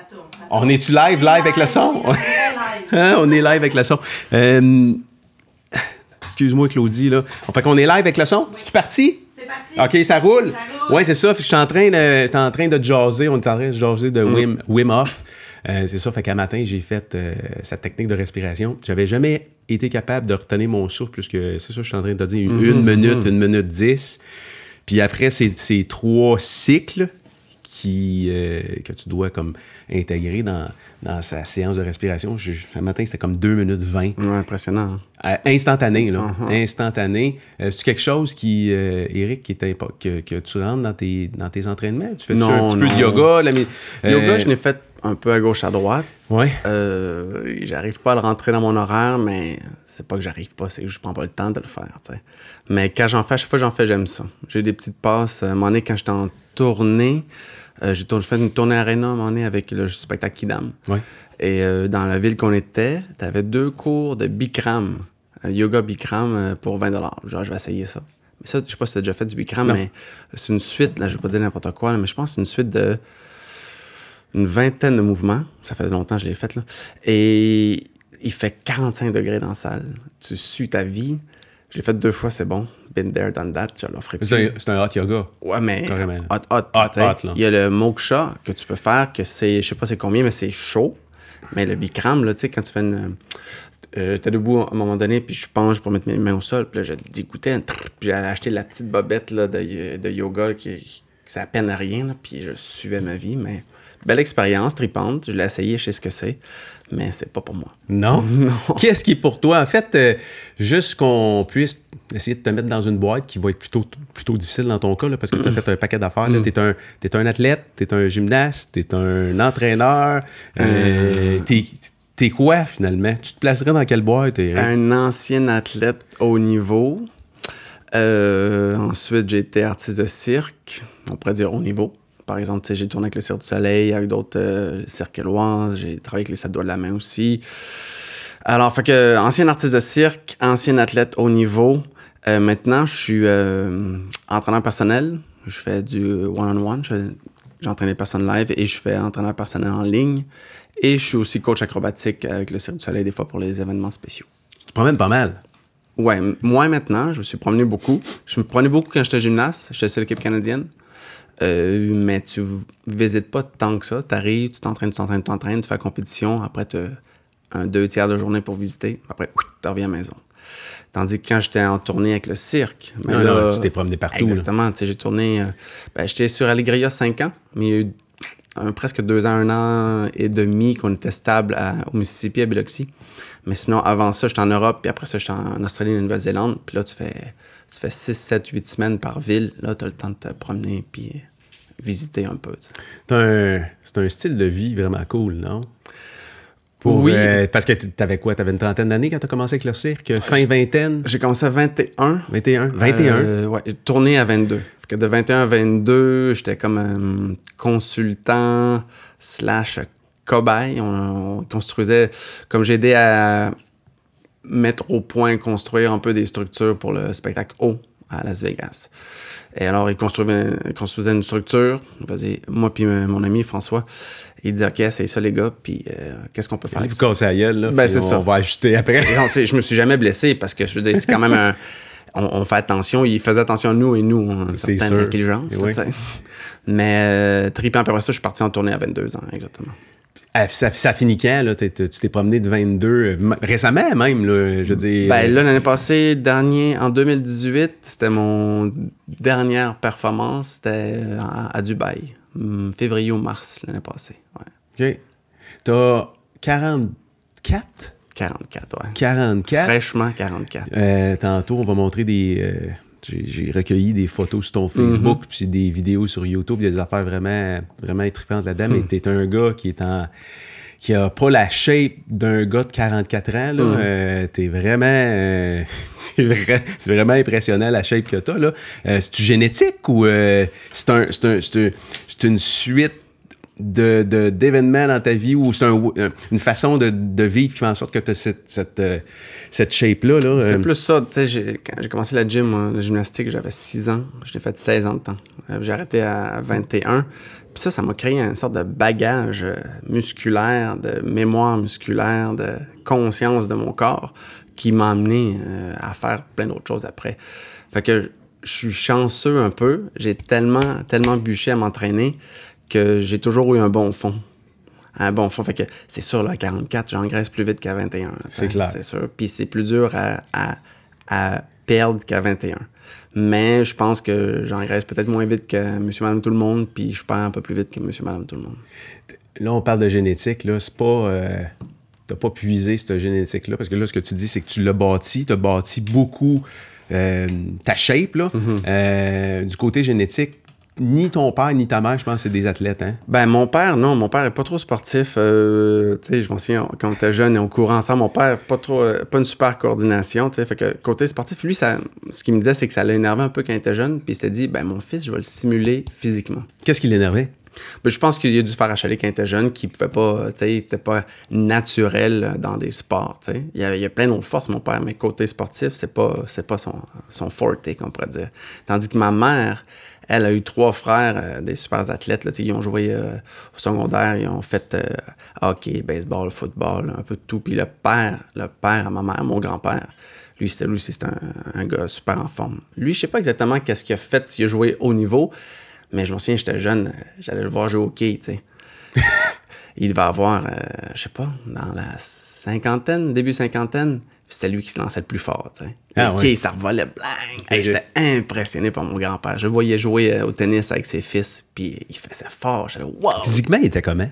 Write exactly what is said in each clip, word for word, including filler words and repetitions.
tourne, ça On tourne. est-tu live, live avec le son? On est live. Hein, on est live avec le son. Euh, excuse-moi, Claudie, là. Fait qu'on est live avec le son? Oui. Es-tu parti? C'est parti. OK, ça roule? Ça roule. Oui, c'est ça. Je suis en train de, j'étais en train de jaser. On est en train de jaser de Wim, Wim Hof. Euh, c'est ça. Fait qu'à matin, j'ai fait euh, cette technique de respiration. J'avais jamais été capable de retenir mon souffle plus que, c'est ça, je suis en train de te dire, une, Mm-hmm. une minute, une minute dix. Puis après, c'est ces trois cycles qui, euh, que tu dois comme intégrer dans, dans sa séance de respiration. Je, un matin, c'était comme deux minutes vingt. Ouais, impressionnant. Euh, instantané, là. Uh-huh. Instantané. Euh, c'est quelque chose qui, euh, Eric, qui est impo- que, que tu rentres dans tes, dans tes entraînements? Tu fais Non, un petit non. peu de yoga? La, euh, Yoga, je l'ai fait un peu à gauche, à droite. Ouais. Euh, j'arrive pas à le rentrer dans mon horaire, mais c'est pas que j'arrive pas, c'est que je prends pas le temps de le faire, tu sais. Mais quand j'en fais, à chaque fois que j'en fais, j'aime ça. J'ai des petites passes. À un moment donné, quand j'étais en tournée, euh, j'ai tourné, fait une tournée aréna à un moment donné avec le spectacle Kidam. Ouais. Et euh, dans la ville qu'on était, t'avais deux cours de Bikram, euh, yoga Bikram euh, pour vingt dollars. Genre, je vais essayer ça. Mais ça, je sais pas si t'as déjà fait du Bikram, Non. mais c'est une suite, là, je vais pas dire n'importe quoi, là, mais je pense que c'est une suite de une vingtaine de mouvements. Ça fait longtemps que je l'ai fait, là. Et il fait quarante-cinq degrés dans la salle. Tu sues ta vie. Je l'ai fait deux fois, c'est bon. Been there, done that, je l'offre plus. C'est un, c'est un hot yoga. Ouais, mais Carrément. hot, hot, Hot, tu sais. hot, là. Il y a le moksha que tu peux faire, que c'est, je sais pas c'est combien, mais c'est chaud. Mais le Bikram, là, tu sais, quand tu fais une... Euh, j'étais debout à un moment donné, puis je penche pour mettre mes mains au sol, puis là, je dégoûtais, puis j'ai acheté la petite bobette là, de, de yoga là, qui, qui c'est à peine à rien, là, puis je suivais ma vie, mais belle expérience, tripante, je l'ai essayé, je sais ce que c'est, mais c'est pas pour moi. Non? Non. Qu'est-ce qui est pour toi? En fait, euh, juste qu'on puisse essayer de te mettre dans une boîte qui va être plutôt, plutôt difficile dans ton cas, là, parce que tu as fait un paquet d'affaires. Tu es un, t'es un athlète, tu es un gymnaste, tu es un entraîneur. Euh, t'es, t'es quoi, finalement? Tu te placerais dans quelle boîte? Eric? Un ancien athlète haut niveau. Euh, ensuite, j'ai été artiste de cirque, on pourrait dire haut niveau. Par exemple, tu sais, j'ai tourné avec le Cirque du Soleil, avec d'autres euh, cirques éloignés. J'ai travaillé avec les sept doigts de la main aussi. Alors, fait que, ancien artiste de cirque, ancien athlète haut niveau. Euh, maintenant, je suis euh, entraîneur personnel. Je fais du one-on-one. Je fais- J'entraîne les personnes live et je fais entraîneur personnel en ligne. Et je suis aussi coach acrobatique avec le Cirque du Soleil, des fois pour les événements spéciaux. Tu te promènes pas mal. Ouais, m- moi maintenant, je me suis promené beaucoup. Je me promenais beaucoup quand j'étais gymnaste. J'étais sur l'équipe canadienne. Euh, mais tu v- visites pas tant que ça. T'arrives, tu t'entraînes, tu t'entraînes, tu t'entraînes, tu fais la compétition. Après, tu un deux tiers de journée pour visiter. Après, tu reviens à la maison. Tandis que quand j'étais en tournée avec le cirque... mais Ah, là, là, tu t'es promené partout, là. Exactement. Tu sais, j'ai tourné... euh, ben, j'étais sur Alegria cinq ans, mais il y a eu un, presque deux ans, un an et demi qu'on était stable à- au Mississippi, à Biloxi. Mais sinon, avant ça, j'étais en Europe, puis après ça, j'étais en Australie et en Nouvelle-Zélande. Puis là, tu fais, tu fais six, sept, huit semaines par ville. Là, tu as le temps de te promener puis visiter un peu. Tu sais. T'as un- c'est un style de vie vraiment cool, non? Pour, Oui. euh, parce que t'avais quoi? T'avais une trentaine d'années quand t'as commencé avec le cirque? Fin vingtaine? J'ai commencé à vingt et un. vingt et un? vingt et un? Euh, ouais, j'ai tourné à vingt-deux. Fait que de vingt et un à vingt-deux, j'étais comme un consultant slash cobaye. On, on construisait, comme j'ai aidé à mettre au point, construire un peu des structures pour le spectacle O à Las Vegas. Et alors, il construisait, il construisait une structure. Vas-y, moi puis mon ami François, il dit « OK, c'est ça les gars, puis euh, qu'est-ce qu'on peut faire avec Vous ça? » cassez la gueule, là. Ben, puis c'est on ça. va ajuster après. Et non, c'est- je me suis jamais blessé parce que je veux dire, c'est quand même un. On, on fait attention, il faisait attention à nous et nous, on a une C'est certaine sûr. intelligence. Et là, oui. tu sais. Mais euh, trippant, puis après ça, je suis parti en tournée à vingt-deux ans, exactement. Ah, Ça, ça finit quand, là? T'es- t'es- tu t'es promené de vingt-deux, euh, m- récemment même, là, je veux dire. Ben là, l'année passée, dernier, en deux mille dix-huit, c'était mon dernière performance, c'était à, à Dubaï, hum, février ou mars l'année passée. Ouais. OK. T'as quarante-quatre? quarante-quatre, ouais. quarante-quatre. Fraîchement quarante-quatre. Euh, tantôt, on va montrer des... euh, j'ai, j'ai recueilli des photos sur ton Facebook, puis des vidéos sur YouTube, il y a des affaires vraiment, vraiment tripantes là-dedans, mais t'es un gars qui est en... qui a pas la shape d'un gars de quarante-quatre ans, là. Euh, t'es vraiment... euh, t'es vrai- c'est vraiment impressionnant, la shape que t'as, là. Euh, c'est-tu génétique ou euh, c'est, un, c'est, un, c'est, un- c'est une suite de, de, d'événements dans ta vie ou c'est un, une façon de, de vivre qui fait en sorte que t'as cette, cette, euh, cette shape-là, là? C'est euh, plus ça, tu sais, j'ai- quand j'ai commencé la gym, moi, la gymnastique, j'avais six ans, je l'ai fait seize ans de temps. Euh, j'ai arrêté à vingt et un, Puis ça, ça m'a créé une sorte de bagage musculaire, de mémoire musculaire, de conscience de mon corps qui m'a amené euh, à faire plein d'autres choses après. Fait que je suis chanceux un peu. J'ai tellement, tellement bûché à m'entraîner que j'ai toujours eu un bon fond. Un bon fond. Fait que c'est sûr, là, à quarante-quatre, j'engraisse plus vite qu'à vingt et un. C'est clair. C'est sûr. Puis c'est plus dur à, à, à perdre qu'à vingt et un. Mais je pense que j'engraisse peut-être moins vite que monsieur, madame, tout le monde, puis je perds un peu plus vite que monsieur, madame, tout le monde. Là, on parle de génétique, là. C'est pas... Euh, t'as pas puisé cette génétique-là, parce que là, ce que tu dis, c'est que tu l'as bâti. T'as bâti beaucoup euh, ta shape, là. Mm-hmm. Euh, du côté génétique, ni ton père ni ta mère, je pense que c'est des athlètes, hein? Ben, mon père, non, mon père est pas trop sportif. Euh, tu sais, je m'en souviens, quand on était jeune et on courait ensemble, mon père, pas trop, euh, pas une super coordination, tu sais. Fait que côté sportif, lui, ça, ce qu'il me disait, c'est que ça l'a énervé un peu quand il était jeune, puis il s'était dit, ben, mon fils, je vais le stimuler physiquement. Qu'est-ce qui l'énervait? Ben, je pense qu'il a dû se faire achaler quand il était jeune, qu'il pouvait pas, tu sais, il était pas naturel dans des sports, tu sais. Il y a, il y a plein d'autres forces, mon père, mais côté sportif, c'est pas, c'est pas son, son forte, qu'on pourrait dire. Tandis que ma mère, elle a eu trois frères, euh, des super athlètes. Là, ils ont joué euh, au secondaire, ils ont fait euh, hockey, baseball, football, un peu de tout. Puis le père, le père à ma mère, mon grand-père, lui, c'était, lui, c'était un, un gars super en forme. Lui, je sais pas exactement qu'est-ce qu'il a fait, s'il a joué haut niveau, mais je me souviens, j'étais jeune, j'allais le voir jouer au hockey, tu sais. Il devait avoir, euh, je sais pas, dans la cinquantaine, début cinquantaine, c'était lui qui se lançait le plus fort, tu sais. Ah, OK, ouais. ça revolait blanc. Hey, j'étais impressionné par mon grand-père. Je le voyais jouer euh, au tennis avec ses fils, puis il faisait fort. J'étais wow! Physiquement, il était comment?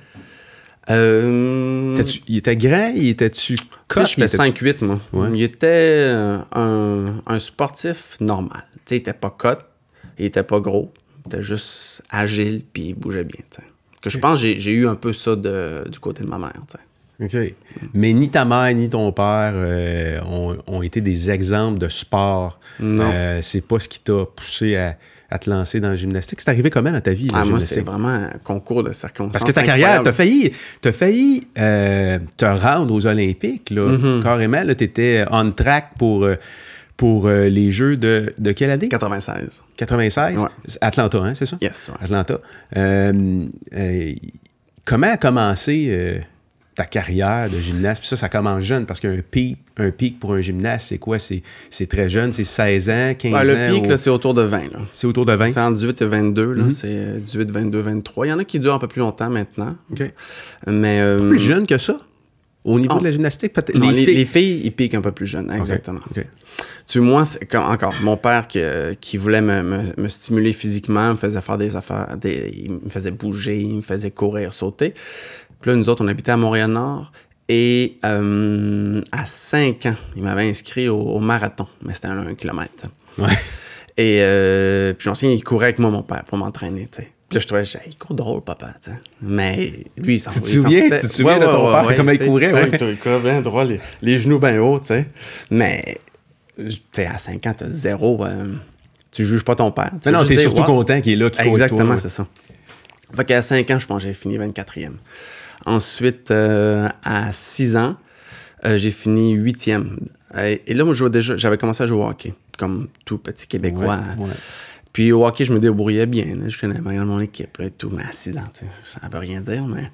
Euh... Il était grand? Il était-tu Tu sais, je fais cinq huit, moi. Ouais. Il était euh, un, un sportif normal. Tu sais, il était pas cut, il était pas gros, il était juste agile, puis il bougeait bien, tu sais. Que je pense que j'ai, j'ai eu un peu ça de, du côté de ma mère, tu sais. OK. Mais ni ta mère ni ton père euh, ont, ont été des exemples de sport. Non. Euh, c'est pas ce qui t'a poussé à, à te lancer dans la gymnastique. C'est arrivé comment dans ta vie, la Ah, moi, gymnastique? c'est vraiment un concours de circonstances. Parce que ta carrière, t'as failli, t'as failli euh, te rendre aux Olympiques, là. Mm-hmm. Carrément, là, t'étais on track pour, pour euh, les Jeux de, de quelle année? quatre-vingt-seize. quatre-vingt-seize? Ouais. Atlanta, hein, c'est ça? Yes, ouais. Atlanta. Euh, euh, comment a commencé... Euh, ta carrière de gymnaste, puis ça, ça commence jeune, parce qu'un pic, un pic pour un gymnaste, c'est quoi? C'est, c'est très jeune, c'est seize ans, quinze ben, ans? Le pic, au... là, c'est autour de vingt. Là. C'est autour de vingt? C'est entre dix-huit et vingt-deux, là, mm-hmm. c'est dix-huit, vingt-deux, vingt-trois. Il y en a qui durent un peu plus longtemps maintenant. OK. Mais... Euh... Plus jeune que ça? Au niveau oh. de la gymnastique, peut-être? Non, les, les, filles... les filles, ils piquent un peu plus jeunes, exactement. Okay. Okay. Tu vois, moi, c'est comme, encore, mon père qui, euh, qui voulait me, me, me stimuler physiquement, me faisait faire des affaires, des, il me faisait bouger, il me faisait courir, sauter. Puis là, nous autres, on habitait à Montréal-Nord. Et euh, à cinq ans, il m'avait inscrit au, au marathon, mais c'était un, un kilomètre. Ouais. Et euh, puis, j'en il courait avec moi, mon père, pour m'entraîner, tu sais. Puis là, je trouvais, il court drôle, papa, tu sais. Mais lui, il s'en Tu te souviens, tu te souviens ouais, de ton ouais, père, ouais, comment il courait, ouais? ouais. Il courait bien droit, les, les genoux bien hauts, tu sais. Mais, tu sais, à cinq ans, t'as zéro, euh, tu juges pas ton père. Mais non, t'es dire, surtout wow. content qu'il est là, qu'il court Exactement, toi, c'est ça. Fait qu'à cinq ans, je pense que j'ai fini vingt-quatrième. Ensuite, euh, à six ans, euh, j'ai fini huitième. Et, et là, moi, je jouais déjà, j'avais commencé à jouer au hockey, comme tout petit Québécois. Ouais, ouais. Puis au hockey, je me débrouillais bien. Là, je connais bien mon équipe là, et tout, mais à six ans, ça ne veut rien dire. Mais...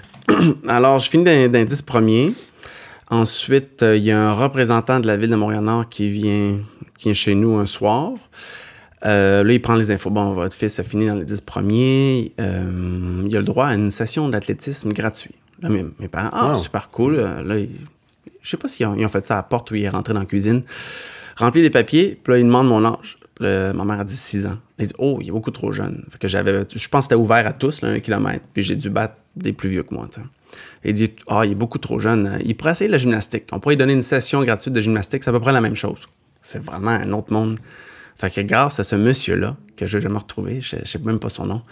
Alors, je finis dans, dans les dix premiers. Ensuite, il euh, y a un représentant de la ville de Montréal-Nord qui vient, qui vient chez nous un soir. Euh, là, il prend les infos. Bon, votre fils a fini dans les dix premiers. Euh, il a le droit à une session d'athlétisme gratuite. Là, mes, mes parents, ah, wow. Super cool. Là, il, je sais pas s'ils ont, ils ont fait ça à la porte ou il est rentré dans la cuisine. Remplit les papiers, puis là, il demande mon âge. Le, ma mère a dit six ans. Elle dit, oh, il est beaucoup trop jeune. Fait que j'avais, je pense que c'était ouvert à tous, là, un kilomètre. Puis j'ai dû battre des plus vieux que moi. T'sais. Il dit, ah, oh, il est beaucoup trop jeune. Il pourrait essayer la gymnastique. On pourrait lui donner une session gratuite de gymnastique. C'est à peu près la même chose. C'est vraiment un autre monde. Fait que grâce à ce monsieur-là, que je vais jamais retrouver, je, je sais même pas son nom,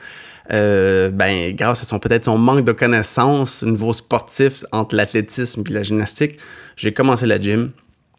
euh, ben, grâce à son, peut-être son manque de connaissances au niveau sportif entre l'athlétisme et la gymnastique, j'ai commencé la gym.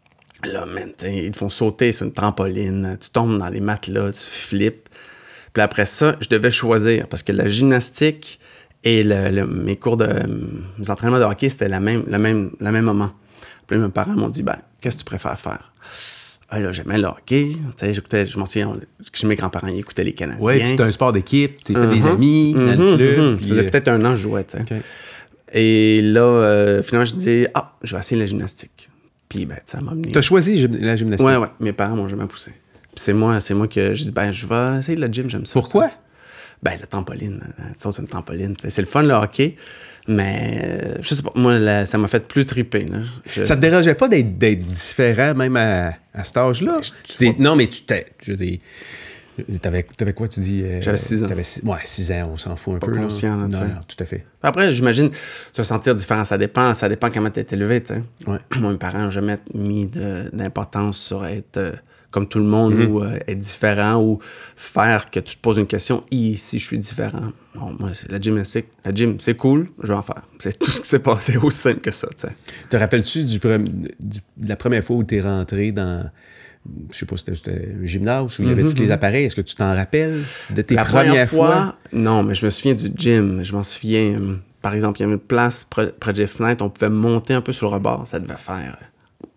Là, man, ils te font sauter sur une trampoline, tu tombes dans les matelas, tu flippes. Puis après ça, je devais choisir, parce que la gymnastique et le, le, mes cours de... mes entraînements de hockey, c'était la même, la même, la même moment. Puis là, mes parents m'ont dit, ben, qu'est-ce que tu préfères faire? Ah, là, j'aimais le hockey. Tu sais, j'écoutais, je m'en souviens, chez mes grands-parents, ils écoutaient les Canadiens. Oui, puis c'était un sport d'équipe. Tu as fait Mm-hmm. des amis Mm-hmm. dans le club. Mm-hmm. Puis, Ça faisait euh, peut-être un an que je jouais, tu sais. OK. Et là, euh, finalement, je disais, ah, je vais essayer la gymnastique. Puis, ben, ça m'a amené. Tu as choisi gym- la gymnastique. Ouais, ouais. Mes parents m'ont jamais poussé. Puis c'est moi, c'est moi que je dis, ben, je vais essayer le gym, j'aime ça. Pourquoi? T'sais. Ben, le trampoline. Tu sais, c'est une trampoline. T'sais. C'est le fun, le hockey. Mais, euh, je sais pas, moi, là, ça m'a fait plus triper. Là. Je... Ça te dérangeait pas d'être, d'être différent, même à, à cet âge-là? Tu t'es- non, mais tu t'es. Je veux dire. T'avais, t'avais quoi, tu dis? euh, J'avais six ans. T'avais six, ouais, six ans, on s'en fout un Pas peu. conscient, là, non, tu sais. non, tout à fait. Après, j'imagine, se sentir différent, ça dépend, ça dépend comment t'es élevé, tu sais. Ouais. Moi, mes parents n'ont jamais mis de, d'importance sur être euh, comme tout le monde Mm-hmm. ou euh, être différent ou faire que tu te poses une question, si je suis différent. Bon, moi, c'est la gymnastique. La gym, c'est cool, je vais en faire. C'est tout ce qui s'est passé, aussi simple que ça, tu sais. Te rappelles-tu du, pre- du- de la première fois où tu es rentré dans, je sais pas, c'était, c'était un gymnase où il y avait Mm-hmm. tous les appareils? Est-ce que tu t'en rappelles de tes La premières première fois, fois? non, mais je me souviens du gym. Je m'en souviens, euh, par exemple, il y avait une place près, près des fenêtres, on pouvait monter un peu sur le rebord. Ça devait faire euh,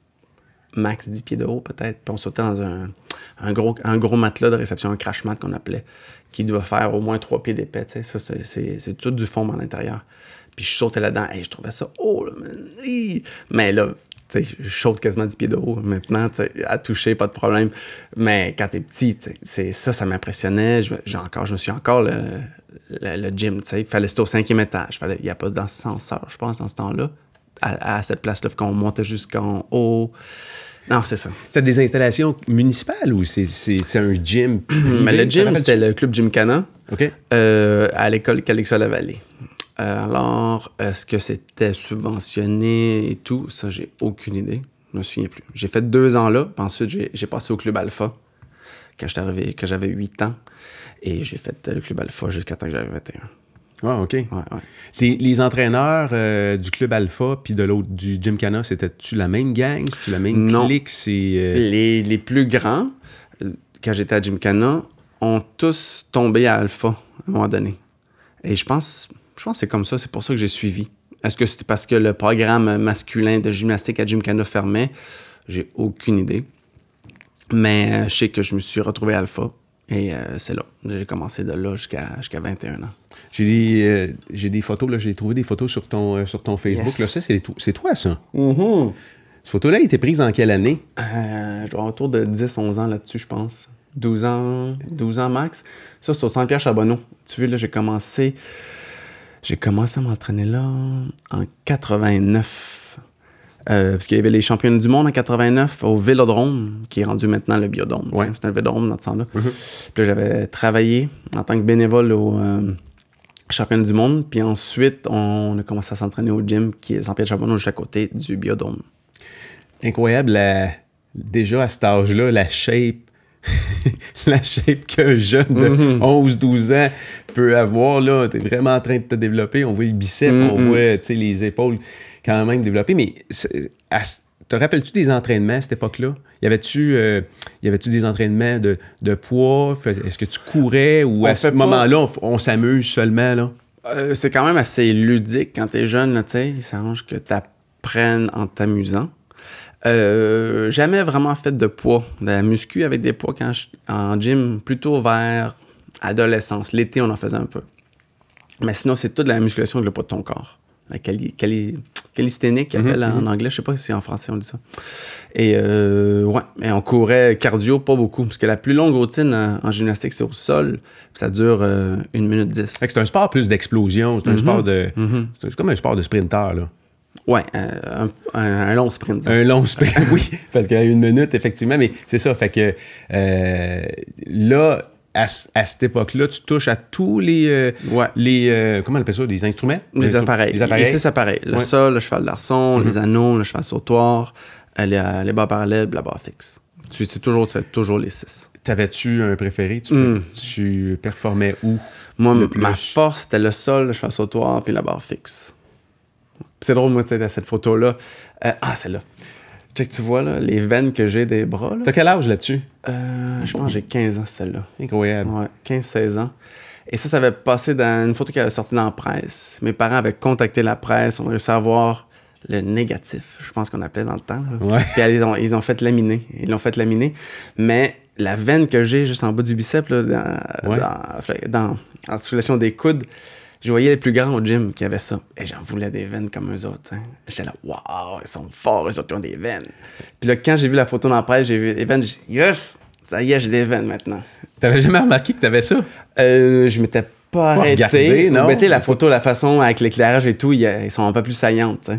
max dix pieds de haut, peut-être. Puis on sautait dans un, un, gros, un gros matelas de réception, un crash mat qu'on appelait, qui doit faire au moins trois pieds d'épais. Tu sais. Ça, c'est, c'est, c'est tout du fond à l'intérieur. Puis je sautais là-dedans. Et je trouvais ça, oh, là, man, mais là, tu sais, je saute quasiment dix pieds de haut maintenant, tu sais, à toucher, pas de problème. Mais quand t'es petit, tu sais, c'est ça, ça m'impressionnait. Je, j'ai encore, je me suis encore le, le, le gym, tu sais. Il fallait, c'était au cinquième étage. Il n'y a pas d'ascenseur, je pense, dans ce temps-là. À, à cette place-là, qu'on montait jusqu'en haut. Non, c'est ça. C'est des installations municipales ou c'est, c'est, c'est un gym privé? Mais le Te gym, rappelles-tu? c'était le club Gymkhana OK. euh, à l'école Calixa-la-Vallée. Euh, alors, est-ce que c'était subventionné et tout? Ça, j'ai aucune idée. Je me souviens plus. J'ai fait deux ans là, puis ensuite, j'ai, j'ai passé au club Alpha quand j'étais arrivé, quand j'avais huit ans. Et j'ai fait le club Alpha jusqu'à temps que j'avais vingt et un. Ah, OK. Ouais, ouais. Les, les entraîneurs euh, du club Alpha puis de l'autre, du Gymkhana, c'était-tu la même gang? C'était-tu la même Non. clique? C'est, euh, Les, les plus grands, euh, quand j'étais à Gymkhana, ont tous tombé à Alpha à un moment donné. Et je pense, je pense que c'est comme ça, c'est pour ça que j'ai suivi. Est-ce que c'était parce que le programme masculin de gymnastique à Gymkhana fermait? J'ai aucune idée. Mais euh, je sais que je me suis retrouvé à Alpha. Et euh, c'est là. J'ai commencé de là jusqu'à, jusqu'à vingt et un ans. J'ai des, euh, j'ai des photos, là, j'ai trouvé des photos sur ton, euh, sur ton Facebook. Yes. Là, ça, c'est, tout- c'est toi, ça. Mm-hmm. Cette photo-là, elle était prise en quelle année? Euh, je dois avoir autour de dix onze ans là-dessus, je pense. douze ans, douze ans max. Ça, c'est au Centre Pierre Charbonneau. Tu vois, là, j'ai commencé... J'ai commencé à m'entraîner là en quatre-vingt-neuf. Euh, parce qu'il y avait les championnats du monde en quatre-vingt-neuf au Vélodrome, qui est rendu maintenant le Biodôme. Ouais. C'était un Vélodrome dans ce temps-là. Mm-hmm. Puis là, j'avais travaillé en tant que bénévole au euh, championnat du monde. Puis ensuite, on a commencé à s'entraîner au gym, qui est Centre Pierre Charbonneau, juste à côté du Biodôme. Incroyable, la- déjà à cet âge-là, la shape, la shape qu'un jeune de Mm-hmm. onze douze ans peut avoir, là, t'es vraiment en train de te développer. On voit les biceps, Mm-hmm. on voit, tu sais, les épaules quand même développées. Mais c'est- à ce- te rappelles-tu des entraînements à cette époque-là? Y avait-tu, euh, y avait-tu des entraînements de, de poids? Fais- Est-ce que tu courais ou On à ce fait pas- moment-là, on, f- on s'amuse seulement, là? Euh, c'est quand même assez ludique quand t'es jeune, là, tu sais. Il s'arrange que t'apprennes en t'amusant. Euh, jamais vraiment fait de poids, de la muscu avec des poids quand je, en gym, plutôt vers adolescence. L'été, on en faisait un peu. Mais sinon, c'est toute la musculation avec le poids de ton corps. La cali, cali, calisthénique, qu'ils appellent en anglais. Je sais pas si en français on dit ça. Et euh, ouais, mais on courait cardio, pas beaucoup. Parce que la plus longue routine en, en gymnastique, c'est au sol. Puis ça dure euh, une minute dix. Fait que c'est un sport plus d'explosion. C'est un sport de. C'est comme un sport de sprinter, là. Ouais, euh, un, un, un long sprint. disons. Un long sprint, oui, parce qu'il y a une minute, effectivement, mais c'est ça, fait que euh, là, à, c- à cette époque-là, tu touches à tous les, euh, Ouais. les euh, comment on appelle ça, des instruments? Les instru- appareils. Les appareils. Les six appareils. Le Ouais. sol, le cheval d'arçon, les anneaux, le cheval sautoir, euh, les, les barres parallèles, la barre fixe. Tu, c'est toujours, tu fais toujours les six. T'avais-tu un préféré? Tu, Mm. tu performais où? Moi, Le m- ma plus. force, c'était le sol, le cheval sautoir, puis la barre fixe. Puis c'est drôle, moi, tu sais, cette photo-là. Euh, ah, celle-là. Check, tu vois, là, les veines que j'ai des bras, là. T'as quel âge là-dessus? Euh, je pense que j'ai quinze ans, celle-là. Incroyable. Ouais, quinze seize ans. Et ça, ça avait passé dans une photo qui avait sorti dans la presse. Mes parents avaient contacté la presse, on a réussi à avoir le négatif, je pense qu'on appelait dans le temps. Là. Ouais. Puis ils ont, ils ont fait laminer. Ils l'ont fait laminer. Mais la veine que j'ai juste en bas du biceps, là, dans, ouais. dans, dans l'articulation des coudes, je voyais les plus grands au gym qui avaient ça. Et j'en voulais des veines comme eux autres. Hein. J'étais là, waouh, ils sont forts, eux autres, ils ont des veines. Puis là, quand j'ai vu la photo dans la presse, j'ai vu les veines, j'ai dit, yes, ça y est, j'ai des veines maintenant. T'avais jamais remarqué que t'avais ça? Euh, je m'étais pas, pas arrêté. Regardé, non? Mais tu sais, la photo, la façon avec l'éclairage et tout, ils, ils sont un peu plus saillantes, tu sais.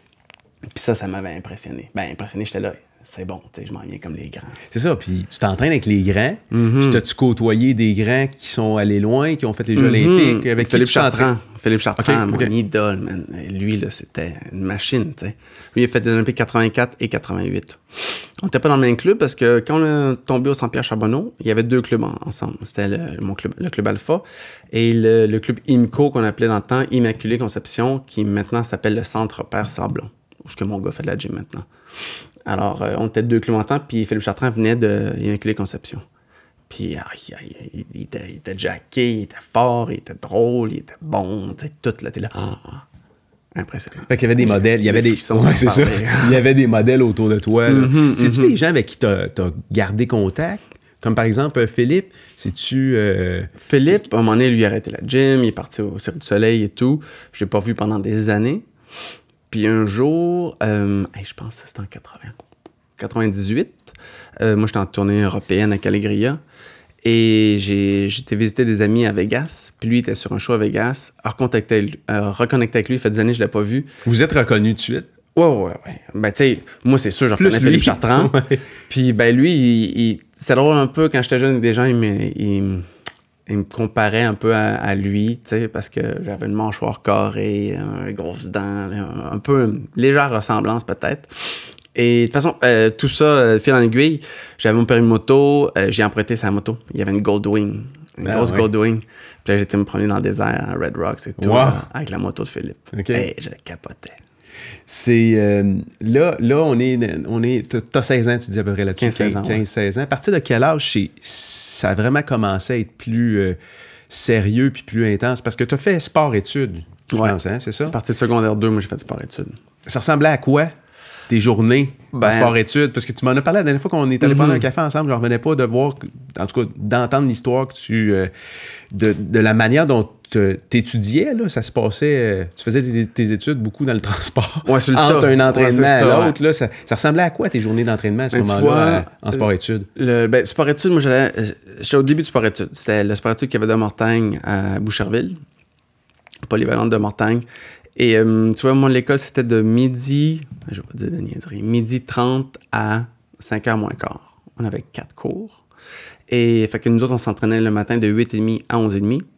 Puis ça, ça m'avait impressionné. Ben, impressionné, j'étais là, c'est bon, tu sais, je m'en viens comme les grands. C'est ça, puis tu t'entraînes avec les grands, mm-hmm. puis t'as-tu côtoyé des grands qui sont allés loin, qui ont fait les Jeux mm-hmm. olympiques, avec Philippe Chartrand. Philippe Chartrand, okay, mon okay. idole, man. Lui, là, c'était une machine, tu sais. Lui, il a fait des Olympiques quatre-vingt-quatre et quatre-vingt-huit. On n'était pas dans le même club parce que quand on est tombé au Saint-Pierre Charbonneau, il y avait deux clubs en, ensemble. C'était le, mon club, le club Alpha et le, le club IMCO qu'on appelait dans le temps Immaculée Conception, qui maintenant s'appelle le Centre Père Sablon, où ce que mon gars fait de la gym maintenant. Alors, euh, on était deux clubs en temps, puis Philippe Chartrand venait de Immaculée Conception. Puis, ah, il, il, il, était, il était jacké, il était fort, il était drôle, il était bon, tu sais, tout là, t'es là. Ah, impressionnant. Fait qu'il y avait des modèles, il y avait des... Ouais, c'est ça. Il y avait des modèles autour de toi. Mm-hmm, c'est-tu mm-hmm. des gens avec qui t'as, t'as gardé contact? Comme par exemple Philippe, c'est-tu... Euh... Philippe, à un moment donné, lui, il a arrêté la gym, il est parti au Cirque du Soleil et tout. Je l'ai pas vu pendant des années. Puis un jour, euh, hey, je pense que c'était en quatre-vingts, quatre-vingt-dix-huit, euh, moi, j'étais en tournée européenne à Caligria. Et j'ai, j'étais visiter des amis à Vegas. Puis lui, il était sur un show à Vegas. Reconnecté, euh, reconnecté avec lui. Il fait des années que je ne l'ai pas vu. Vous êtes reconnus tout de suite? Ouais, ouais, ouais. Ben, tu sais, moi, c'est sûr, je reconnais Philippe Chartrand. Ouais. Puis, ben, lui, il, il, c'est drôle un peu, quand j'étais jeune, des gens, ils me, ils, ils me comparaient un peu à, à lui, tu sais, parce que j'avais une mâchoire carrée, une grosse dent, un, un peu une légère ressemblance, peut-être. Et de toute façon, euh, tout ça, euh, fil en aiguille, j'avais mon permis de moto, euh, j'ai emprunté sa moto. Il y avait une Goldwing, une ah, grosse ouais. Goldwing. Puis là, j'étais me promener dans le désert, à Red Rocks et tout, wow. là, avec la moto de Philippe. Okay. Et je capotais. C'est... Euh, là, là, on est... On est t'as seize ans, tu dis à peu près là-dessus. quinze seize ans. À partir de quel âge c'est, ça a vraiment commencé à être plus euh, sérieux puis plus intense? Parce que t'as fait sport-études, je ouais. pense, hein, c'est ça? À partir de secondaire deux, moi, j'ai fait sport-études. Ça ressemblait à quoi? Tes journées ben, sport-études, parce que tu m'en as parlé la dernière fois qu'on est allé mm-hmm. prendre un café ensemble, je ne revenais pas de voir, en tout cas, d'entendre l'histoire que tu, euh, de, de la manière dont tu étudiais, là, ça se passait, euh, tu faisais tes, tes études beaucoup dans le transport, ouais, sur le entre tas. un entraînement ouais, à ça, l'autre, ouais. là, ça, ça ressemblait à quoi tes journées d'entraînement à ce ben, moment-là, vois, euh, en sport-études? Le, ben, sport-études, moi, j'allais, j'étais au début du sport-études, c'était le sport-études qu'il y avait de Mortagne à Boucherville, polyvalente de Mortagne. Et euh, tu vois, moi, l'école, c'était de midi, je vais pas dire de niaiserie, midi trente à cinq heures moins quart. On avait quatre cours. Et fait que nous autres, on s'entraînait le matin de huit heures trente à onze heures trente.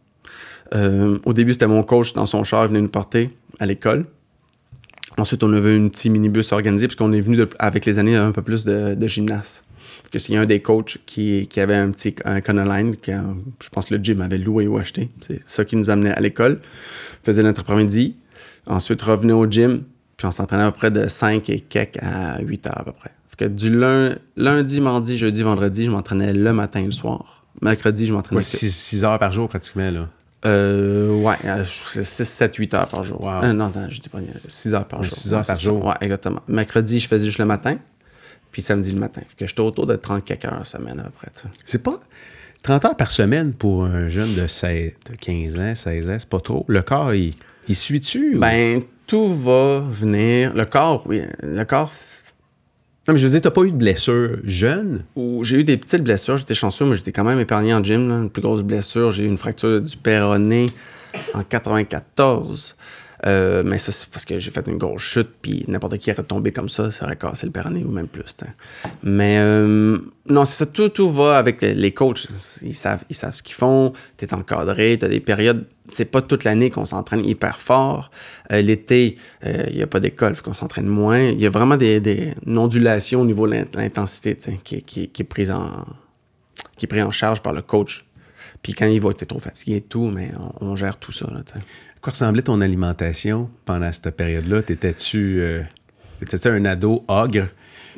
Euh, au début, c'était mon coach dans son char, il venait nous porter à l'école. Ensuite, on avait un petit minibus organisé, puisqu'on est venu de, avec les années un peu plus de, de gymnase. Parce que s'il y a un des coachs qui, qui avait un petit un Econoline, que je pense que le gym avait loué ou acheté, c'est ça qui nous amenait à l'école. On faisait notre après-midi. Ensuite, revenait au gym, puis on s'entraînait à peu près de cinq et quelques à huit heures à peu près. Fait que du lundi, lundi, mardi, jeudi, vendredi, je m'entraînais le matin et le soir. Mercredi, je m'entraînais... Ouais, six heures par jour pratiquement, là. Euh, ouais, c'est six, sept, huit heures par jour. Wow. Euh, non, non, je dis pas six heures par ouais, jour. six heures ouais, par jour. Ouais, exactement. Mercredi, je faisais juste le matin, puis samedi le matin. Fait que j'étais autour de trente quelques heures semaine à peu près. T'sais. C'est pas... trente heures par semaine pour un jeune de, seize, de quinze ans, seize ans, c'est pas trop. Le corps, il, il suit-tu? Ou... Ben... Tout va venir. Le corps, oui. Le corps... C'est... Non, mais je veux dire, t'as pas eu de blessure jeune? Ou j'ai eu des petites blessures. J'étais chanceux, mais j'étais quand même épargné en gym. Là. Une plus grosse blessure, j'ai eu une fracture du péroné en quatre-vingt-quatorze. Euh, mais ça, c'est parce que j'ai fait une grosse chute, puis n'importe qui aurait tombé comme ça, ça aurait cassé le péroné ou même plus. T'sais. Mais euh, non, c'est ça, tout, tout va avec les coachs. Ils savent, ils savent ce qu'ils font, t'es encadré, t'as des périodes, c'est pas toute l'année qu'on s'entraîne hyper fort. Euh, l'été, il euh, n'y a pas d'école, faut qu'on s'entraîne moins. Il y a vraiment des, des, une ondulation au niveau de l'intensité qui, qui, qui, est prise en, qui est prise en charge par le coach. Puis quand il va être trop fatigué et tout, mais on, on gère tout ça. Là, t'sais. À quoi ressemblait ton alimentation pendant cette période-là? T'étais-tu, euh, t'étais-tu un ado ogre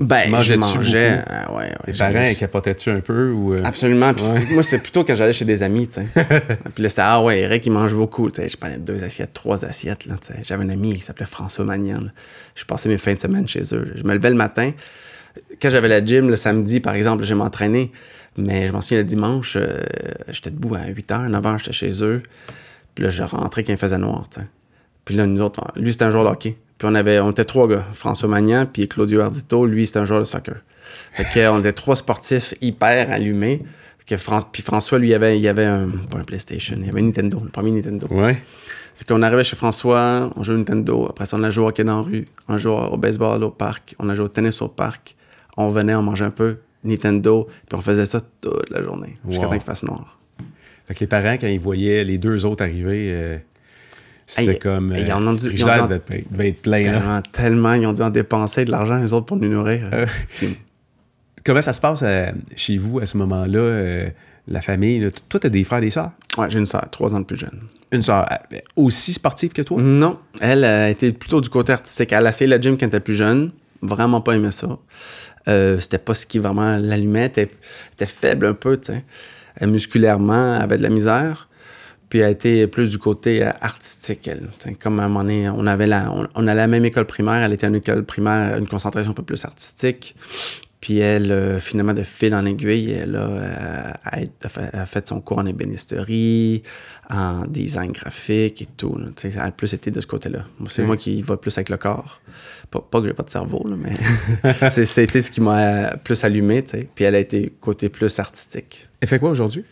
Ben, je mangeais. Euh, ouais, ouais, Tes parents capotaient-tu un peu? Ou, euh... Absolument. Puis ouais. Moi, c'est plutôt quand j'allais chez des amis, tu sais. Puis là, c'était, ah ouais, Eric, il mange beaucoup. Tu sais, je prenais deux assiettes, trois assiettes, là, tu sais. J'avais un ami qui s'appelait François Magnan. Là. Je passais mes fins de semaine chez eux. Je me levais le matin. Quand j'avais la gym, le samedi, par exemple, je m'entraînais. Mais je m'en souviens, le dimanche, euh, j'étais debout à huit heures, neuf heures, j'étais chez eux. Puis là, je rentrais quand il faisait noir, tu sais. Puis là, nous autres, lui, c'était un joueur de hockey. Puis on avait, on était trois gars. François Magnan, puis Claudio Ardito, lui, c'était un joueur de soccer. Fait qu'on était trois sportifs hyper allumés. Que Fran- puis François, lui, il avait, il avait un, pas un PlayStation, il avait un Nintendo, le premier Nintendo. Ouais. Fait qu'on arrivait chez François, on jouait au Nintendo. Après ça, on a joué au hockey dans la rue. On jouait au baseball au parc. On a joué au tennis au parc. On venait, on mangeait un peu, Nintendo. Puis on faisait ça toute la journée, jusqu'à wow. temps qu'il fasse noir. Fait que les parents, quand ils voyaient les deux autres arriver... Euh... C'était hey, comme... Ils en ont dû... Le frigidaire devait, devait être plein. Tellement, là. tellement. Ils ont dû en dépenser de l'argent, les autres, pour nous nourrir. Euh, Puis... Comment ça se passe à, chez vous, à ce moment-là, euh, la famille? Là? Toi, t'as des frères et des sœurs? Ouais, j'ai une sœur, trois ans de plus jeune. Une sœur aussi sportive que toi? Non. Elle a été plutôt du côté artistique. Elle a essayé la gym quand elle était plus jeune. Vraiment pas aimé ça. Euh, c'était pas ce qui vraiment l'allumait. Elle était, était faible un peu, tu sais. Musculairement, elle avait de la misère. Puis elle a été plus du côté artistique, elle. T'sais, comme à un moment donné, on avait la, on, on allait à la même école primaire, elle était à une école primaire, une concentration un peu plus artistique. Puis elle, euh, finalement, de fil en aiguille, elle a, euh, elle a fait son cours en ébénisterie, en design graphique et tout. Là. Elle a plus été de ce côté-là. C'est mmh. moi qui va plus avec le corps. Pas, pas que j'ai pas de cerveau, là, mais c'est, c'était ce qui m'a plus allumé. T'sais. Puis elle a été côté plus artistique. Elle fait quoi aujourd'hui?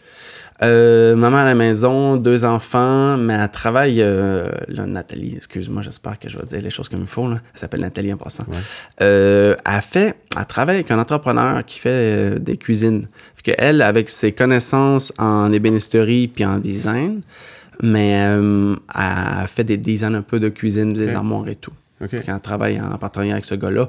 Euh, maman à la maison, deux enfants, mais elle travaille, euh, là, Nathalie, excuse-moi, j'espère que je vais dire les choses comme il faut, là. Elle s'appelle Nathalie en passant. Ouais. Euh, elle fait, elle travaille avec un entrepreneur qui fait euh, des cuisines. Fait qu'elle, avec ses connaissances en ébénisterie puis en design, mais euh, elle fait des designs un peu de cuisine, des okay. armoires et tout. Okay. Fait qu'elle travaille en partenariat avec ce gars-là.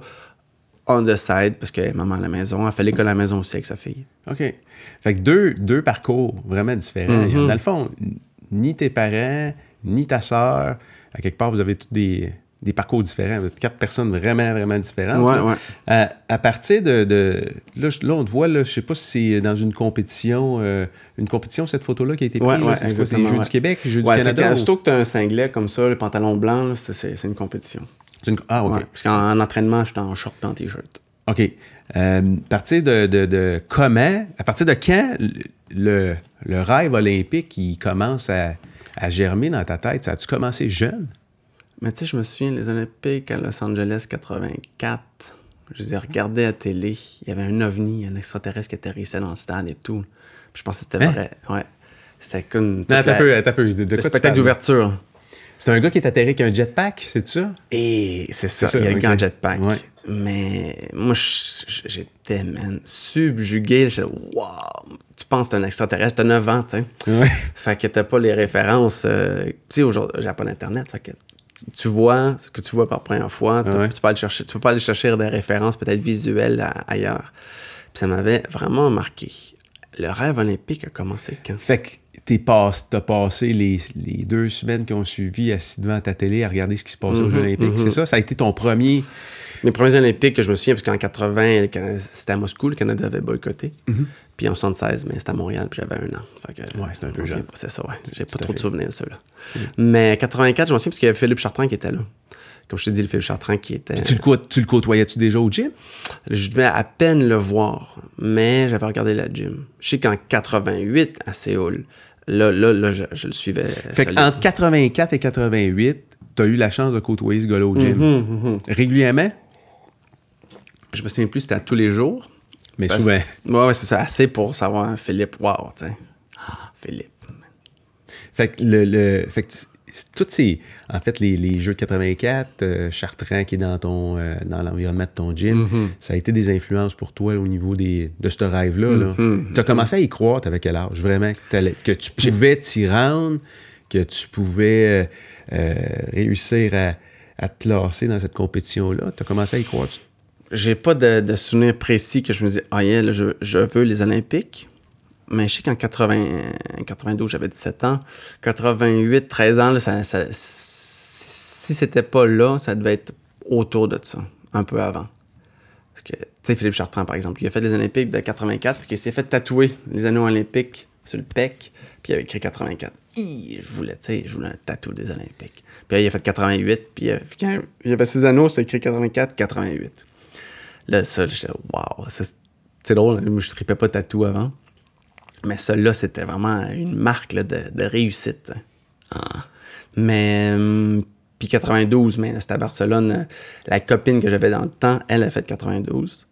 On the side, parce qu'elle est maman à la maison. Elle fait l'école à la maison aussi avec sa fille. OK. Fait que deux, deux parcours vraiment différents. Mm-hmm. Dans le fond, ni tes parents, ni ta sœur, à quelque part, vous avez tous des, des parcours différents. Vous êtes quatre personnes vraiment, vraiment différentes. Ouais, ouais. À, à partir de... de là, là, on te voit, là, je sais pas si c'est dans une compétition, euh, une compétition, cette photo-là qui a été prise. Ouais, là, ouais, c'est quoi, c'est les Jeux ouais. du Québec, les Jeux ouais, du Canada? Ou... Surtout que tu as un singlet comme ça, le pantalon blanc, là, c'est, c'est, c'est une compétition. C'est une... Ah, OK. Ouais, parce qu'en entraînement, j'étais en short et en t-shirt. OK. Euh, à partir de, de, de comment, à partir de quand le, le rêve olympique il commence à, à germer dans ta tête? Ça a-tu commencé jeune? Mais tu sais, je me souviens, les Olympiques à Los Angeles quatre-vingt-quatre, je les ai regardés à la télé. Il y avait un ovni, un extraterrestre qui atterrissait dans le stade et tout. Puis je pensais que c'était hein? vrai. Ouais. C'était comme... Non, t'as la... peu, t'as peu. De, de le spectacle d'ouverture. C'est un gars qui est atterri avec un jetpack, c'est ça? Et c'est ça, c'est ça, il y a okay. un jetpack. Ouais. Mais moi, j'étais, man, subjugué. J'étais, wow! Tu penses que t'es un extraterrestre, t'as neuf ans, tu sais. Ouais. Fait que t'as pas les références. Euh, tu sais, aujourd'hui, j'ai pas d'Internet. Fait que tu vois ce que tu vois par première fois. Ouais. Tu peux aller chercher, tu peux pas aller chercher des références peut-être visuelles à, ailleurs. Puis ça m'avait vraiment marqué. Le rêve olympique a commencé quand? Fait que t'es pass, t'as passé les, les deux semaines qui ont suivi assis devant ta télé à regarder ce qui se passait mm-hmm, aux Jeux olympiques. Mm-hmm. C'est ça? Ça a été ton premier... Mes premiers Olympiques que je me souviens, parce qu'en quatre-vingts, c'était à Moscou, le Canada avait boycotté. Mm-hmm. Puis en soixante-seize, mais c'était à Montréal, puis j'avais un an. Fait que, ouais, c'était un peu jeune. C'est ça, ouais. J'ai pas trop de souvenirs de ceux-là. Mm-hmm. Mais quatre-vingt-quatre, je me souviens, parce qu'il y avait Philippe Chartrand qui était là. Comme je t'ai dit, le Philippe Chartrand qui était... Puis tu le, co- tu le côtoyais-tu déjà au gym? Je devais à peine le voir, mais j'avais regardé la gym. Je sais qu'en quatre-vingt-huit, à Séoul, là, là, là je, je le suivais. Fait qu'entre quatre-vingt-quatre et quatre-vingt-huit, t'as eu la chance de côtoyer ce gars-là au gym. Mm-hmm, mm-hmm. Régulièrement? Je me souviens plus, c'était à tous les jours. Mais parce... souvent. Ouais, ouais, c'est ça, assez pour savoir Philippe. Wow, tu sais. Ah, Philippe. Fait que le... le fait que toutes ces... En fait, les, les Jeux de quatre-vingt-quatre, euh, Chartrand qui est dans ton euh, dans l'environnement de ton gym, mm-hmm. ça a été des influences pour toi au niveau des, de ce rêve-là. Mm-hmm. Tu as commencé à y croire, t'avais quel âge? Vraiment, que, que tu pouvais t'y rendre, que tu pouvais euh, euh, réussir à, à te classer dans cette compétition-là. Tu as commencé à y croire. Tu... J'ai pas de, de souvenir précis que je me disais, ah, yeah, là, je, je veux les Olympiques. Mais je sais qu'en quatre-vingts, quatre-vingt-douze, j'avais dix-sept ans. quatre-vingt-huit, treize ans, là, ça, ça, si c'était pas là, ça devait être autour de ça, un peu avant. Tu sais, Philippe Chartrand, par exemple, il a fait les Olympiques de quatre-vingt-quatre, puis il s'est fait tatouer les anneaux olympiques sur le pec, puis il avait écrit quatre-vingt-quatre. Hi, je voulais, tu sais, je voulais un tatou des Olympiques. Puis là, il a fait quatre-vingt-huit, puis euh, quand il avait ses anneaux, c'était écrit quatre-vingt-quatre, quatre-vingt-huit. Là, ça, j'étais, waouh, c'est, c'est drôle, moi, je tripais pas tatou avant. Mais celui-là, c'était vraiment une marque là, de, de réussite. Ah. Mais, euh, puis quatre-vingt-douze, mais c'était à Barcelone. La copine que j'avais dans le temps, elle a fait quatre-vingt-douze.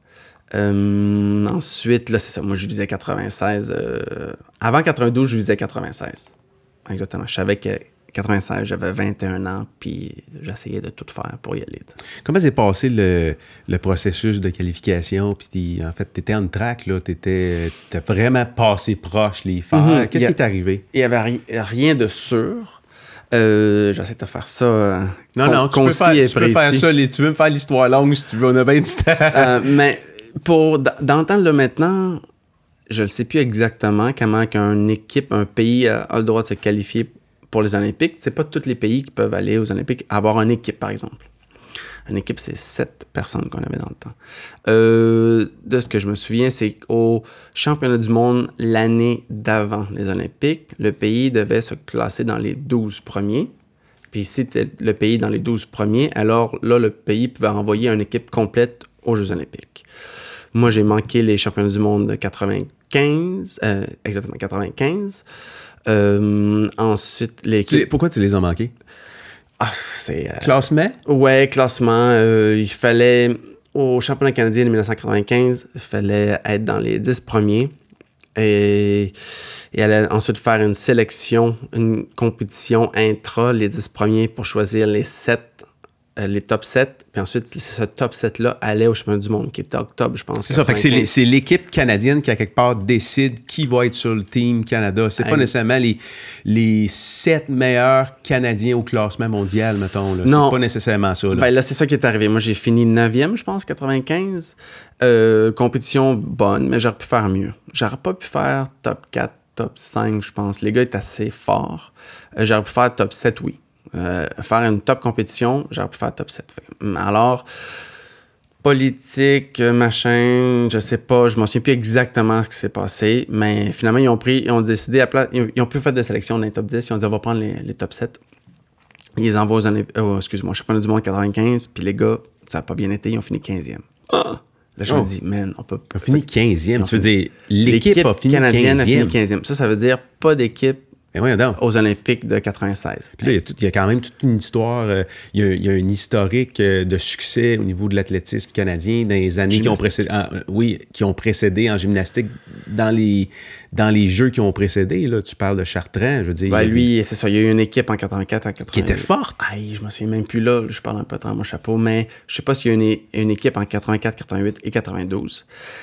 Euh, ensuite, là, c'est ça. Moi, je visais quatre-vingt-seize. Euh, avant quatre-vingt-douze, je visais quatre-vingt-seize. Exactement. Je savais que quatre-vingt-seize, j'avais vingt et un ans, puis j'essayais de tout faire pour y aller. T'sais. Comment s'est passé le, le processus de qualification? Puis en fait, tu étais on track, là, tu étais vraiment passé proche les faire. Mm-hmm. Qu'est-ce a, qui est arrivé? Il n'y avait ri- rien de sûr. Euh, j'essaie de faire ça. Euh, non, con- non, tu, peux faire, tu peux faire ça. Les, tu veux me faire l'histoire longue si tu veux, on a bien du temps. euh, mais pour d- d'entendre là maintenant, je ne sais plus exactement comment qu'une équipe, un pays a, a le droit de se qualifier pour les Olympiques. C'est pas tous les pays qui peuvent aller aux Olympiques avoir une équipe, par exemple. Une équipe, c'est sept personnes qu'on avait dans le temps. Euh, de ce que je me souviens, c'est qu'au championnat du monde, l'année d'avant les Olympiques, le pays devait se classer dans les douze premiers. Puis si c'était le pays dans les douze premiers, alors là, le pays pouvait envoyer une équipe complète aux Jeux olympiques. Moi, j'ai manqué les championnats du monde de quatre-vingt-quinze, euh, exactement quatre-vingt-quinze. Euh, ensuite, l'équipe... Tu, pourquoi tu les as manqués? Ah, c'est... Euh... Classement? Ouais, classement. Euh, il fallait... Au championnat canadien de dix-neuf cent quatre-vingt-quinze, il fallait être dans les dix premiers. Et, et allait ensuite faire une sélection, une compétition intra, les dix premiers, pour choisir les sept, euh, les top sept. Puis ensuite, ce top sept-là allait au championnat du monde, qui était octobre, je pense. C'est ça, fait que c'est, c'est l'équipe canadienne qui, à quelque part, décide qui va être sur le Team Canada. C'est hey. pas nécessairement les, les sept meilleurs Canadiens au classement mondial, mettons. Là. Non. C'est pas nécessairement ça. Là. Ben là, c'est ça qui est arrivé. Moi, j'ai fini neuvième, je pense, quatre-vingt-quinze. Euh, compétition bonne, mais j'aurais pu faire mieux. J'aurais pas pu faire top quatre, top cinq, je pense. Les gars étaient assez forts. Euh, j'aurais pu faire top sept, oui. Euh, faire une top compétition, j'aurais pu faire top sept. Alors, politique, machin, je sais pas, je m'en souviens plus exactement ce qui s'est passé, mais finalement, ils ont pris, ils ont décidé, à pla- ils ont plus fait des sélections dans les top dix, ils ont dit, on va prendre les, les top sept. Ils les envoient aux années, oh, excuse-moi, championnat du monde quatre-vingt-quinze, puis les gars, ça n'a pas bien été, ils ont fini quinzième. Ah! Là, je oh. me dis, man, on peut... On a fini quinzième, tu veux dire, l'équipe, l'équipe a fini canadienne quinzième. a fini quinzième. Ça, ça veut dire pas d'équipe aux Olympiques de quatre-vingt-seize. Puis là, il y, a tout, il y a quand même toute une histoire, euh, il, y a, il y a un historique euh, de succès au niveau de l'athlétisme canadien dans les années qui ont précédé, en, oui, qui ont précédé en gymnastique dans les, dans les Jeux qui ont précédé. Là, tu parles de Chartrand, je veux dire. Ben, lui, c'est ça, il y a eu une équipe en quatre-vingt-quatre à quatre-vingt-huit. Qui était forte. Aïe, je me souviens même plus là, je parle un peu dans mon chapeau, mais je sais pas s'il y a une, une équipe en quatre-vingt-quatre, quatre-vingt-huit et quatre-vingt-douze.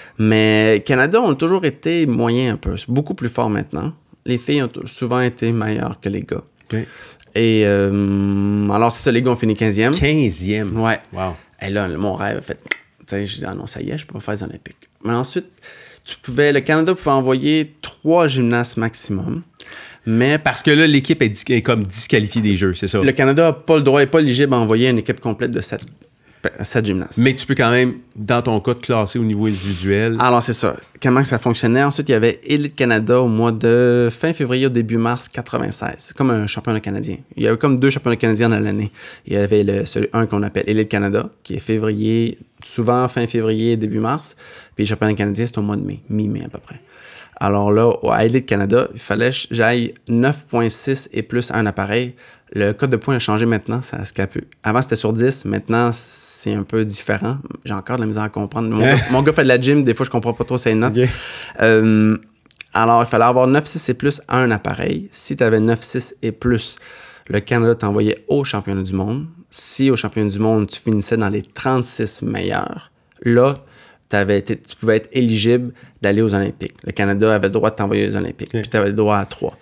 Mais Canada ont toujours été moyens un peu, c'est beaucoup plus fort maintenant. Les filles ont souvent été meilleures que les gars. Okay. Et euh, alors, c'est ça, les gars ont fini quinzième. quinzième? Ouais. Wow. Et là, mon rêve a fait... Tu sais, je dis, ah non, ça y est, je peux pas faire les Olympiques. Mais ensuite, tu pouvais... Le Canada pouvait envoyer trois gymnastes maximum. Mais... Parce que là, l'équipe est, dis- est comme disqualifiée des Jeux, c'est ça? Le Canada n'a pas le droit, n'est pas éligible à envoyer une équipe complète de sept, sept gymnastes. Mais tu peux quand même, dans ton cas, te classer au niveau individuel. Alors, c'est ça. Comment ça fonctionnait? Ensuite, il y avait Élite Canada au mois de fin février au début mars quatre-vingt-seize. Comme un championnat canadien. Il y avait comme deux championnats canadiens dans l'année. Il y avait le, celui, un qu'on appelle Élite Canada, qui est février, souvent fin février, début mars. Puis le championnat canadien, c'est au mois de mai, mi-mai à peu près. Alors là, à Élite Canada, il fallait que j'aille neuf virgule six et plus à un appareil. Le code de points a changé maintenant. Ça, ça peut... Avant, c'était sur dix. Maintenant, c'est un peu différent. J'ai encore de la misère à comprendre. Mon, gars, mon gars fait de la gym. Des fois, je comprends pas trop ses notes. Okay. Euh, alors, il fallait avoir neuf virgule six et plus à un appareil. Si tu avais neuf virgule six et plus, le Canada t'envoyait au championnat du monde. Si au championnat du monde, tu finissais dans les trente-six meilleurs, là, t'avais été, tu pouvais être éligible d'aller aux Olympiques. Le Canada avait le droit de t'envoyer aux Olympiques. Okay. Puis tu avais le droit à trois.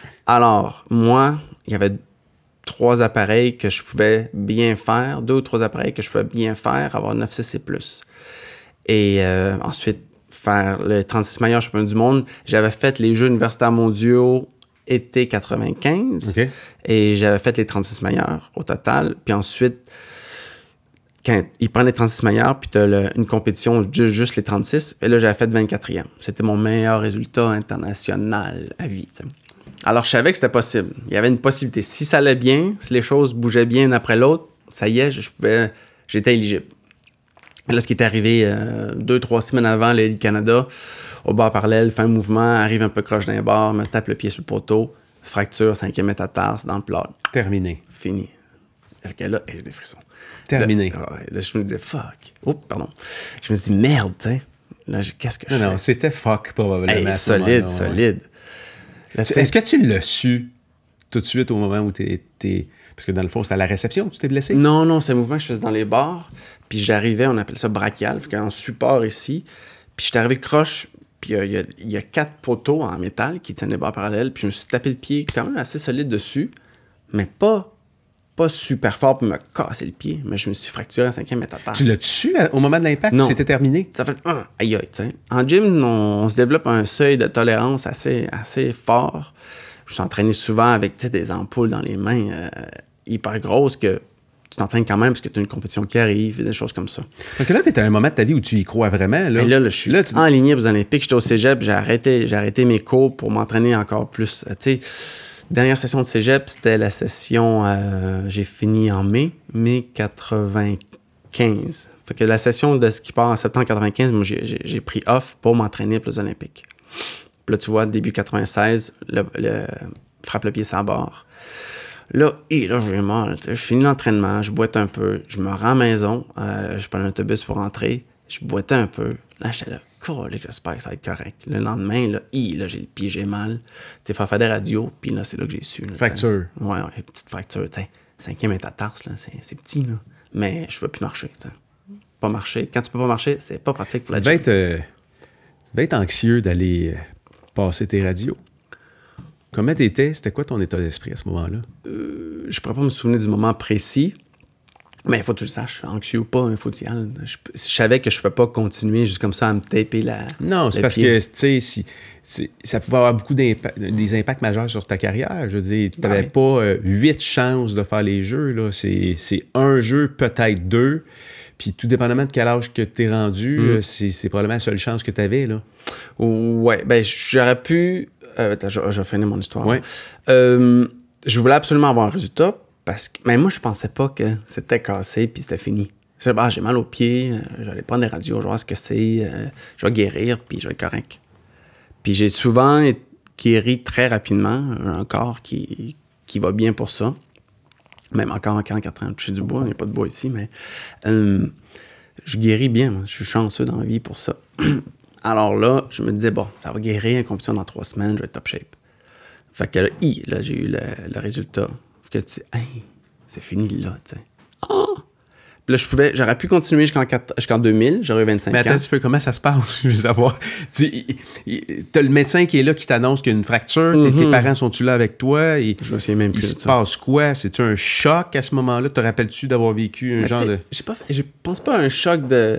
Alors, moi, il y avait trois appareils que je pouvais bien faire, deux ou trois appareils que je pouvais bien faire, avoir neuf virgule six et plus. Et euh, ensuite, faire le trente-six meilleurs championnat du monde. J'avais fait les Jeux universitaires mondiaux été quatre-vingt-quinze. Okay. Et j'avais fait les trente-six meilleurs au total. Puis ensuite, quand ils prennent les trente-six meilleurs, puis tu as une compétition juste, juste les trente-six, et là, j'avais fait vingt-quatrième. C'était mon meilleur résultat international à vie. T'sais. Alors, je savais que c'était possible. Il y avait une possibilité. Si ça allait bien, si les choses bougeaient bien l'une après l'autre, ça y est, je pouvais, j'étais éligible. Et là, ce qui est arrivé euh, deux, trois semaines avant l'Élite Canada, au bar parallèle, fait un mouvement, arrive un peu croche d'un bar, me tape le pied sur le poteau, fracture, cinquième métatarse dans le plat. Terminé. Fini. Fait que là, j'ai des frissons. Terminé. Là, ouais, là, je me disais, fuck. Oh, pardon. Je me dis, merde, tu sais. Là, qu'est-ce que je non, fais? Non, c'était fuck, probablement. Hey, solide, solide. Là, est-ce que tu l'as su tout de suite au moment où tu étais... Parce que dans le fond, c'était à la réception que tu t'es blessé? Non, non, c'est un mouvement que je faisais dans les bars. Puis j'arrivais, on appelle ça brachial, fait en support ici. Puis j'étais arrivé croche, puis il y, y, y a quatre poteaux en métal qui tiennent les barres parallèles. Puis je me suis tapé le pied quand même assez solide dessus, mais pas, pas super fort pour me casser le pied. Mais je me suis fracturé en cinquième métatarse. Tu l'as su au moment de l'impact? Non. C'était terminé? Ça fait ah, aïe aïe, tu sais. En gym, on, on se développe un seuil de tolérance assez, assez fort. Je suis entraîné souvent avec des ampoules dans les mains euh, hyper grosses que tu t'entraînes quand même parce que tu as une compétition qui arrive et des choses comme ça. Parce que là, tu es à un moment de ta vie où tu y crois vraiment. Là, et là, là je suis là, tu... enligné aux Olympiques. J'étais au cégep, j'ai arrêté, j'ai arrêté mes cours pour m'entraîner encore plus. Tu sais, dernière session de cégep, c'était la session, euh, j'ai fini en mai, mai quatre-vingt-quinze. Fait que la session de ce qui part en septembre quatre-vingt-quinze, moi, j'ai, j'ai, j'ai pris off pour m'entraîner pour les Olympiques. Puis là, tu vois, début quatre-vingt-seize, le, le, frappe le pied sur la barre. Là, et là, j'ai mal. Je finis l'entraînement, je boite un peu, je me rends à la maison, euh, je prends l'autobus pour rentrer, je boitais un peu. Là, j'étais là, cool, j'espère que ça va être correct. Le lendemain, là, hi, là j'ai le pied, j'ai mal. T'es fait faire des radios, puis là, c'est là que j'ai su. Là, fracture. T'sais. Ouais, ouais, petite fracture. T'sais. Cinquième métatarse, là, c'est, c'est petit, là. Mais je ne peux plus marcher. T'sais. Pas marcher. Quand tu peux pas marcher, c'est pas pratique pour ça la gym. Être, euh, ça devait être anxieux d'aller euh, passer tes radios. Comment t'étais? C'était quoi ton état d'esprit à ce moment-là? Euh, je pourrais pas me souvenir du moment précis, mais il faut que tu le saches. Anxieux ou pas, il faut que tu y ailles. Je, je savais que je ne pouvais pas continuer juste comme ça à me taper la. Non, c'est parce pied. que, tu sais, si, si, ça pouvait avoir beaucoup d'impact, des impacts majeurs sur ta carrière. Je veux dire, tu n'avais ouais. pas euh, huit chances de faire les jeux. Là. C'est, c'est un jeu, peut-être deux. Puis tout dépendamment de quel âge que tu es rendu, mm. euh, c'est, c'est probablement la seule chance que tu avais. Là. Ouais, ben j'aurais pu. Euh, attends, je, je vais finir mon histoire. Ouais. Euh, je voulais absolument avoir un résultat parce que. Mais moi, je pensais pas que c'était cassé puis c'était fini. C'est, bah, j'ai mal aux pieds, euh, j'allais prendre des radios, je vais voir ce que c'est, euh, je vais guérir puis je vais être correct. Puis j'ai souvent guéri très rapidement, un corps qui, qui va bien pour ça. Même encore en quarante-quatre ans, toucher du bois, il n'y a pas de bois ici, mais euh, je guéris bien, moi. Je suis chanceux dans la vie pour ça. Alors là, je me disais, bon, ça va guérir, une compétition dans trois semaines, je vais être top shape. Fait que là, hi, là j'ai eu le, le résultat. Fait que tu sais, hey, c'est fini là, tu sais. Oh! Puis là, je pouvais, j'aurais pu continuer jusqu'en, jusqu'en deux mille, j'aurais eu vingt-cinq mais attends, ans. Mais attends un petit peu, comment ça se passe? Je veux savoir. Tu as le médecin qui est là, qui t'annonce qu'il y a une fracture, mm-hmm. tes parents sont-tu là avec toi? Et je me souviens même plus il de se ça. passe quoi? C'est-tu un choc à ce moment-là? Te rappelles-tu d'avoir vécu un mais genre de... J'ai pas fait, je pense pas à un choc de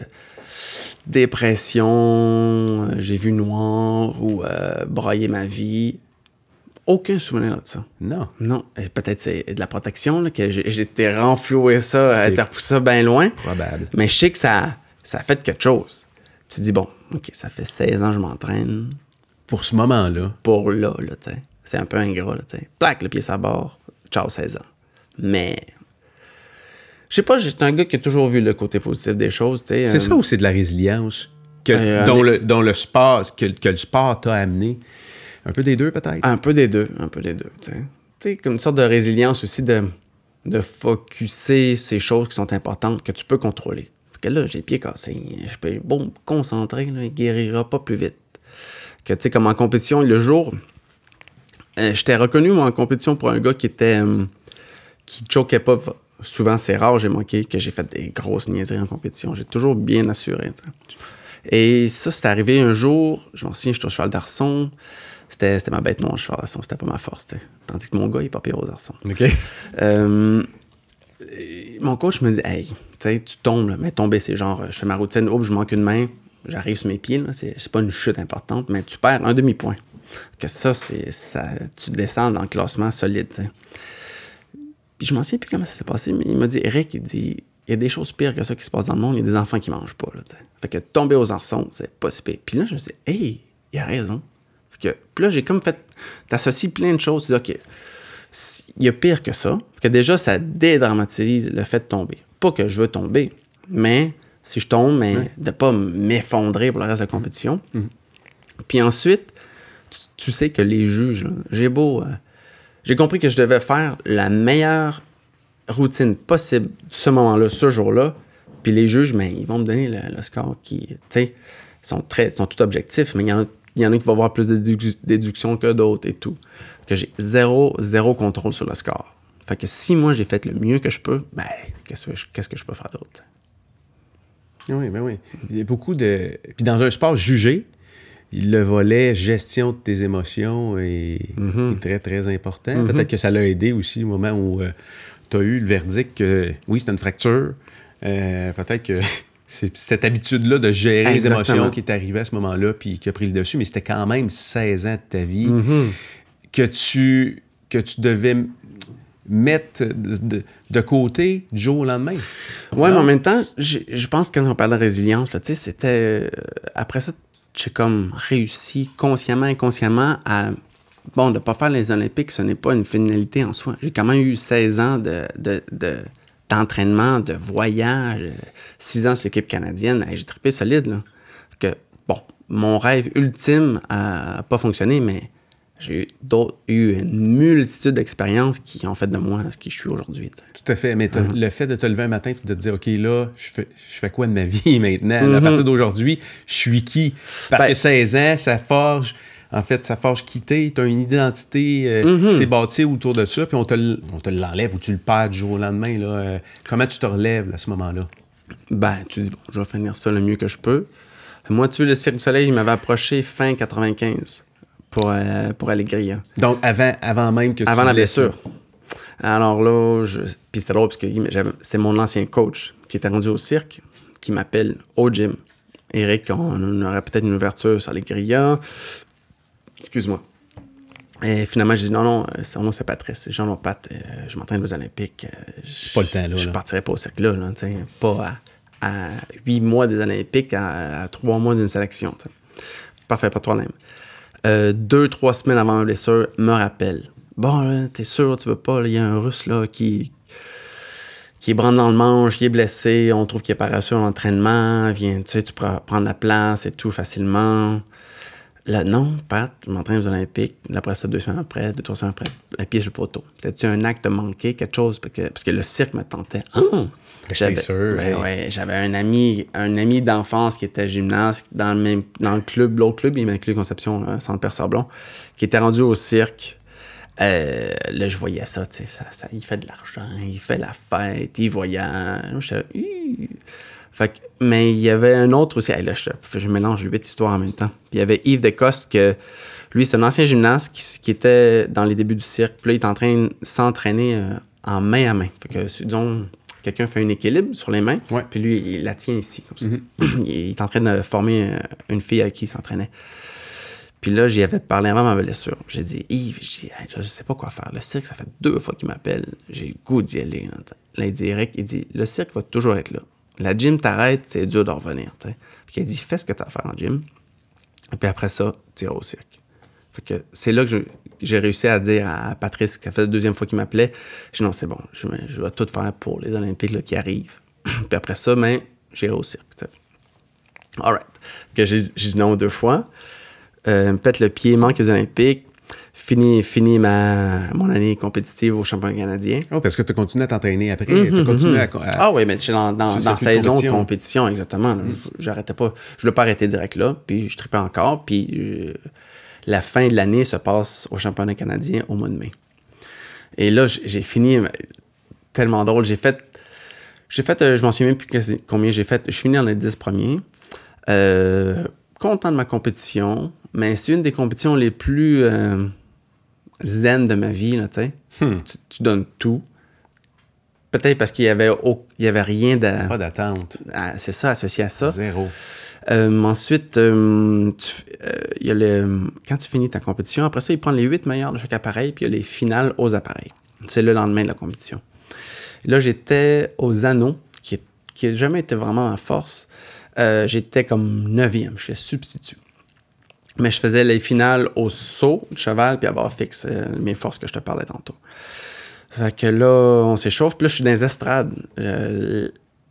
dépression, euh, j'ai vu noir ou euh, broyer ma vie. Aucun souvenir de ça. Non. Non. Et peut-être c'est de la protection, là, que j'ai, j'ai renfloué ça, été repoussé ça bien loin. Probable. Mais je sais que ça, ça a fait quelque chose. Tu te dis, bon, OK, ça fait seize ans que je m'entraîne. Pour ce moment-là. Pour là, là, tu sais. C'est un peu ingrat, là, tu sais. Plaque le pied sur la barre, ciao, seize ans. Mais... Je sais pas, j'étais un gars qui a toujours vu le côté positif des choses, tu sais. C'est euh... ça ou c'est de la résilience que, euh, dont, mais... le, dont le sport, que, que le sport t'a amené? Un peu des deux, peut-être? Un peu des deux, un peu des deux, tu sais. Tu sais, comme une sorte de résilience aussi de, de focusser ces choses qui sont importantes, que tu peux contrôler. Fait que là, j'ai les pieds cassés, je peux bon, me concentrer, là, il guérira pas plus vite. Que tu sais, comme en compétition, le jour, euh, j'étais reconnu, moi, en compétition pour un gars qui était... Euh, qui choquait pas. Souvent, c'est rare, j'ai manqué, que j'ai fait des grosses niaiseries en compétition. J'ai toujours bien assuré, t'sais. Et ça, c'est arrivé un jour, je m'en souviens, j'étais au cheval d'arçon. C'était, c'était ma bête noire, le cheval d'arçon, c'était pas ma force. T'sais. Tandis que mon gars, il est pas pire aux arçons. OK. Euh, mon coach me dit, hey, tu tombes, là, mais tomber, c'est genre, je fais ma routine, oups, je manque une main, j'arrive sur mes pieds, là, c'est, c'est pas une chute importante, mais tu perds un demi-point. Que ça, c'est ça, tu descends dans le classement solide, t'sais. Puis je m'en souviens plus comment ça s'est passé, mais il m'a dit, Eric, il dit, il y a des choses pires que ça qui se passent dans le monde. Il y a des enfants qui mangent pas, là, t'sais. Fait que tomber aux arçons, c'est pas si pire. Puis là, je me suis dit, hey, il a raison. Fait que, puis là, j'ai comme fait, t'associes plein de choses. Tu dis, OK, il y a pire que ça. Fait que déjà, ça dédramatise le fait de tomber. Pas que je veux tomber, mais si je tombe, mais ouais. de pas m'effondrer pour le reste de la compétition. Mm-hmm. Puis ensuite, tu, tu sais que les juges, là, j'ai beau... Euh, j'ai compris que je devais faire la meilleure routine possible de ce moment-là, ce jour-là. Puis les juges, mais ils vont me donner le, le score qui, tu sais, sont très, sont tout objectifs, mais il y en a, il y en a qui vont avoir plus de dédu- déductions que d'autres et tout. Que j'ai zéro, zéro contrôle sur le score. Fait que si moi j'ai fait le mieux que je peux, ben, qu'est-ce que je, qu'est-ce que je peux faire d'autre? Oui, ben oui. Il y a beaucoup de. Puis dans un sport jugé, le volet gestion de tes émotions est, mm-hmm. est très, très important. Mm-hmm. Peut-être que ça l'a aidé aussi au moment où euh, tu as eu le verdict que oui, c'était une fracture. Euh, peut-être que c'est cette habitude-là de gérer Exactement. les émotions qui est arrivée à ce moment-là puis qui a pris le dessus, mais c'était quand même seize ans de ta vie mm-hmm. que, tu, que tu devais mettre de, de, de côté du jour au lendemain. Oui, mais en même temps, je pense que quand on parle de résilience, là, c'était... Euh, après ça, j'ai comme réussi consciemment, inconsciemment à... Bon, de ne pas faire les Olympiques, ce n'est pas une finalité en soi. J'ai quand même eu seize ans de... de, de d'entraînement, de voyage, six ans sur l'équipe canadienne, hey, j'ai trippé solide, là. Que, bon, mon rêve ultime n'a pas fonctionné, mais j'ai eu, eu une multitude d'expériences qui ont fait de moi ce qui je suis aujourd'hui. T'sais. Tout à fait, mais uh-huh. le fait de te lever un matin et de te dire, OK, là, je fais, je fais quoi de ma vie maintenant? Mm-hmm. Là, à partir d'aujourd'hui, je suis qui? Parce ben, que seize ans, ça forge... En fait, ça forge quitter, tu as une identité euh, mm-hmm. qui s'est bâtie autour de ça, puis on te, on te l'enlève ou tu le perds du jour au lendemain. Là. Euh, comment tu te relèves là, à ce moment-là? Ben, tu dis, bon, je vais finir ça le mieux que je peux. Moi, tu vois, le Cirque du Soleil, il m'avait approché fin quatre-vingt-quinze pour, euh, pour Allégria. Donc, avant, avant même que tu... Avant la blessure. Ça. Alors là, je... puis c'était drôle, parce que c'était mon ancien coach qui était rendu au cirque, qui m'appelle au gym. Éric, on aurait peut-être une ouverture sur Allégria. Excuse-moi. Et finalement, j'ai dit non, non, son nom c'est Patrice. Jean Pat, euh, je m'entraîne aux Olympiques. Euh, pas le temps, là. Je partirais pas au cercle là, là pas à, à huit mois des Olympiques, à, à trois mois d'une sélection. T'sais. Parfait, pas de problème. Euh, deux, trois semaines avant ma blessure, me rappelle. Bon, là, t'es sûr, tu veux pas, il y a un Russe là qui. qui est brandé dans le manche, qui est blessé, on trouve qu'il est pas rassuré en entraînement, viens, tu sais, tu pourras prendre la place et tout facilement. Là, non, Pat, je m'entraîne aux Olympiques. Là, après ça, deux semaines après, deux, trois semaines après, la pied sur le poteau. C'était-tu un acte manqué, quelque chose? Parce que, parce que le cirque me tentait. Oh! C'est sûr. Ben, ouais, j'avais un ami, un ami d'enfance qui était gymnaste dans le même, dans le club, l'autre club, Immaculée Conception, là, Centre Père-Sablon, qui était rendu au cirque. Euh, là, je voyais ça, tu sais, ça, ça, il fait de l'argent, il fait la fête, il voyage. Je suis Fait que, mais il y avait un autre aussi. Hey, là, je, je mélange huit histoires en même temps. Puis il y avait Yves Descostes, que lui, c'est un ancien gymnaste qui, qui était dans les débuts du cirque. Puis là, il est en train de s'entraîner euh, en main à main. Fait que, disons, quelqu'un fait un équilibre sur les mains, ouais. Puis lui, il la tient ici, comme ça. Mm-hmm. Il est en train de former euh, une fille avec qui il s'entraînait. Puis là, j'y avais parlé avant ma blessure. J'ai dit, Yves, j'ai dit, hey, je sais pas quoi faire. Le cirque, ça fait deux fois qu'il m'appelle. J'ai le goût d'y aller. Là, là il dit, Eric, il dit, le cirque va toujours être là. La gym t'arrête, c'est dur de revenir. T'sais. Puis il a dit, fais ce que t'as à faire en gym. Et puis après ça, tu iras au cirque. Fait que c'est là que je, j'ai réussi à dire à Patrice, qui a fait la deuxième fois qu'il m'appelait, j'ai dit non, c'est bon, je, je vais tout faire pour les Olympiques là, qui arrivent. Puis après ça, ben, j'irai au cirque. T'sais. All right. Que j'ai, j'ai dit non deux fois. Euh, me pète le pied, manque les Olympiques. Fini, fini ma, mon année compétitive au championnat canadien. Oh, parce que tu as continué à t'entraîner après. Mm-hmm, tu as continué à, à... Ah oui, mais j'étais dans, dans, dans saison de compétition, exactement. Mm. J'arrêtais pas. Je voulais pas arrêter direct là, puis je tripais encore. Puis euh, la fin de l'année se passe au championnat canadien au mois de mai. Et là, j'ai fini tellement drôle. J'ai fait, j'ai fait euh, je m'en souviens même plus combien j'ai fait. Je suis fini dans les dix premiers. Euh, content de ma compétition, mais c'est une des compétitions les plus... Euh, zen de ma vie, là, tu sais. Hmm. Tu, tu donnes tout. Peut-être parce qu'il y avait, au, il y avait rien de... Pas d'attente. À, c'est ça, associé à ça. Zéro. Euh, ensuite, euh, tu, euh, il y a le, quand tu finis ta compétition, après ça, ils prennent les huit meilleurs de chaque appareil, puis il y a les finales aux appareils. C'est le lendemain de la compétition. Et là, j'étais aux anneaux, qui est qui n'a jamais été vraiment ma force, euh, j'étais comme neuvième, j'étais substitut. Mais je faisais les finales au saut de cheval puis à barre fixe, euh, mes forces que je te parlais tantôt. Fait que là, on s'échauffe, puis là, je suis dans les estrades. Euh,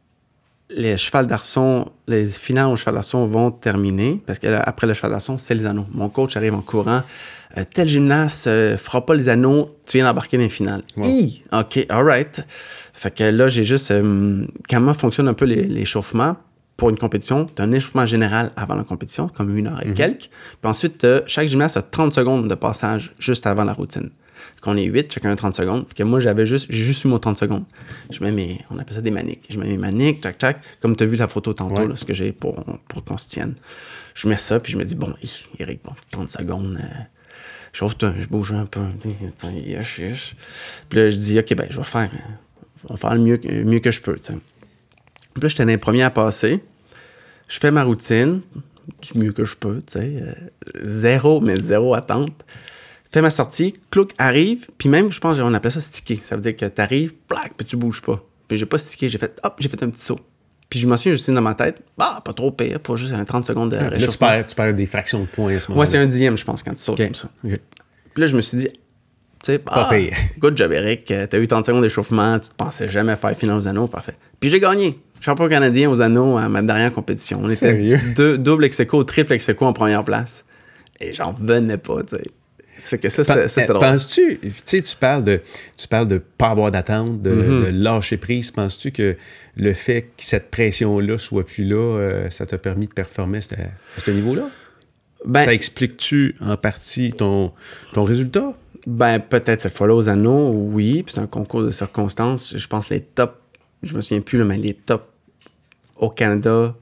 les cheval d'arçon, les finales au cheval d'arçon vont terminer, parce qu'après le cheval d'arçon, c'est les anneaux. Mon coach arrive en courant. Euh, tel gymnaste euh, fera pas les anneaux, tu viens d'embarquer dans les finales. Wow. Hi! OK, all right. Fait que là, j'ai juste... Euh, comment fonctionne un peu les, l'échauffement pour une compétition? Tu as un échauffement général avant la compétition, comme une heure et mm-hmm. quelques. Puis ensuite, chaque gymnaste a trente secondes de passage juste avant la routine. Qu'on est huit, chacun a trente secondes. Fait que moi, j'avais juste, j'ai juste eu mon trente secondes. Je mets mes, on appelle ça des maniques. Je mets mes maniques, tac, tac, comme tu as vu la photo tantôt, ouais. là, ce que j'ai pour, pour qu'on se tienne. Je mets ça, puis je me dis, bon, Eric, bon, trente secondes, euh, chauffe-toi, je bouge un peu. Yes, yes. Puis là, je dis, OK, ben, je vais faire, on va faire le mieux, mieux que je peux, tu sais. Puis là, j'étais dans les premiers à passer. Je fais ma routine, du mieux que je peux, tu sais. Euh, zéro, mais zéro attente. Fais ma sortie, clouc, arrive, puis même, je pense qu'on appelle ça sticker. Ça veut dire que t'arrives, plac, puis tu bouges pas. Puis j'ai pas stické, j'ai fait, hop, j'ai fait un petit saut. Puis je me suis juste dans ma tête, bah, pas trop pire, pas juste un trente secondes de réchauffement. Là, tu perds, tu perds des fractions de points à ce moment-là. Ouais, c'est un dixième, je pense, quand tu sautes okay. comme ça. Okay. Puis là, je me suis dit, tu sais, ah, pas pire. Good job, Eric, t'as eu trente secondes d'échauffement, tu te pensais jamais faire finale aux anneaux, parfait. Puis j'ai gagné. Champion canadien aux anneaux à ma dernière compétition. On Sérieux? était deux, double ex-aequo, triple ex-aequo en première place. Et j'en venais pas, tu sais. Ça fait que ça, ça, ça c'était drôle. Penses-tu, tu sais, tu parles de tu parles de pas avoir d'attente, de, mm-hmm. de lâcher prise. Penses-tu que le fait que cette pression-là soit plus là, euh, ça t'a permis de performer à ce, à ce niveau-là? Ben, ça explique-tu en partie ton, ton résultat? Ben, peut-être cette fois-là aux anneaux, oui. Puis c'est un concours de circonstances. Je pense les tops, je me souviens plus, là, mais les tops au Canada,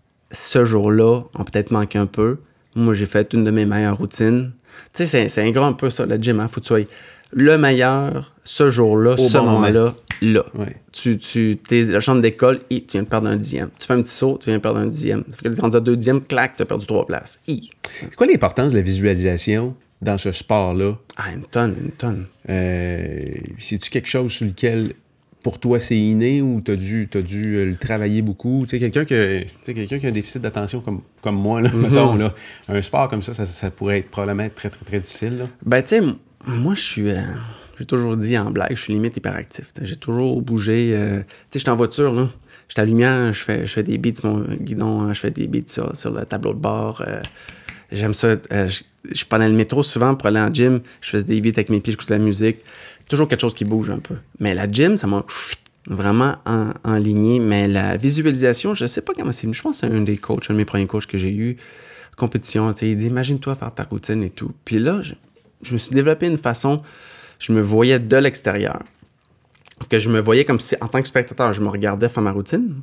ce jour-là, ont peut-être manqué un peu. Moi, j'ai fait une de mes meilleures routines. Tu sais, c'est, c'est un grand un peu ça, le gym, hein? Faut que tu sois le meilleur ce jour-là, au ce bon moment-là, là. Ouais. Tu, tu, t'es la chambre d'école, et tu viens de perdre un dixième. Tu fais un petit saut, tu viens de perdre un dixième. Ça fait que tu es rendu à deux dixièmes, clac, tu as perdu trois places. Hi. C'est quoi l'importance de la visualisation dans ce sport-là? Ah, une tonne, une tonne. Euh, c'est-tu quelque chose sur lequel, pour toi, c'est inné ou tu as dû, t'as dû le travailler beaucoup? Tu sais, quelqu'un qui a, tu sais, quelqu'un qui a un déficit d'attention comme, comme moi, là, mm-hmm. mettons, là, un sport comme ça, ça, ça pourrait être probablement très, très, très difficile. Là. Ben, tu sais, moi, je suis... Euh, j'ai toujours dit en blague, je suis limite hyperactif. T'sais, j'ai toujours bougé. Euh, tu sais, j'étais en voiture, là. J'étais à la lumière, je fais, je fais des beats sur mon guidon, hein, je fais des beats sur, sur le tableau de bord. Euh, j'aime ça. Euh, je, je prenais le métro souvent pour aller en gym. Je faisais des beats avec mes pieds, j'écoutais de la musique. Toujours quelque chose qui bouge un peu. Mais la gym, ça m'a vraiment en, enligné. Mais la visualisation, je sais pas comment c'est. Je pense que c'est un des coachs, un de mes premiers coachs que j'ai eu, compétition. Il dit, imagine-toi faire ta routine et tout. Puis là, je, je me suis développé une façon, je me voyais de l'extérieur. Que je me voyais comme si, en tant que spectateur, je me regardais faire ma routine.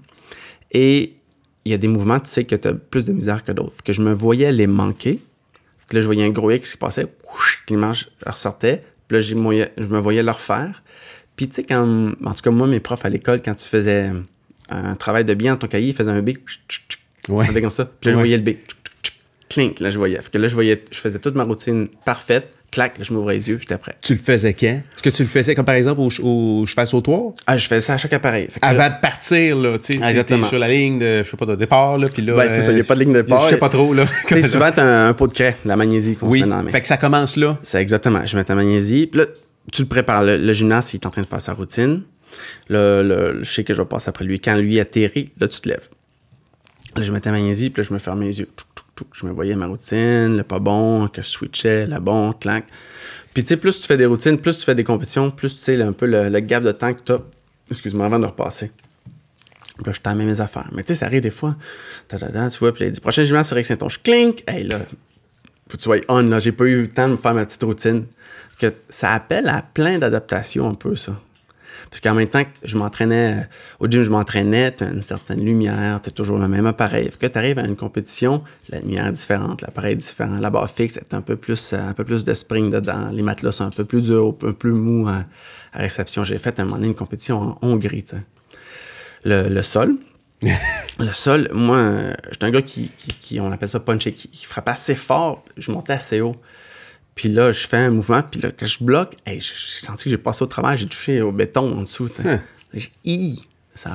Et il y a des mouvements, tu sais, que tu as plus de misère que d'autres. Que je me voyais les manquer. Que là, je voyais un gros X qui passait, l'image ressortait. Puis là, je me voyais le refaire. Puis, tu sais, quand... En tout cas, moi, mes profs à l'école, quand tu faisais un travail de bien dans ton cahier, ils faisaient un B. Ouais. Un B comme ça. Puis là, je voyais le B. Clink, là, je voyais. Fait que là, je voyais... Je faisais toute ma routine parfaite. Clac, là, je m'ouvrais les yeux, j'étais prêt. Tu le faisais quand? Est-ce que tu le faisais comme, par exemple, au, au cheval sautoir? Ah, je faisais ça à chaque appareil. Fait que Avant là... de partir, là, tu sais, ah, t'es sur la ligne de, je sais pas, de départ, là, puis là... Ben, c'est ça, il n'y a pas de ligne de départ. Je sais pas trop, là. Tu sais, souvent, t'as un, un pot de craie, la magnésie qu'on oui. se met dans la main. Fait que ça commence là. C'est exactement. Je mets ta magnésie, puis là, tu le prépares. Le, le gymnaste, il est en train de faire sa routine. Le, le, je sais que je vais passer après lui. Quand lui atterrit, là, tu te lèves. Là, je mets ta magnésie, puis là, je me ferme les yeux. Touc, touc, touc. Je me voyais ma routine, le pas bon, que je switchais, le bon, clac. Puis, tu sais, plus tu fais des routines, plus tu fais des compétitions, plus tu sais un peu le, le gap de temps que tu as, excuse-moi, avant de repasser. Puis là, je t'en mets mes affaires. Mais tu sais, ça arrive des fois. Ta-da-da, tu vois, puis là, il dit, prochain gymnaste, c'est Eric Saint-Onge. Je clink! Hey, là, faut que tu sois on, là. J'ai pas eu le temps de me faire ma petite routine. Que ça appelle à plein d'adaptations, un peu, ça. Parce qu'en même temps que je m'entraînais, au gym, je m'entraînais, tu as une certaine lumière, tu as toujours le même appareil. Fait que tu arrives à une compétition, la lumière est différente, l'appareil est différent, la barre fixe est un peu plus, un peu plus de spring dedans, les matelas sont un peu plus durs, un peu plus mous à, à réception. J'ai fait à un moment donné une compétition en Hongrie, tu sais. Le, le sol, le sol, moi, j'étais un gars qui, qui, qui on appelle ça puncher, qui, qui frappait assez fort, je montais assez haut. Puis là, je fais un mouvement, puis là, quand je bloque, hey, j'ai senti que j'ai passé au travers, j'ai touché au béton en dessous. Hein. J'ai dit, ça va être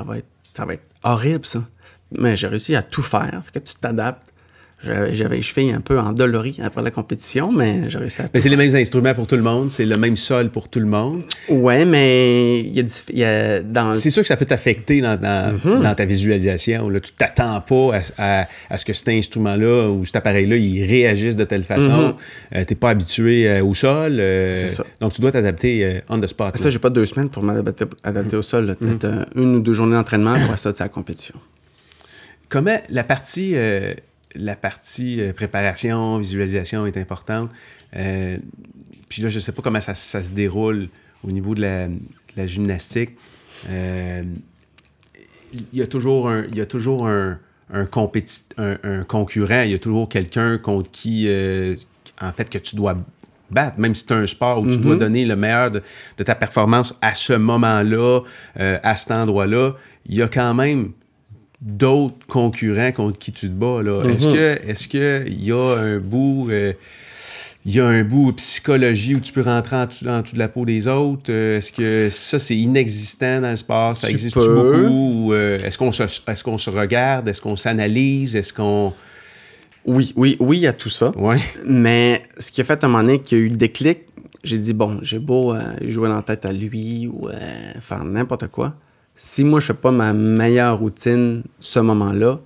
ça va être horrible, ça. Mais j'ai réussi à tout faire. Fait que tu t'adaptes. J'avais, j'avais les chevilles un peu endolories après la compétition, mais j'ai réussi à tout Mais c'est faire. les mêmes instruments pour tout le monde, c'est le même sol pour tout le monde. Ouais, mais il y a, dif- il y a dans C'est sûr que ça peut t'affecter dans, dans, Mm-hmm. dans ta visualisation. Là. Tu t'attends pas à, à, à ce que cet instrument-là ou cet appareil-là, il réagisse de telle façon. Mm-hmm. Euh, t'es pas habitué euh, au sol. euh, C'est ça. Donc, tu dois t'adapter euh, on the spot. ça, là. j'ai pas deux semaines pour m'adapter adapter au sol. Là. Peut-être euh, une ou deux journées d'entraînement, pour ça, c'est la compétition. Comment la partie, euh, la partie euh, préparation, visualisation est importante. Euh, puis là, je sais pas comment ça, ça se déroule au niveau de la, de la gymnastique. Euh, il y a toujours un, il y a toujours un, un, compétit, un, un concurrent, il y a toujours quelqu'un contre qui, euh, en fait, que tu dois battre, même si c'est un sport où tu Mm-hmm. dois donner le meilleur de, de ta performance à ce moment-là, euh, à cet endroit-là. Il y a quand même d'autres concurrents contre qui tu te bats. Là. Mm-hmm. Est-ce que, est-ce que il y a un bout... Euh, il y a un bout psychologie où tu peux rentrer en dessous, en dessous de la peau des autres. Euh, est-ce que ça, c'est inexistant dans le sport? Ça Tu existe peux. beaucoup? Ou, euh, est-ce qu'on se, est-ce qu'on se regarde? Est-ce qu'on s'analyse? Est-ce qu'on... Oui, oui, oui, il y a tout ça. Ouais. Mais ce qui a fait à un moment donné qu'il y a eu le déclic, j'ai dit, bon, j'ai beau euh, jouer dans la tête à lui ou euh, faire n'importe quoi. Si moi, je fais pas ma meilleure routine ce moment-là,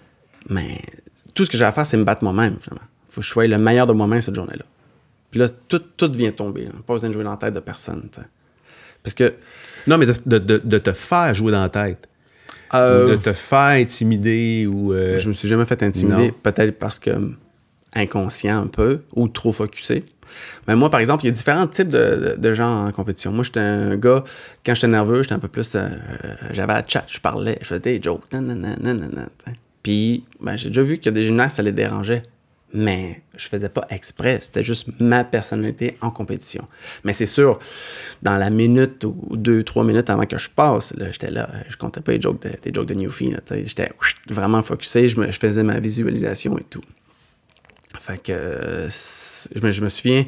mais tout ce que j'ai à faire, c'est me battre moi-même, finalement. Faut que je sois le meilleur de moi-même cette journée-là. Puis là, tout, tout vient tomber. Là. Pas besoin de jouer dans la tête de personne, tu sais. Parce que... Non, mais de, de, de, de te faire jouer dans la tête. euh, Ou de te faire intimider ou... euh, Je me suis jamais fait intimider, non. peut-être parce que euh, inconscient un peu ou trop focusé. Mais moi, par exemple, il y a différents types de, de, de gens en compétition. Moi, j'étais un gars, quand j'étais nerveux, j'étais un peu plus... Euh, j'avais la chat, je parlais, je faisais des jokes, nanana, nanana, t'sais. Puis, ben, j'ai déjà vu qu'il y a des gymnastes, ça les dérangeait. Mais je faisais pas exprès, c'était juste ma personnalité en compétition. Mais c'est sûr, dans la minute ou deux, trois minutes avant que je passe, là, j'étais là, je comptais pas les jokes de, des jokes de Newfie, là, j'étais vraiment focusé, je, me, je faisais ma visualisation et tout. Fait que euh, je me, je me souviens,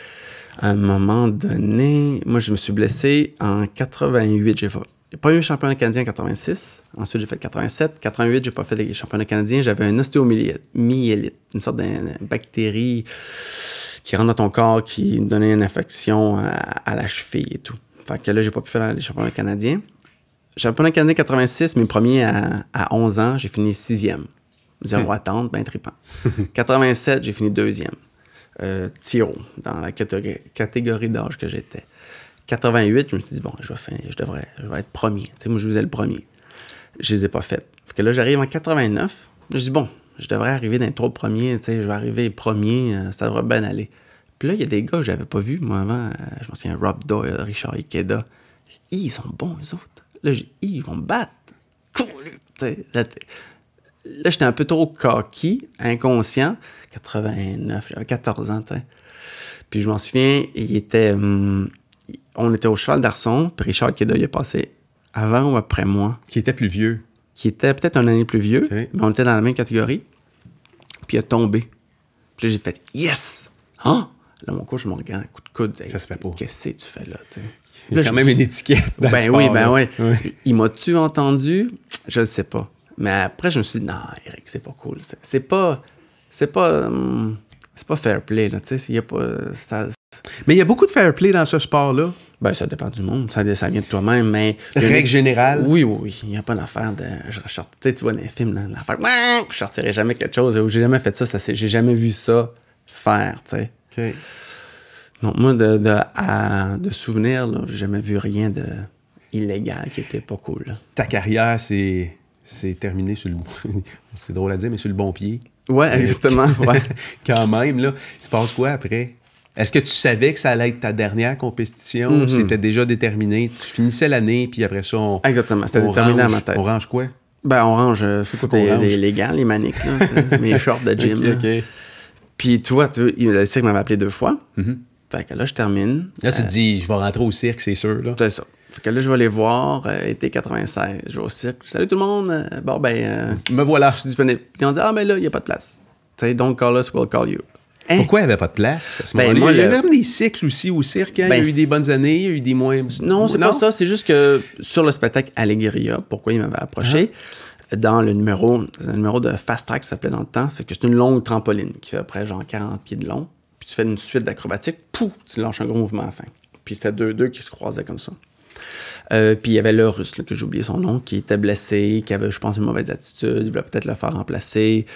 à un moment donné, moi je me suis blessé en quatre-vingt-huit, j'ai fait le premier championnat canadien en quatre-vingt-six. Ensuite, j'ai fait quatre-vingt-sept. quatre-vingt-huit, j'ai pas fait les championnats canadiens. J'avais un ostéomyélite, une sorte de bactérie qui rentre dans ton corps, qui donnait une infection à, à la cheville et tout. Fait que là, j'ai pas pu faire les championnats canadiens. Championnat canadien quatre-vingt-six, mes premiers à, à onze ans, j'ai fini sixième. Zéro attente, ben trippant. quatre-vingt-sept, j'ai fini deuxième. Euh, Tiro, dans la catégorie, catégorie d'âge que j'étais. quatre-vingt-huit, je me suis dit, bon, je vais, finir, je devrais je vais être premier. Tu sais, moi, je faisais le premier. Je les ai pas faites. Fait que là, j'arrive en quatre-vingt-neuf. Je dis, bon, je devrais arriver dans les trois premiers. Tu sais, je vais arriver premier. Euh, ça devrait bien aller. Puis là, il y a des gars que j'avais pas vus, moi, avant. Euh, je me souviens, Rob Doyle, Richard Ikeda. Ils sont bons, eux autres. Là, j'ai ils vont me battre. Cool. Tu sais, là, là, j'étais un peu trop cocky, inconscient. quatre-vingt-neuf, j'avais quatorze ans, tu sais. Puis je m'en souviens, il était... Hum, on était au Cheval d'Arçon, puis Richard Ikeda, il est passé avant ou après moi. Qui était plus vieux. Qui était peut-être un année plus vieux, Okay. mais on était dans la même catégorie. Puis il a tombé. Puis là, j'ai fait « Yes! » Ah! Là, mon coach me regarde, coup de coude. Ça se fait pas. Qu'est-ce que tu fais là, tu sais? Il y a Là, quand je même me une suis- étiquette dans Ben le oui, sport, ben là. oui. Oui. Il m'a-tu entendu? Je le sais pas. Mais après, je me suis dit, non, Eric, c'est pas cool. C'est, c'est pas. C'est pas. hum, c'est pas fair play, là. Tu sais, il y a pas. Ça, Mais il y a beaucoup de fair play dans ce sport-là. ben, ça dépend du monde. Ça, ça vient de toi-même, mais. il y a une- Règle générale. Oui, oui, oui. Il n'y a pas d'affaire de. Je, je, tu sais, tu vois dans les films, là, l'affaire. Je sortirais jamais quelque chose. J'ai jamais fait ça. ça c'est, j'ai jamais vu ça faire, tu sais. OK. Donc, moi, de, de, à, de souvenir, là, j'ai jamais vu rien de illégal qui était pas cool, là. Ta carrière, c'est, c'est terminé sur le... c'est drôle à dire, mais sur le bon pied. Ouais, exactement. Ouais. Quand même, là. Il se passe quoi après? Est-ce que tu savais que ça allait être ta dernière compétition? Mm-hmm. C'était déjà déterminé? Tu finissais l'année, puis après ça, on... Exactement. C'était on déterminé range, à ma tête. On range quoi? Ben, on range, euh, c'est quoi qu'on les, range? les, les gants, les maniques, là, tu sais, mes shorts de gym. OK, là. OK. Puis, tu vois, tu, il- le cirque m'avait appelé deux fois. Mhm. Fait que là, je termine. Là, tu Euh, te dis, je vais rentrer au cirque, c'est sûr, là. C'est ça. Fait que là, je vais les voir, euh, été quatre-vingt-seize, je vais au cirque. Salut tout le monde. Euh, bon, ben, euh, Me voilà. je suis disponible. Puis, on dit, ah, mais là, il n'y a pas de place. Tu sais, don't call us, we'll call you. Hein? Pourquoi il n'y avait pas de place à ce Ben, moment-là? moi, il y a le- même des cycles aussi au cirque. Hein? Ben, il y a eu des c'est- bonnes années, il y a eu des moins... Non, c'est pas ça. C'est juste que sur le spectacle Allegria, pourquoi il m'avait approché, dans le numéro, le numéro de Fast Track, ça s'appelait dans le temps, fait que c'est une longue trampoline qui fait à peu près genre quarante pieds de long. Puis tu fais une suite d'acrobatique, pouf, tu lâches un gros mouvement à la fin. Puis c'était deux, deux qui se croisaient comme ça. Euh, puis il y avait le Russe, là, que j'ai oublié son nom, qui était blessé, qui avait, je pense, une mauvaise attitude, il voulait peut-être le faire remplacer.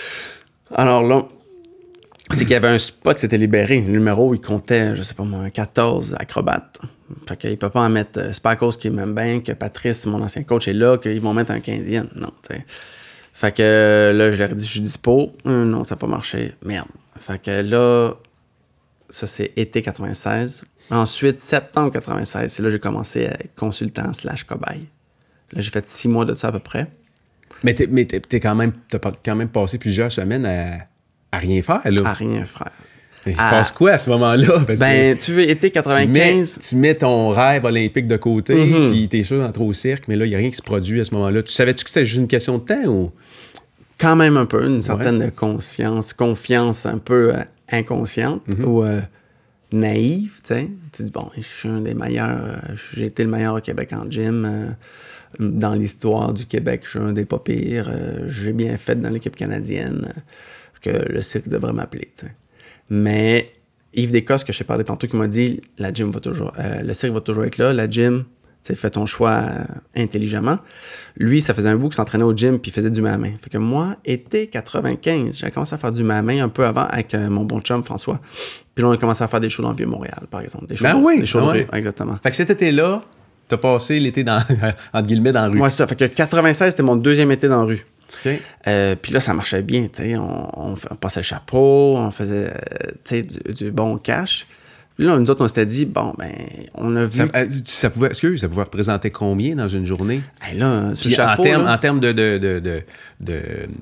Alors là, c'est qu'il y avait un spot qui s'était libéré. Le numéro, il comptait, je sais pas moi, quatorze acrobates. Fait qu'il peut pas en mettre... C'est pas à cause qu'il m'aime bien que Patrice, mon ancien coach, est là, qu'ils vont mettre un quinzième. Non, tu sais. Fait que là, je leur ai dit, je suis dispo. Hum, non, ça n'a pas marché. Merde. Fait que là, ça, c'est été quatre-vingt-seize. Ensuite, septembre quatre-vingt-seize, c'est là que j'ai commencé à être consultant slash cobaye. Là, j'ai fait six mois de ça à peu près. Mais t'es, mais t'es, t'es quand même, t'as quand même passé plusieurs semaines à, à rien faire, là. À rien faire. Mais il se à... passe quoi à ce moment-là? Parce ben, que tu veux, été quatre-vingt-quinze... Tu mets, tu mets ton rêve olympique de côté, Mm-hmm. puis t'es sûr d'entrer au cirque, mais là, il n'y a rien qui se produit à ce moment-là. Tu savais-tu que c'était juste une question de temps ou... Quand même un peu, une certaine ouais. conscience, confiance un peu euh, inconsciente mm-hmm. ou euh, naïve, tu sais. Tu dis, bon, je suis un des meilleurs, euh, j'ai été le meilleur au Québec en gym. Euh, dans l'histoire du Québec, je suis un des pas pires. Euh, j'ai bien fait dans l'équipe canadienne, euh, que le cirque devrait m'appeler, tu sais. Mais Yves Descostes, que je t'ai parlé tantôt, qui m'a dit, la gym va toujours, euh, le cirque va toujours être là, la gym... T'sais, fais ton choix euh, intelligemment. Lui, ça faisait un bout qu'il s'entraînait au gym puis il faisait du main à main. Fait que moi, été quatre-vingt-quinze, j'ai commencé à faire du main à main un peu avant avec euh, mon bon chum François. Puis là, on a commencé à faire des shows dans le Vieux-Montréal, par exemple. Des shows ben de, oui, des shows ben de oui. rue, exactement. Fait que cet été-là, t'as passé l'été dans, entre guillemets, dans la rue. Moi, ça. Fait que quatre-vingt-seize, c'était mon deuxième été dans la rue. Okay. Euh, puis là, ça marchait bien, tu sais. On, on, on passait le chapeau, on faisait, euh, tu sais, du, du bon cash. Puis là, nous autres, on s'était dit, bon, ben, on a vu... Ça, ça, pouvait, excuse, ça pouvait représenter combien dans une journée? Hey, là, Puis chapeau, en termes là, en termes de, de, de, de, de,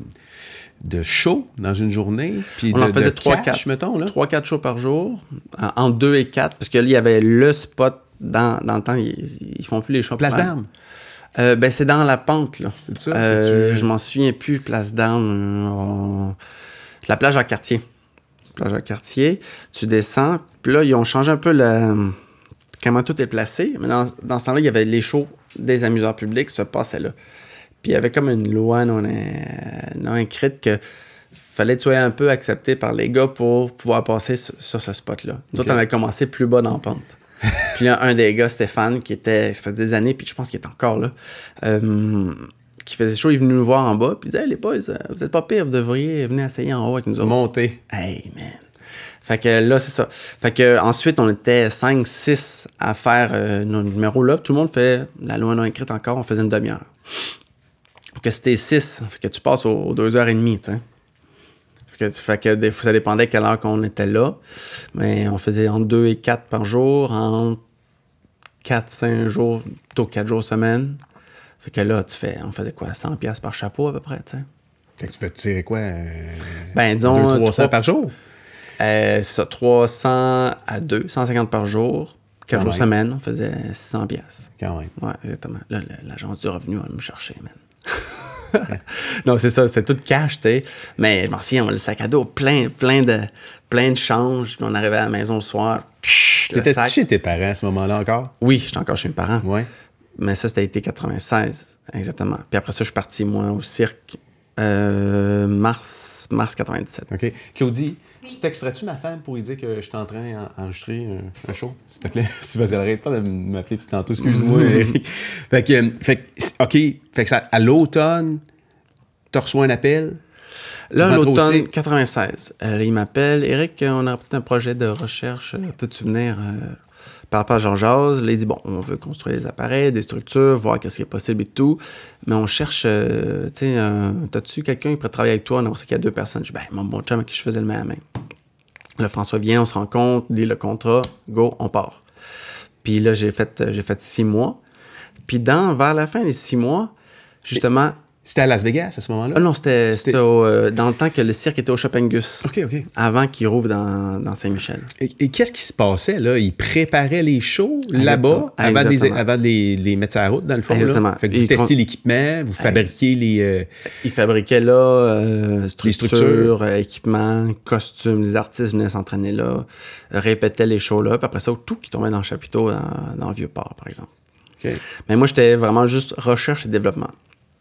de show dans une journée, puis on de, en faisait de trois cash, quatre, mettons, là. trois quatre shows par jour, entre deux et quatre, parce que là, il y avait le spot, dans, dans le temps, ils, ils font plus les shows. Place d'Armes? Euh, ben, c'est dans la pente, là. C'est ça? Euh, tu... Je m'en souviens plus, Place d'Armes. On... La plage à Cartier. Plage à Cartier. Tu descends, puis là, ils ont changé un peu le... comment tout est placé. Mais dans, dans ce temps-là, il y avait les shows des amuseurs publics qui se passaient là. Puis il y avait comme une loi non, non écrite que fallait que tu sois un peu accepté par les gars pour pouvoir passer sur, sur ce spot-là. Nous okay. autres, on avait commencé plus bas dans la pente. Puis là, un des gars, Stéphane, qui était, ça fait des années, puis je pense qu'il est encore là, euh, qui faisait chaud, il est venu nous voir en bas, puis il disait hey, les boys, vous êtes pas pire, vous devriez venir essayer en haut avec nous autres. Monter. Hey, man. Fait que là, c'est ça. Fait que ensuite, on était cinq six à faire euh, nos numéros là. Tout le monde fait la loi non écrite encore, on faisait une demi-heure. Fait que c'était six, fait que tu passes aux, aux deux heures et demie, tu sais. Fait que, fait que des fois, ça dépendait quelle heure qu'on était là. Mais on faisait entre deux et quatre par jour, entre quatre, cinq jours, plutôt quatre jours semaine. Fait que là, tu fais, on faisait quoi, cent piastres par chapeau à peu près, tu sais. Fait que tu peux tirer quoi? Euh, ben, disons... deux, trois cents par jour? Euh, c'est ça, trois cents à deux, cent cinquante par jour. quatre jours semaine, on faisait six cents piastres. Quand même. Ouais, exactement. Là, l'agence du revenu va me chercher, man. Non, c'est ça, c'est tout cash, tu sais. Mais je m'en souviens, on a le sac à dos plein, plein de, plein de change. Puis on arrivait à la maison le soir. T'étais-tu chez tes parents à ce moment-là encore? Oui, j'étais encore chez mes parents. Ouais. Mais ça, c'était été quatre-vingt-seize, exactement. Puis après ça, je suis parti, moi, au cirque, euh, mars, mars quatre-vingt-dix-sept. OK. Claudie, tu texterais-tu ma femme pour lui dire que je suis en train d'enregistrer un, un show, s'il te plaît? Si vas-y, arrête pas de m'appeler depuis tantôt, excuse-moi, Eric. Fait que, fait que, OK, fait que ça, à l'automne, tu reçois un appel? Là, l'automne quatre-vingt-seize, euh, il m'appelle. Eric, on a peut-être un projet de recherche. Peux-tu venir euh, par rapport à Jean-Jazz? Là, il dit, bon, on veut construire des appareils, des structures, voir qu'est-ce qui est possible et tout. Mais on cherche, euh, tu sais, euh, t'as-tu quelqu'un qui pourrait travailler avec toi? On sait qu'il y a deux personnes. Je dis, ben, mon bon chum avec qui je faisais le main à main. Là, François vient, on se rencontre, dit le contrat, go, on part. Puis là, j'ai fait, j'ai fait six mois. Puis dans, vers la fin des six mois, justement... C'était à Las Vegas à ce moment-là? Ah non, c'était, c'était... c'était au, euh, dans le temps que le cirque était au Shop Angus. OK, OK. Avant qu'il rouvre dans, dans Saint-Michel. Et, et qu'est-ce qui se passait, là? Ils préparaient les shows là-bas avant, des, avant de les, les mettre sur la route, dans le fond, Exactement. là? Fait que vous Et testiez con... l'équipement, vous fabriquiez les... Euh... Ils fabriquaient là euh, structures, les structures. Euh, équipements, costumes. Les artistes venaient s'entraîner là, répétaient les shows là, puis après ça, tout qui tombait dans le chapiteau, dans, dans le Vieux-Port, par exemple. Okay. Mais moi, j'étais vraiment juste recherche et développement.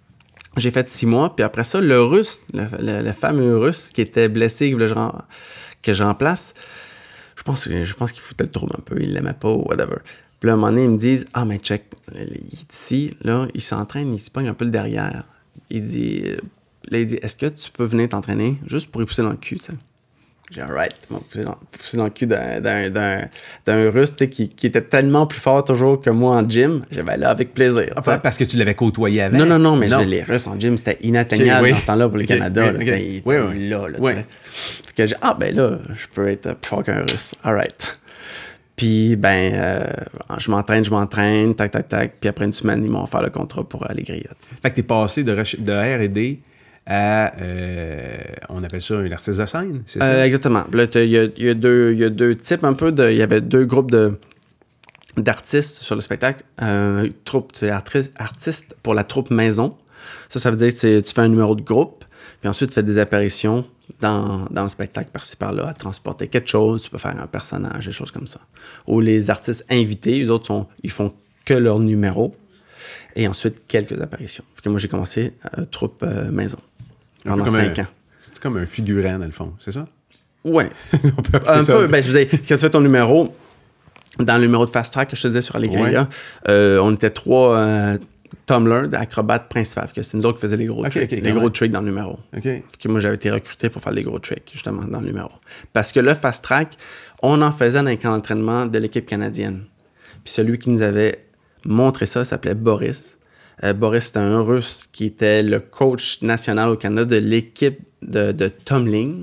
J'ai fait six mois, puis après ça, le russe, le, le, le fameux russe qui était blessé, que je, que je remplace, je pense, je pense qu'il foutait le trouble un peu, il l'aimait pas ou whatever. Puis là, à un moment donné, ils me disent « Ah, mais check, il est ici, là, il s'entraîne, il se pogne un peu le derrière. » Il dit, là, il dit « Est-ce que tu peux venir t'entraîner juste pour y pousser dans le cul, tu sais? » J'ai dit « Alright, ils m'ont poussé dans, poussé dans le cul d'un, d'un, d'un, d'un russe qui, qui était tellement plus fort toujours que moi en gym. » J'ai dit ben là, avec plaisir. Ah, parce que tu l'avais côtoyé avant? Non, non, non, mais non. Je, les Russes en gym, c'était inatteignable okay, oui. dans ce temps-là pour le okay, Canada. okay, là, okay. Il était oui, oui. là. là oui. Fait que j'ai dit « Ah, ben là, je peux être plus fort qu'un russe. Alright. » Puis, ben, euh, je m'entraîne, je m'entraîne, tac, tac, tac. Puis après une semaine, ils m'ont offert le contrat pour aller griller. Fait que t'es passé de, de R et D à, euh, on appelle ça un artiste de scène, c'est ça? Euh, exactement. Là, il y, y, y a deux types un peu de... Il y avait deux groupes de, d'artistes sur le spectacle. Euh, troupe, c'est artiste, artiste pour la troupe maison. Ça, ça veut dire que tu fais un numéro de groupe, puis ensuite tu fais des apparitions dans, dans le spectacle par-ci par-là, à transporter quelque chose, tu peux faire un personnage, des choses comme ça. Ou les artistes invités, eux autres, sont, ils font que leur numéro, et ensuite quelques apparitions. Fait que moi, j'ai commencé euh, troupe euh, maison. Pendant cinq ans. C'est comme un figurant, dans le fond, c'est ça? Oui. un peu. Ben, je vous ai, quand tu fais ton numéro, dans le numéro de Fast Track que je te disais sur Allegria, ouais. euh, on était trois euh, tumblers, acrobates principaux. C'était nous autres qui faisaient les gros okay, tricks. Okay, les gros tricks dans le numéro. Okay. Que moi, j'avais été recruté pour faire les gros tricks, justement, dans le numéro. Parce que le Fast Track, on en faisait dans les camps d'entraînement de l'équipe canadienne. Puis celui qui nous avait montré ça s'appelait Boris. Euh, Boris, c'était un Russe qui était le coach national au Canada de l'équipe de, de tumbling.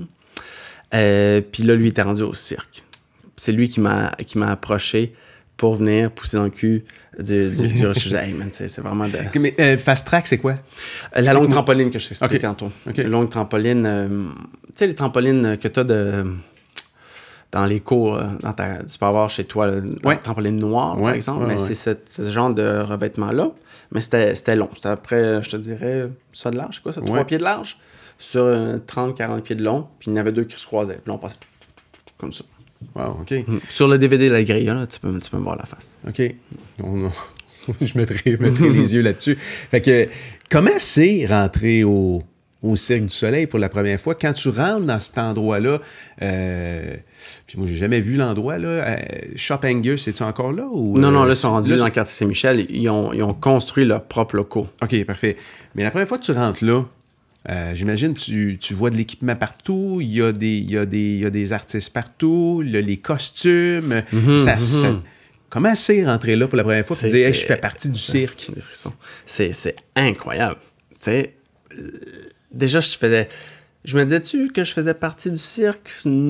Euh, puis là, lui, il était rendu au cirque. C'est lui qui m'a, qui m'a approché pour venir pousser dans le cul du, du, du Russe. Je disais, hey man, c'est, c'est vraiment de... Okay, mais euh, Fast Track, c'est quoi? Euh, la longue trampoline que je t'expliquais okay. tantôt. Okay. La longue trampoline, euh, tu sais, les trampolines que tu as de... dans les cours, dans ta, tu peux avoir chez toi la ouais. trampoline noire, ouais. par exemple, ouais, mais ouais. c'est cette, ce genre de revêtement-là. Mais c'était, c'était long. C'était à peu près, je te dirais, ça de large, c'est quoi ça? Trois ouais. pieds de large sur euh, trente à quarante pieds de long. Puis il y en avait deux qui se croisaient. Puis là, on passait comme ça. Wow, OK. Mmh. Sur le D V D de la grille, là, tu peux, tu peux me voir la face. OK. On, on, je mettrai, je mettrai les yeux là-dessus. Fait que, comment c'est rentrer au... au Cirque du Soleil pour la première fois, quand tu rentres dans cet endroit-là, euh, puis moi, j'ai jamais vu l'endroit, là, euh, Shop Angus, c'est-tu encore là? Ou, non, non, euh, là, ils sont rendus là, dans le quartier Saint-Michel, ils ont, ils ont construit leurs propres locaux. OK, parfait. Mais la première fois que tu rentres là, euh, j'imagine tu, tu vois de l'équipement partout, il y a des, il y a des, il y a des artistes partout, il y a les costumes, mm-hmm, ça, mm-hmm. ça, comment c'est rentrer là pour la première fois et dire hey, « je fais partie du c'est, cirque ». C'est, c'est incroyable. Tu sais... Euh, Déjà, je faisais... Je me disais-tu que je faisais partie du cirque?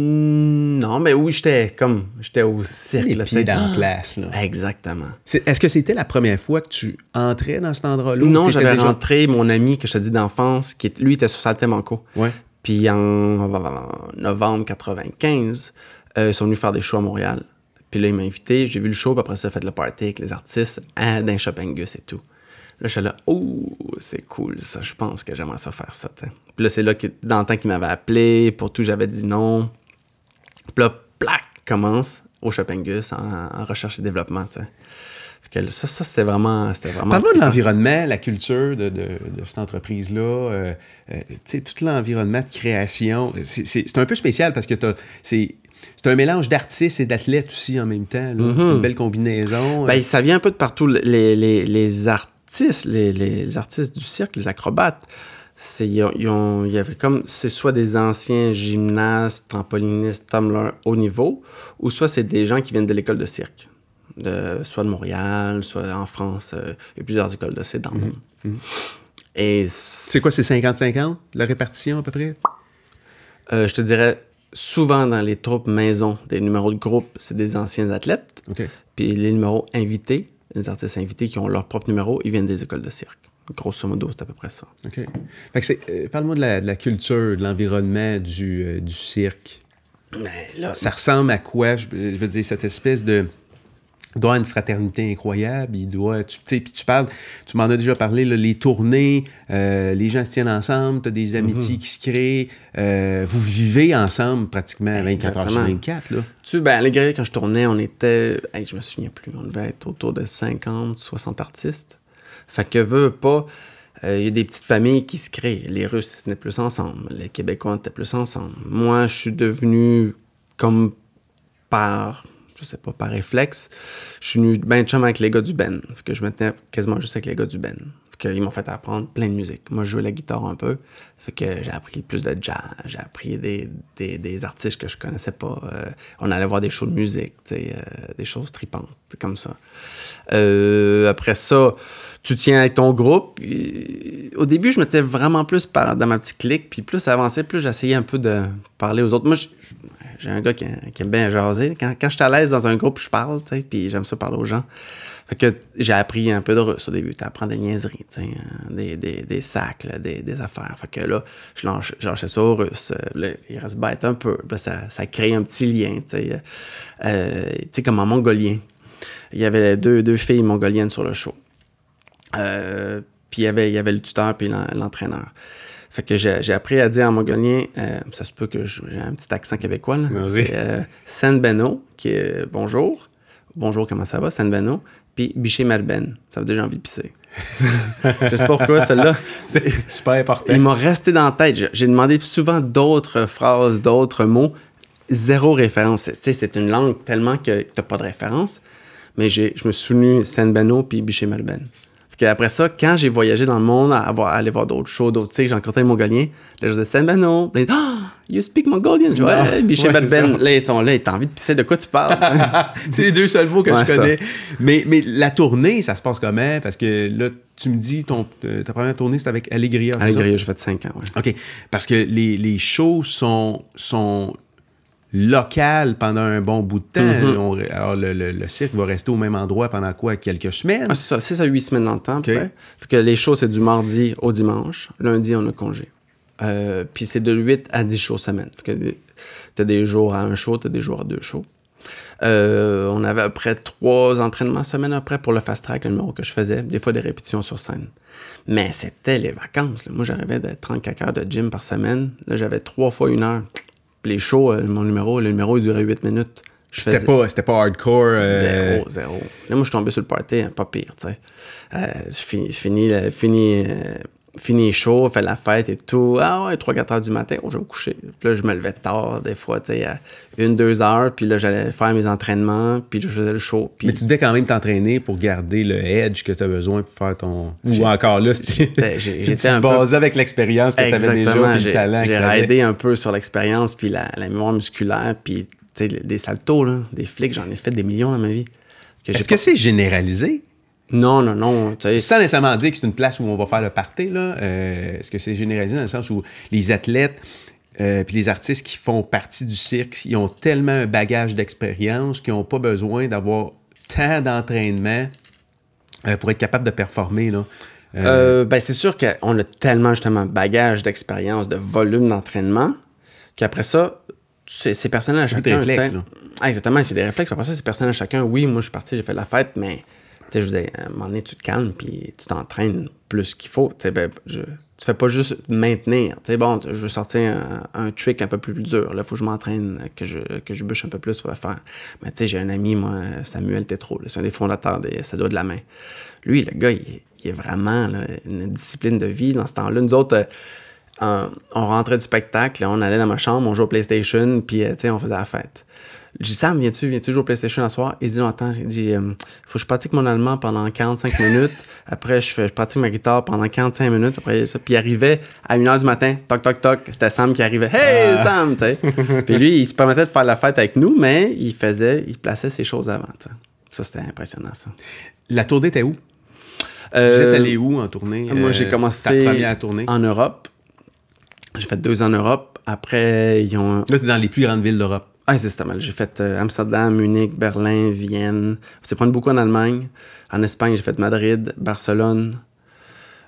Non, mais oui, j'étais comme... J'étais au cirque. Les là, pieds dans la place. Là. Exactement. C'est, est-ce que c'était la première fois que tu entrais dans cet endroit-là? Non, j'avais déjà... rentré mon ami que je te dis d'enfance, qui lui était sur Saltemanco. Ouais. Puis en, en novembre quatre-vingt-quinze, euh, ils sont venus faire des shows à Montréal. Puis là, ils m'ont invité. J'ai vu le show, puis après ça, j'ai fait le party avec les artistes à, dans Shop Angus et tout. Là, je suis là, oh, c'est cool, ça. Je pense que j'aimerais ça faire ça, tu sais. Puis là, c'est là, que, dans le temps qu'il m'avait appelé. Pour tout, j'avais dit non. Puis là, plac, commence au Shop Angus en, en recherche et développement, tu sais. Fait que ça, ça, c'était vraiment... C'était vraiment Parle-moi de l'environnement, la culture de, de, de cette entreprise-là. Euh, euh, tu sais, tout l'environnement de création. C'est, c'est, c'est un peu spécial parce que t'as, c'est... C'est un mélange d'artistes et d'athlètes aussi en même temps. Là. Mm-hmm. C'est une belle combinaison. Ben, ça vient un peu de partout. Les, les, les artistes, les, les artistes du cirque, les acrobates, c'est, ils ont, ils ont, il y avait comme, c'est soit des anciens gymnastes, trampolinistes, tumblers haut niveau, ou soit c'est des gens qui viennent de l'école de cirque. De, soit de Montréal, soit en France. Euh, il y a plusieurs écoles de cirque dans le monde. Mm-hmm. Et c'est... c'est quoi, c'est cinquante cinquante, la répartition à peu près? Euh, je te dirais... Souvent, dans les troupes maison, des numéros de groupe, c'est des anciens athlètes. Okay. Puis les numéros invités, les artistes invités qui ont leur propre numéro, ils viennent des écoles de cirque. Grosso modo, c'est à peu près ça. OK. Fait que c'est, euh, parle-moi de la, de la culture, de l'environnement du, euh, du cirque. Mais là, Ça ressemble à quoi? Je, je veux dire, cette espèce de... Il doit y avoir une fraternité incroyable. Il doit... Tu sais, puis tu parles... Tu m'en as déjà parlé, là, les tournées, euh, les gens se tiennent ensemble, tu as des amitiés mm-hmm. qui se créent. Euh, vous vivez ensemble pratiquement vingt-quatre heures sur vingt-quatre, là. Tu sais, ben, les gars, quand je tournais, on était... Hey, je me souviens plus. On devait être autour de cinquante, soixante artistes. Fait que veux pas... Il euh, y a des petites familles qui se créent. Les Russes étaient plus ensemble. Les Québécois étaient plus ensemble. Moi, je suis devenu comme par... je sais pas, par réflexe, je suis venu ben chum avec les gars du Ben. Fait que je me tenais quasiment juste avec les gars du Ben. Fait qu'ils m'ont fait apprendre plein de musique. Moi, je jouais la guitare un peu. Fait que j'ai appris plus de jazz. J'ai appris des, des, des artistes que je connaissais pas. Euh, on allait voir des shows de musique, tu sais, euh, des choses tripantes, comme ça. Euh, après ça, tu tiens avec ton groupe. Et, au début, je m'étais vraiment plus par, dans ma petite clique. Puis plus ça avançait, plus j'essayais un peu de parler aux autres. Moi, je, j'ai un gars qui, qui aime bien jaser. Quand, quand je suis à l'aise dans un groupe, je parle, tu sais, puis j'aime ça parler aux gens. Fait que j'ai appris un peu de russe au début. Tu apprends des niaiseries, tu sais, des, des, des sacs, là, des, des affaires. Fait que là, je lâche, je lâchais ça au russe. Là, il reste bête un peu. Là, ça, ça crée un petit lien, tu sais. Euh, tu sais, comme en mongolien. Il y avait deux, deux filles mongoliennes sur le show. Euh, puis il y avait, il y avait le tuteur puis l'entraîneur. Fait que j'ai, j'ai appris à dire en mongolien, euh, ça se peut que j'ai un petit accent québécois, là. C'est euh, Sen Beno, qui est bonjour. Bonjour, comment ça va, Sen Beno? Puis Biché Merben, ça veut dire j'ai envie de pisser. Je sais pas pourquoi, celle-là. C'est super important. Il m'a resté dans la tête. J'ai demandé souvent d'autres phrases, d'autres mots. Zéro référence. Tu sais, c'est une langue tellement que t'as pas de référence. Mais j'ai, je me suis souvenu Sen Beno puis Biché Merben. Après ça, quand j'ai voyagé dans le monde, à, avoir, à aller voir d'autres shows, d'autres, tu sais, j'ai rencontré les Mongoliens, là, je disais, Sen Beno. Là, oh, you speak Mongolian? Je vois, ouais, Biché ouais, Ben. Là, ils sont là, t'as envie de pisser, de quoi tu parles? C'est les deux seuls mots que ouais, je connais. Mais, mais la tournée, ça se passe comment? Parce que là, tu me dis, ton, ta première tournée, c'était avec Allegria. Allegria, j'ai fait cinq ans, oui. OK. Parce que les, les shows sont. sont local pendant un bon bout de temps. Mm-hmm. On, alors, le, le, le cirque va rester au même endroit pendant quoi? Quelques semaines? Ah, c'est ça, six à huit semaines dans le temps. Okay. Fait que les shows, c'est du mardi au dimanche. Lundi, on a congé. Euh, puis c'est de huit à dix shows semaine. Fait que t'as des jours à un show, t'as des jours à deux shows. Euh, on avait à peu près trois entraînements semaine après pour le fast track, le numéro que je faisais. Des fois, des répétitions sur scène. Mais c'était les vacances. Là. Moi, j'arrivais de trente-quatre heures de gym par semaine. Là, j'avais trois fois une heure. Les shows, euh, mon numéro, le numéro il durait huit minutes. Je c'était, faisais... pas, c'était pas hardcore. Euh... Zéro, zéro. Là, moi, je suis tombé sur le party, hein, pas pire, tu sais. Euh, fini, fini, fini, euh, fini chaud, fait la fête et tout. Ah ouais, trois quatre heures du matin, oh, je vais me coucher. Puis là, je me levais tard, des fois, tu sais, à une deux heures. Puis là, j'allais faire mes entraînements, puis je faisais le show. Puis... Mais tu devais quand même t'entraîner pour garder le edge que tu as besoin pour faire ton... J'ai... Ou encore là, c'était... J'étais, j'ai, j'étais un basé peu... avec l'expérience que tu avais déjà, puis le talent j'ai que raidé un peu sur l'expérience, puis la, la mémoire musculaire, puis tu sais, des saltos, là, des flics, j'en ai fait des millions dans ma vie. Que Est-ce que pas... c'est généralisé? Non, non, non. T'sais... Sans nécessairement dire que c'est une place où on va faire le party, là, euh, est-ce que c'est généralisé dans le sens où les athlètes euh, puis les artistes qui font partie du cirque, ils ont tellement un bagage d'expérience qu'ils n'ont pas besoin d'avoir tant d'entraînement euh, pour être capable de performer, là? Euh... Euh, ben c'est sûr qu'on a tellement justement bagage d'expérience, de volume d'entraînement, qu'après ça, c'est, c'est personnel à chacun. C'est des réflexes, là. Ah, exactement, c'est des réflexes. Après ça, c'est personnel à chacun. Oui, moi, je suis parti, j'ai fait la fête, mais... Tu sais, je vous dis, à un moment donné, tu te calmes, puis tu t'entraînes plus qu'il faut. Tu sais, ben, je, tu fais pas juste maintenir. Tu sais, bon, je veux sortir un, un trick un peu plus dur. Là, il faut que je m'entraîne, que je, que je bûche un peu plus pour le faire. Mais tu sais, j'ai un ami, moi, Samuel Tétrault, là, c'est un des fondateurs des Ça doit de la main. Lui, le gars, il, il est vraiment là, une discipline de vie dans ce temps-là. Nous autres, euh, on, on rentrait du spectacle, là, on allait dans ma chambre, on jouait au PlayStation, puis euh, tu sais, on faisait la fête. J'ai dit, Sam, viens-tu, viens-tu jouer au PlayStation à soir? Il dit, non, attends, il dit, euh, faut que je pratique mon allemand pendant quarante-cinq minutes. Après, je, fais, je pratique ma guitare pendant quarante-cinq minutes. Après, ça. Puis il arrivait à une heure du matin, toc, toc, toc. C'était Sam qui arrivait. Hey, ah. Sam, tu sais. Puis lui, il se permettait de faire la fête avec nous, mais il faisait, il plaçait ses choses avant, t'sais. Ça, c'était impressionnant, ça. La tournée était où? Euh, Vous êtes allé où en tournée? Moi, j'ai commencé ta première tournée en Europe. J'ai fait deux ans en Europe. Après, ils ont... Là, t'es dans les plus grandes villes d'Europe. Ah, c'est mal. J'ai fait euh, Amsterdam, Munich, Berlin, Vienne. C'est prendre beaucoup en Allemagne. En Espagne, j'ai fait Madrid, Barcelone.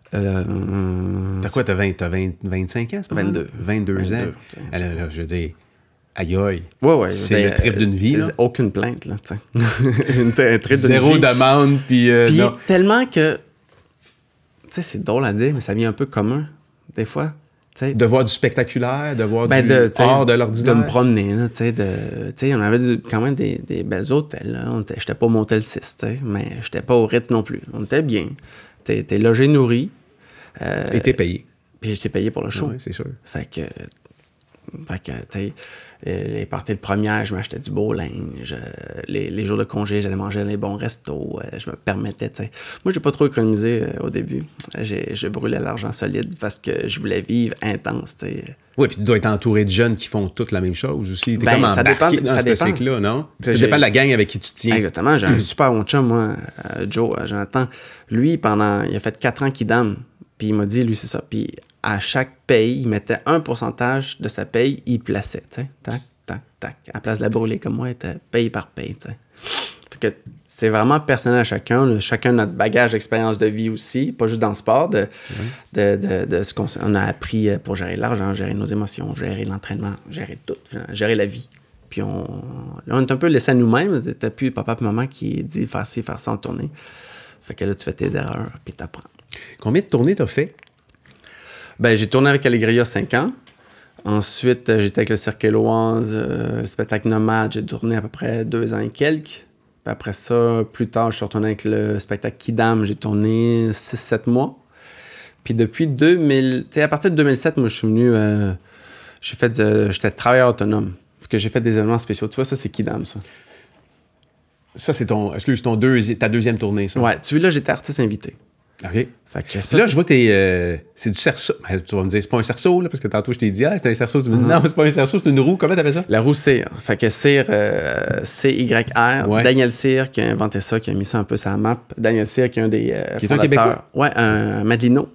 Euh, T'as quoi, t'as, vingt, t'as vingt, vingt-cinq ans, c'est pas vingt-deux. vingt-deux ans. vingt-deux, Alors, là, je veux dire, aïe aïe. Ouais, ouais. C'est le trip d'une vie, là. Aucune plainte, là, tu sais. Un trip d'une Zéro vie. demande, puis euh, Puis non. tellement que, tu sais, c'est drôle à dire, mais ça vient un peu commun, des fois. T'sais, De voir du spectaculaire, de voir ben du de, hors de de l'ordinaire. me promener, tu sais, de, tu sais, on avait du- quand même des, des belles hôtels, là. On était- J'étais pas au motel six, tu sais, mais j'étais pas au Ritz non plus. On était bien. T'es, t'es logé, nourri. Euh, Et t'es payé. Puis j'étais payé pour le show. Oui, c'est sûr. Fait que, fait que, tu sais, euh, les parties de première, je m'achetais du beau linge. euh, Les, les jours de congé, j'allais manger dans les bons restos. euh, Je me permettais, tu sais. Moi, j'ai pas trop économisé euh, au début. J'ai, je brûlais l'argent solide parce que je voulais vivre intense, tu sais. Oui, puis tu dois être entoré de jeunes qui font toutes la même chose aussi. T'es Ben, comme ça embarqué dépend- dans ça ce dépend. cycle-là, non? Ça J'ai- dépend de la gang avec qui tu tiens. Exactement. J'ai un super bon chum, moi, euh, Joe, euh, Jonathan. Lui, pendant, il a fait quatre ans qu'il dame. Puis il m'a dit, lui, c'est ça. Puis à chaque paye, il mettait un pourcentage de sa paye, il plaçait, tu sais. Tac, tac, tac. À la place de la brûler comme moi, il était paye par paye, tu sais. Fait que c'est vraiment personnel à chacun. Là. Chacun notre bagage d'expérience de vie aussi, pas juste dans le sport, de, Oui. de, de, de ce qu'on on a appris pour gérer l'argent, gérer nos émotions, gérer l'entraînement, gérer tout, finalement, gérer la vie. Puis on, là, on est un peu laissé à nous-mêmes. T'as plus papa et maman qui dit faire ci, faire ça en tournée. Fait que là, tu fais tes erreurs, puis t'apprends. Combien de tournées t'as fait? Ben, j'ai tourné avec Allegria cinq ans. Ensuite, euh, j'étais avec le Cirque Éloise, euh, le spectacle Nomade. J'ai tourné à peu près deux ans et quelques. Puis après ça, plus tard, je suis retourné avec le spectacle Kidam. J'ai tourné six sept mois. Puis depuis deux mille... Tu sais, à partir de deux mille sept, moi, je suis venu... Euh, j'ai fait de... J'étais travailleur autonome. Fait que j'ai fait des événements spéciaux. Tu vois, ça, c'est Kidam, ça. Ça, c'est ton, excuse, ton deuxi- ta deuxième tournée, ça. Ouais, tu vois, là, j'étais artiste invité. OK. Fait que ça, Là, c'est- je vois que t'es, euh, c'est du cerceau. Ben, tu vas me dire, c'est pas un cerceau, là, parce que tantôt, je t'ai dit, ah, c'est un cerceau. Tu me dis, non, c'est pas un cerceau, c'est une roue. Comment t'appelles ça? La roue Cyr. Fait que Cyr, euh, C Y R. Ouais. Daniel Cyr qui a inventé ça, qui a mis ça un peu sur la map. Daniel Cyr qui est un des euh, Qui est un fondateurs. Québécois? Ouais, un Madelino.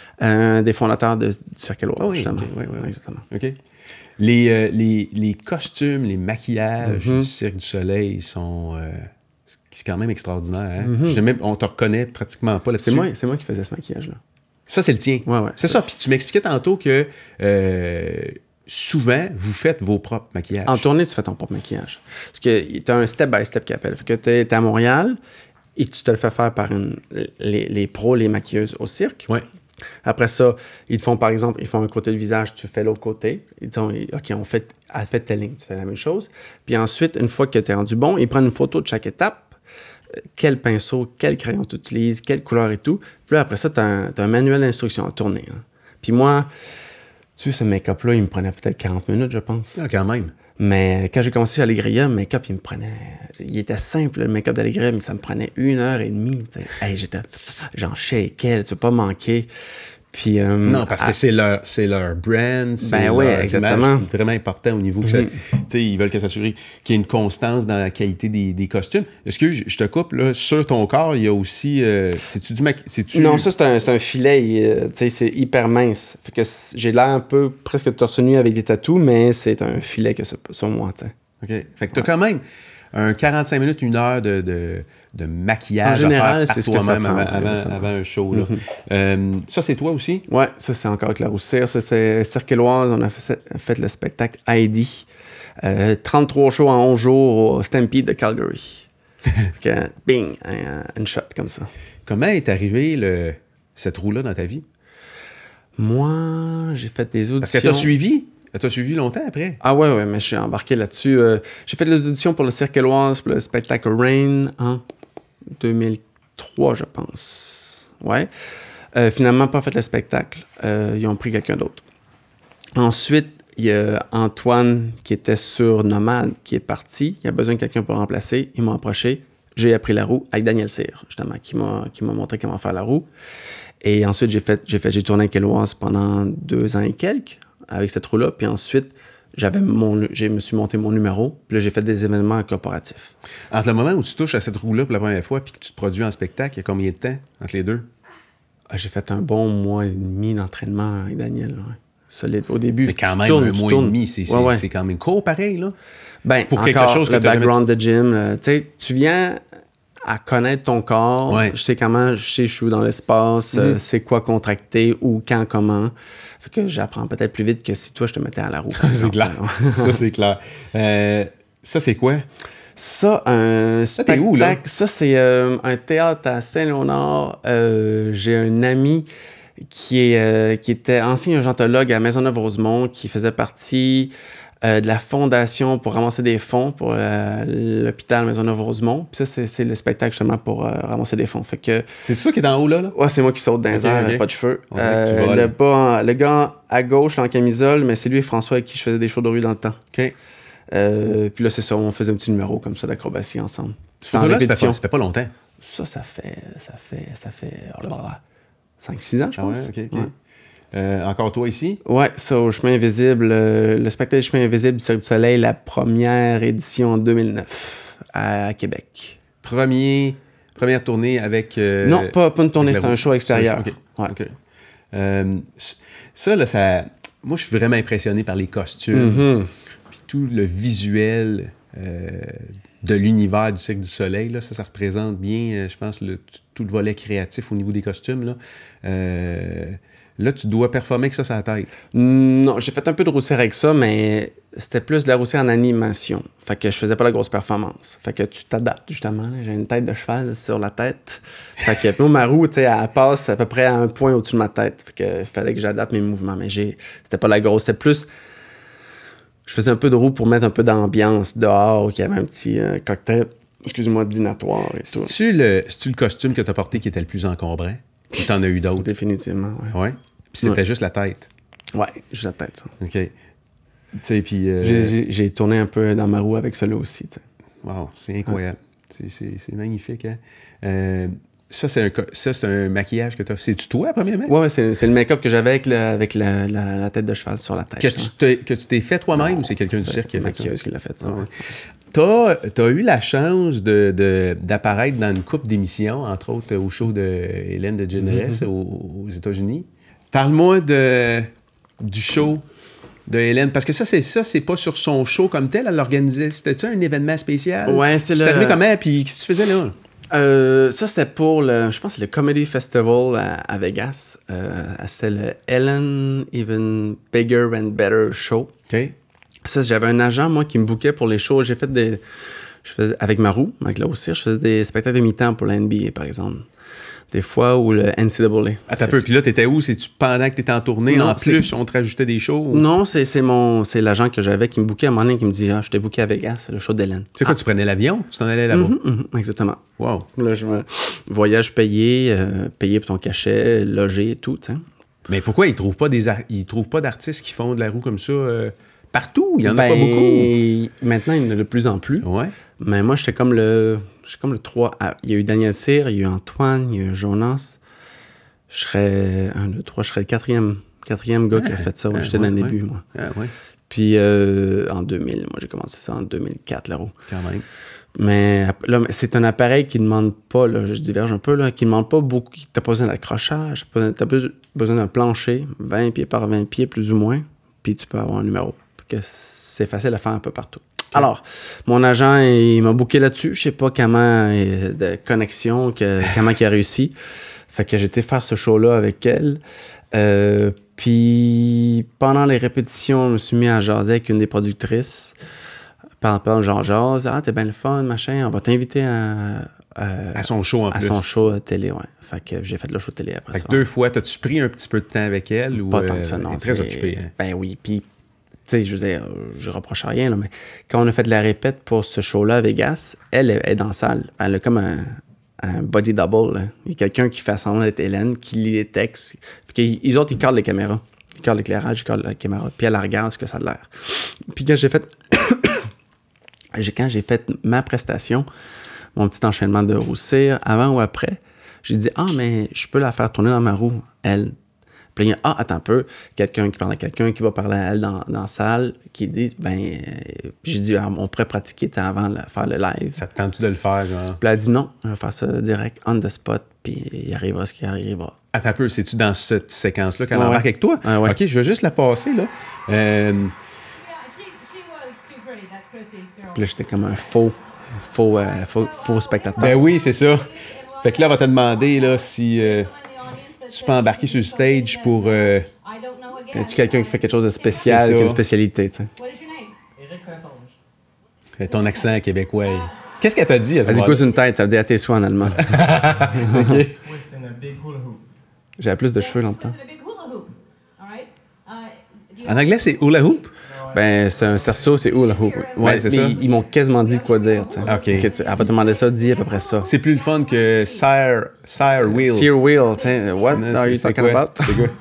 Un des fondateurs de, du Cirque Éloise, Ah oui, justement. ok, oui, oui, oui. Exactement. OK. Les, euh, les, les costumes, les maquillages Mhm. du Cirque du Soleil sont... euh, c'est quand même extraordinaire. Hein? Mhm. Je sais même, on te reconnaît pratiquement pas là-dessus. C'est moi, c'est moi qui faisais ce maquillage-là. Ça, c'est le tien. Ouais, ouais. C'est ça. Puis tu m'expliquais tantôt que euh, souvent, vous faites vos propres maquillages. En tournée, tu fais ton propre maquillage. Parce que tu as un step-by-step qui appelle. Fait que tu es à Montréal et tu te le fais faire par une, les, les pros, les maquilleuses au cirque. Ouais. Après ça, ils te font, par exemple, ils font un côté du visage, tu fais l'autre côté. Ils disent, OK, on fait, elle fait telle ligne, tu fais la même chose. Puis ensuite, une fois que tu es rendu bon, ils prennent une photo de chaque étape. Quel pinceau, quel crayon tu utilises, quelle couleur et tout. Puis là, après ça, tu as un, t'as un manuel d'instruction à tourner. Là. Puis moi, tu sais, ce make-up-là, il me prenait peut-être quarante minutes, je pense. Ah, quand même. Mais quand j'ai commencé à Allegria, le make-up, il me prenait... Il était simple, le make-up d'Allegria, mais ça me prenait une heure et demie. T'sais. Hey, j'étais... J'en shakeais, tu veux pas manquer. Puis... Euh, Non, parce à... que c'est leur, c'est leur brand, c'est Ben leur oui, image exactement. vraiment important au niveau que ça... Mhm. Tu sais, ils veulent que s'assurer qu'il y ait une constance dans la qualité des, des costumes. Est-ce que je je te coupe, là, sur ton corps, il y a aussi... Euh, c'est-tu du maquillage? C'est-tu... Non, ça, c'est un, c'est un filet, euh, tu sais, c'est hyper mince. Fait que c- j'ai l'air un peu presque torse nu avec des tatous, mais c'est un filet que sur, sur moi, tu sais. OK. Fait que t'as quand même un quarante-cinq minutes, une heure de, de, de maquillage En général, à faire c'est par ce que ça toi-même prend, avant, avant, exactement. avant un show. Là. Euh, ça, c'est toi aussi? Ouais, ça, c'est encore avec la Roussire. Ça, c'est Cirque Éloise. On a fait, fait le spectacle Heidi. Euh, trente-trois shows en onze jours au Stampede de Calgary. Fait que, bing, un, une shot comme ça. Comment est arrivé le, cette roue-là dans ta vie? Moi, j'ai fait des auditions. Parce qu'elle t'a suivi. Elle t'a suivi longtemps après. Ah ouais, ouais, mais je suis embarqué là-dessus. Euh, j'ai fait des auditions pour le Cirque Éloise, pour le spectacle Rain en deux mille trois, je pense. Ouais. Euh, finalement, pas fait le spectacle. Euh, ils ont pris quelqu'un d'autre. Ensuite, il y a Antoine qui était sur Nomade qui est parti. Il a besoin de quelqu'un pour le remplacer. Ils m'ont approché. J'ai appris la roue avec Daniel Cyr, justement, qui m'a, qui m'a montré comment faire la roue. Et ensuite, j'ai fait, j'ai fait, j'ai tourné avec Éloise pendant deux ans et quelques avec cette roue-là. Puis ensuite, j'avais mon, je me suis monté mon numéro. Puis là, j'ai fait des événements corporatifs. Entre le moment où tu touches à cette roue-là pour la première fois puis que tu te produis en spectacle, il y a combien de temps entre les deux? Ah, j'ai fait un bon mois et demi d'entraînement avec Daniel. Ouais. Solide. Au début, Mais quand tu même, tournes, un tu mois tournes. et demi, c'est, c'est, Ouais, ouais. c'est quand même court pareil, là. Ben, pour encore, quelque chose que le t'as jamais- background de gym. là, tu sais, tu viens à connaître ton corps. Ouais. Je sais comment, je sais je suis dans l'espace, mm-hmm. euh, c'est quoi contracter, où, quand, comment. Fait que j'apprends peut-être plus vite que si toi, je te mettais à la roue. C'est clair. Ça, c'est clair. Euh, ça, c'est quoi? Ça, un ça, t'es où, là? Ça, c'est euh, un théâtre à Saint-Léonard. Euh, j'ai un ami qui, est, euh, qui était ancien urgentologue à Maisonneuve-Rosemont, qui faisait partie euh, de la fondation pour ramasser des fonds pour euh, l'hôpital Maisonneuve-Rosemont. Puis ça, c'est, c'est le spectacle justement pour euh, ramasser des fonds. Fait que... C'est ça qui est en haut, là? là? Ouais, c'est moi qui saute dans les okay, airs, okay. Pas de cheveux. Okay, euh, le, bas, le gars à gauche, là, en camisole, mais c'est lui et François avec qui je faisais des shows de rue dans le temps. OK. Euh, puis là, c'est ça, on faisait un petit numéro comme ça d'acrobatie ensemble. C'est en répétition. Ça fait pas longtemps. Ça, ça fait... Ça fait... Ça fait... cinq six ans, je pense. Ah ouais, OK, OK. Ouais. Euh, encore toi ici? Ouais, ça, au Chemin Invisible. Euh, le spectacle du Chemin Invisible du Cirque du Soleil, la première édition en deux mille neuf, à, à Québec. Premier... Première tournée avec... Euh, non, pas, pas une tournée, c'était un show extérieur. OK. Ouais. Okay. Euh, ça, là, ça... Moi, je suis vraiment impressionné par les costumes. Mm-hmm. Puis tout le visuel euh, de l'univers du Cirque du Soleil, là, ça, ça représente bien, euh, je pense, le, tout le volet créatif au niveau des costumes. Là, euh, là tu dois performer avec ça sur la tête. Non, j'ai fait un peu de roussière avec ça, mais c'était plus de la roussière en animation. Fait que je faisais pas la grosse performance. Fait que tu t'adaptes, justement. Là. J'ai une tête de cheval sur la tête. Fait que moi, ma roue, tu sais, elle passe à peu près à un point au-dessus de ma tête. Fait que fallait que j'adapte mes mouvements. Mais j'ai... c'était pas la grosse. C'était plus... Je faisais un peu de roue pour mettre un peu d'ambiance dehors, qu'il y avait un petit euh, cocktail, excuse-moi, dînatoire et tout. C'est-tu le, c'est-tu le costume que tu as porté qui était le plus encombrant? Ou t'en as eu d'autres? Définitivement, oui. Ouais? Puis c'était ouais. juste la tête? Ouais, juste la tête, ça. OK. Tu sais, puis... Euh... J'ai, j'ai, j'ai tourné un peu dans ma roue avec cela aussi, tu sais. Wow, c'est incroyable. Ouais. C'est, c'est, c'est magnifique, hein? Euh... Ça, c'est un, ça, c'est un maquillage que tu as. C'est-tu toi, premièrement? Oui, ouais, c'est, c'est le make-up que j'avais avec, le, avec la, la, la tête de cheval sur la tête. Que tu, t'es, que tu t'es fait toi-même non, ou c'est quelqu'un du cirque qui a fait ça? qui l'a fait ça. Ouais. T'as, t'as eu la chance de, de, d'apparaître dans une couple d'émissions, entre autres au show de Hélène DeGeneres mm-hmm. aux, aux États-Unis. Parle-moi de, du show de Hélène, parce que ça, c'est ça, c'est pas sur son show comme tel, elle l'organisait. C'était-tu un événement spécial? Ouais, c'est, c'est le... arrivé comment? Puis qu'est-ce que tu faisais là? Euh, ça, c'était pour le, je pense, le Comedy Festival à, à Vegas. Euh, c'était le Ellen Even Bigger and Better Show. OK. Ça, j'avais un agent, moi, qui me bookait pour les shows. J'ai fait des... Je faisais, avec ma roue, avec là aussi, je faisais des spectacles de mi-temps pour la N B A, par exemple. Des fois, ou le N C A A. Attends un peu, puis là, t'étais où? C'est-tu pendant que t'étais en tournée? Non, en plus, c'est... on te rajoutait des shows? Ou... Non, c'est, c'est, mon, c'est l'agent que j'avais qui me bookait à un moment donné, qui me dit « Ah, je t'ai booké à Vegas, le show d'Hélène. » C'est quoi, ah. tu prenais l'avion? Tu t'en allais là-bas? Mm-hmm, mm-hmm, exactement. Wow. Là, je me... Voyage payé, euh, payé pour ton cachet, logé et tout, tu sais. Mais pourquoi ils trouvent pas des ar... ils trouvent pas d'artistes qui font de la roue comme ça euh, partout? Il y en ben, a pas beaucoup. Maintenant, il y en a de plus en plus. Ouais. Mais moi, j'étais comme le... J'étais comme le trois... Ah, il y a eu Daniel Cyr, il y a eu Antoine, il y a eu Jonas... Je serais un, deux, trois, je serais le quatrième, quatrième gars ah, qui a fait ça. Ouais, ah, j'étais ouais, dans le début, ouais. moi. Ah, ouais. Puis euh, en deux mille, moi j'ai commencé ça en deux mille quatre, la roue. Quand même. Mais là, c'est un appareil qui ne demande pas, là, je diverge un peu, là, qui ne demande pas beaucoup. Tu n'as pas besoin d'accrochage, tu as besoin d'un plancher, vingt pieds par vingt pieds plus ou moins, puis tu peux avoir un numéro. Que c'est facile à faire un peu partout. Okay. Alors, mon agent, il m'a booké là-dessus. Je sais pas comment, de connexion, que, comment il a réussi. Fait que j'étais faire ce show-là avec elle. Euh, puis pendant les répétitions, je me suis mis à jaser avec une des productrices. Par exemple, genre jase, ah, t'es bien le fun, machin, on va t'inviter à... À, à son show en à plus. À son show à télé, ouais. Fait que j'ai fait le show télé après fait ça. Que deux fois, t'as-tu pris un petit peu de temps avec elle? Ou pas tant que ça, non. Elle est très occupée. Hein? Ben oui, puis... Tu sais, je veux dire, je reproche rien, là, mais quand on a fait de la répète pour ce show-là à Vegas, elle est dans la salle. Elle a comme un... un body double. Là. Il y a quelqu'un qui fait semblant d'être Hélène, qui lit les textes. Les autres, ils cadrent les caméras. Ils cadrent l'éclairage, ils cadrent la caméra. Puis elle regarde ce que ça a l'air. Puis quand j'ai fait... quand j'ai fait ma prestation, mon petit enchaînement de roussir, avant ou après, j'ai dit « Ah, mais je peux la faire tourner dans ma roue, elle. » Puis il y a « Ah, attends un peu. » Quelqu'un qui parle à quelqu'un, qui va parler à elle dans, dans la salle, qui dit « Ben... Euh, » Puis j'ai dit ah, « On pourrait pratiquer avant de faire le live. » Ça te tente-tu de le faire, genre? Puis elle a dit « Non, je vais faire ça direct, on the spot, puis il arrivera ce qui arrivera. » Attends un peu, c'est-tu dans cette séquence-là qu'elle ouais, embarque ouais. avec toi? Ouais, ouais. OK, je vais juste la passer, là. Euh... Puis là, j'étais comme un faux. faux, euh, faux, faux spectateurs. Ben oui, c'est ça. Fait que là, on va te demander là, si, euh, si tu peux embarquer sur le stage pour... Euh... Es-tu quelqu'un qui fait quelque chose de spécial, qui a une spécialité, tu sais? Ton accent québécois. Qu'est-ce qu'elle t'a dit à ce Elle dit moment-là? Gousse une tête, ça veut dire à tes soins en allemand. OK. J'avais plus de cheveux dans le temps. En anglais, c'est hula hoop? Ben, c'est un cerceau, c'est hula hoop. Ouais, Ben, c'est mais ça. Ils, ils m'ont quasiment dit quoi dire, tu sais. OK. Que tu- elle va te demander ça, dis à peu près ça. C'est plus le fun que Sire, Sire Wheel. Sear wheel, tu sais. What Non, are c'est- you c'est talking quoi? about? C'est quoi?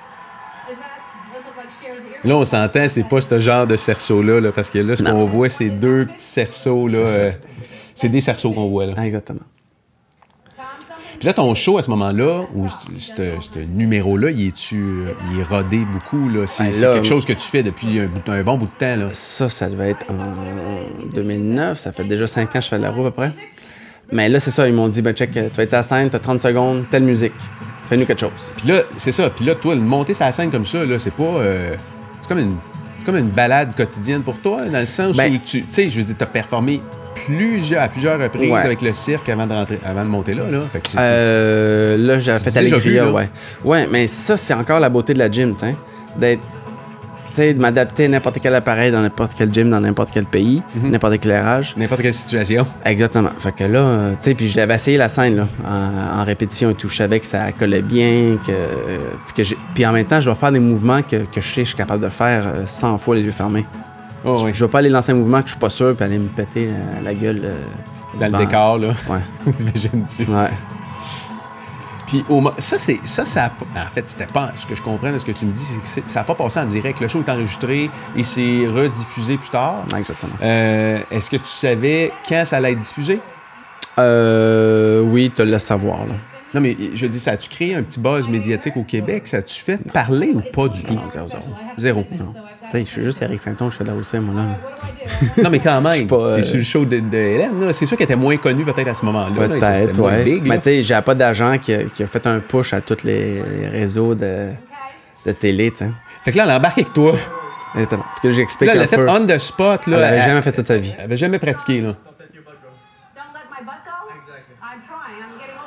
Là, on s'entend, c'est pas ce genre de cerceau-là, là, parce que là, ce qu'on voit, c'est deux petits cerceaux. Là, euh, c'est des cerceaux qu'on voit. Là. Ah, exactement. Puis là, ton show, à ce moment-là, ou ce ce numéro-là, il est-tu, euh, il est rodé beaucoup? Là? C'est, Ben c'est là, quelque chose que tu fais depuis un, bout- un bon bout de temps. Là. Ça, ça devait être en deux mille neuf. Ça fait déjà cinq ans que je fais de la roue, à peu près. Mais là, c'est ça. Ils m'ont dit, ben, check, tu vas être à la scène, t'as trente secondes, telle musique. Fais-nous quelque chose. Puis là, c'est ça. Puis là, toi, monter sa scène comme ça, là, c'est pas... euh, c'est comme une, c'est comme une balade quotidienne pour toi, dans le sens Ben- où tu... Tu sais, je veux dire, t'as performé plusieurs, à plusieurs reprises Ouais. avec le cirque avant de, rentrer, avant de monter là. là. Fait que c'est- c'est- Euh, là, j'avais fait déjà Allegria, vu, là. ouais. Ouais, mais ça, c'est encore la beauté de la gym, tu sais. D'être. Tu sais, de m'adapter à n'importe quel appareil dans n'importe quel gym, dans n'importe quel pays, Mhm. n'importe quel âge. N'importe quelle situation. Exactement. Fait que là, euh, tu sais, puis je l'avais essayé la scène, là, en, en répétition et tout. Je savais que ça collait bien, que. euh, que j'ai- puis en même temps, je dois faire des mouvements que, que je sais que je suis capable de faire euh, cent fois les yeux fermés. Oh, oui. Je vais pas aller lancer un mouvement que je suis pas sûr, puis aller me péter euh, la gueule. euh, Dans le devant- décor, là. Ouais. T'imagines-tu? Ouais. Puis au mo- ça, c'est ça, ça a pas- en fait, c'était pas ce que je comprends de ce que tu me dis, c'est que c'est- ça n'a pas passé en direct. Le show est enregistré et c'est rediffusé plus tard. Ouais, exactement. Euh, est-ce que tu savais quand ça allait être diffusé? Euh, oui, te le laisse savoir, là. Non, mais je dis, ça a-tu créé un petit buzz médiatique au Québec? Ça a-tu fait parler ou pas du tout? Non, zéro, zéro. Zéro. Non. Tu sais, je suis juste Eric Saint-Onge, je fais de la O C, moi, là. Non, mais quand même, pas, euh, t'es sur le show de, de Hélène, là. C'est sûr qu'elle était moins connue peut-être à ce moment-là. là. Peut-être, C'était moins ouais. big, là. Mais tu sais, j'ai pas d'agent qui a, qui a fait un push à tous les réseaux de, de télé, tu sais. Fait que là, elle embarque avec toi. Exactement. Puis que Puis j'explique là, elle un a fait peu. on the spot, là. Elle avait Elle- jamais fait ça de sa vie. Elle avait jamais pratiqué, là. Don't let my butt go? Exactly. I'm trying.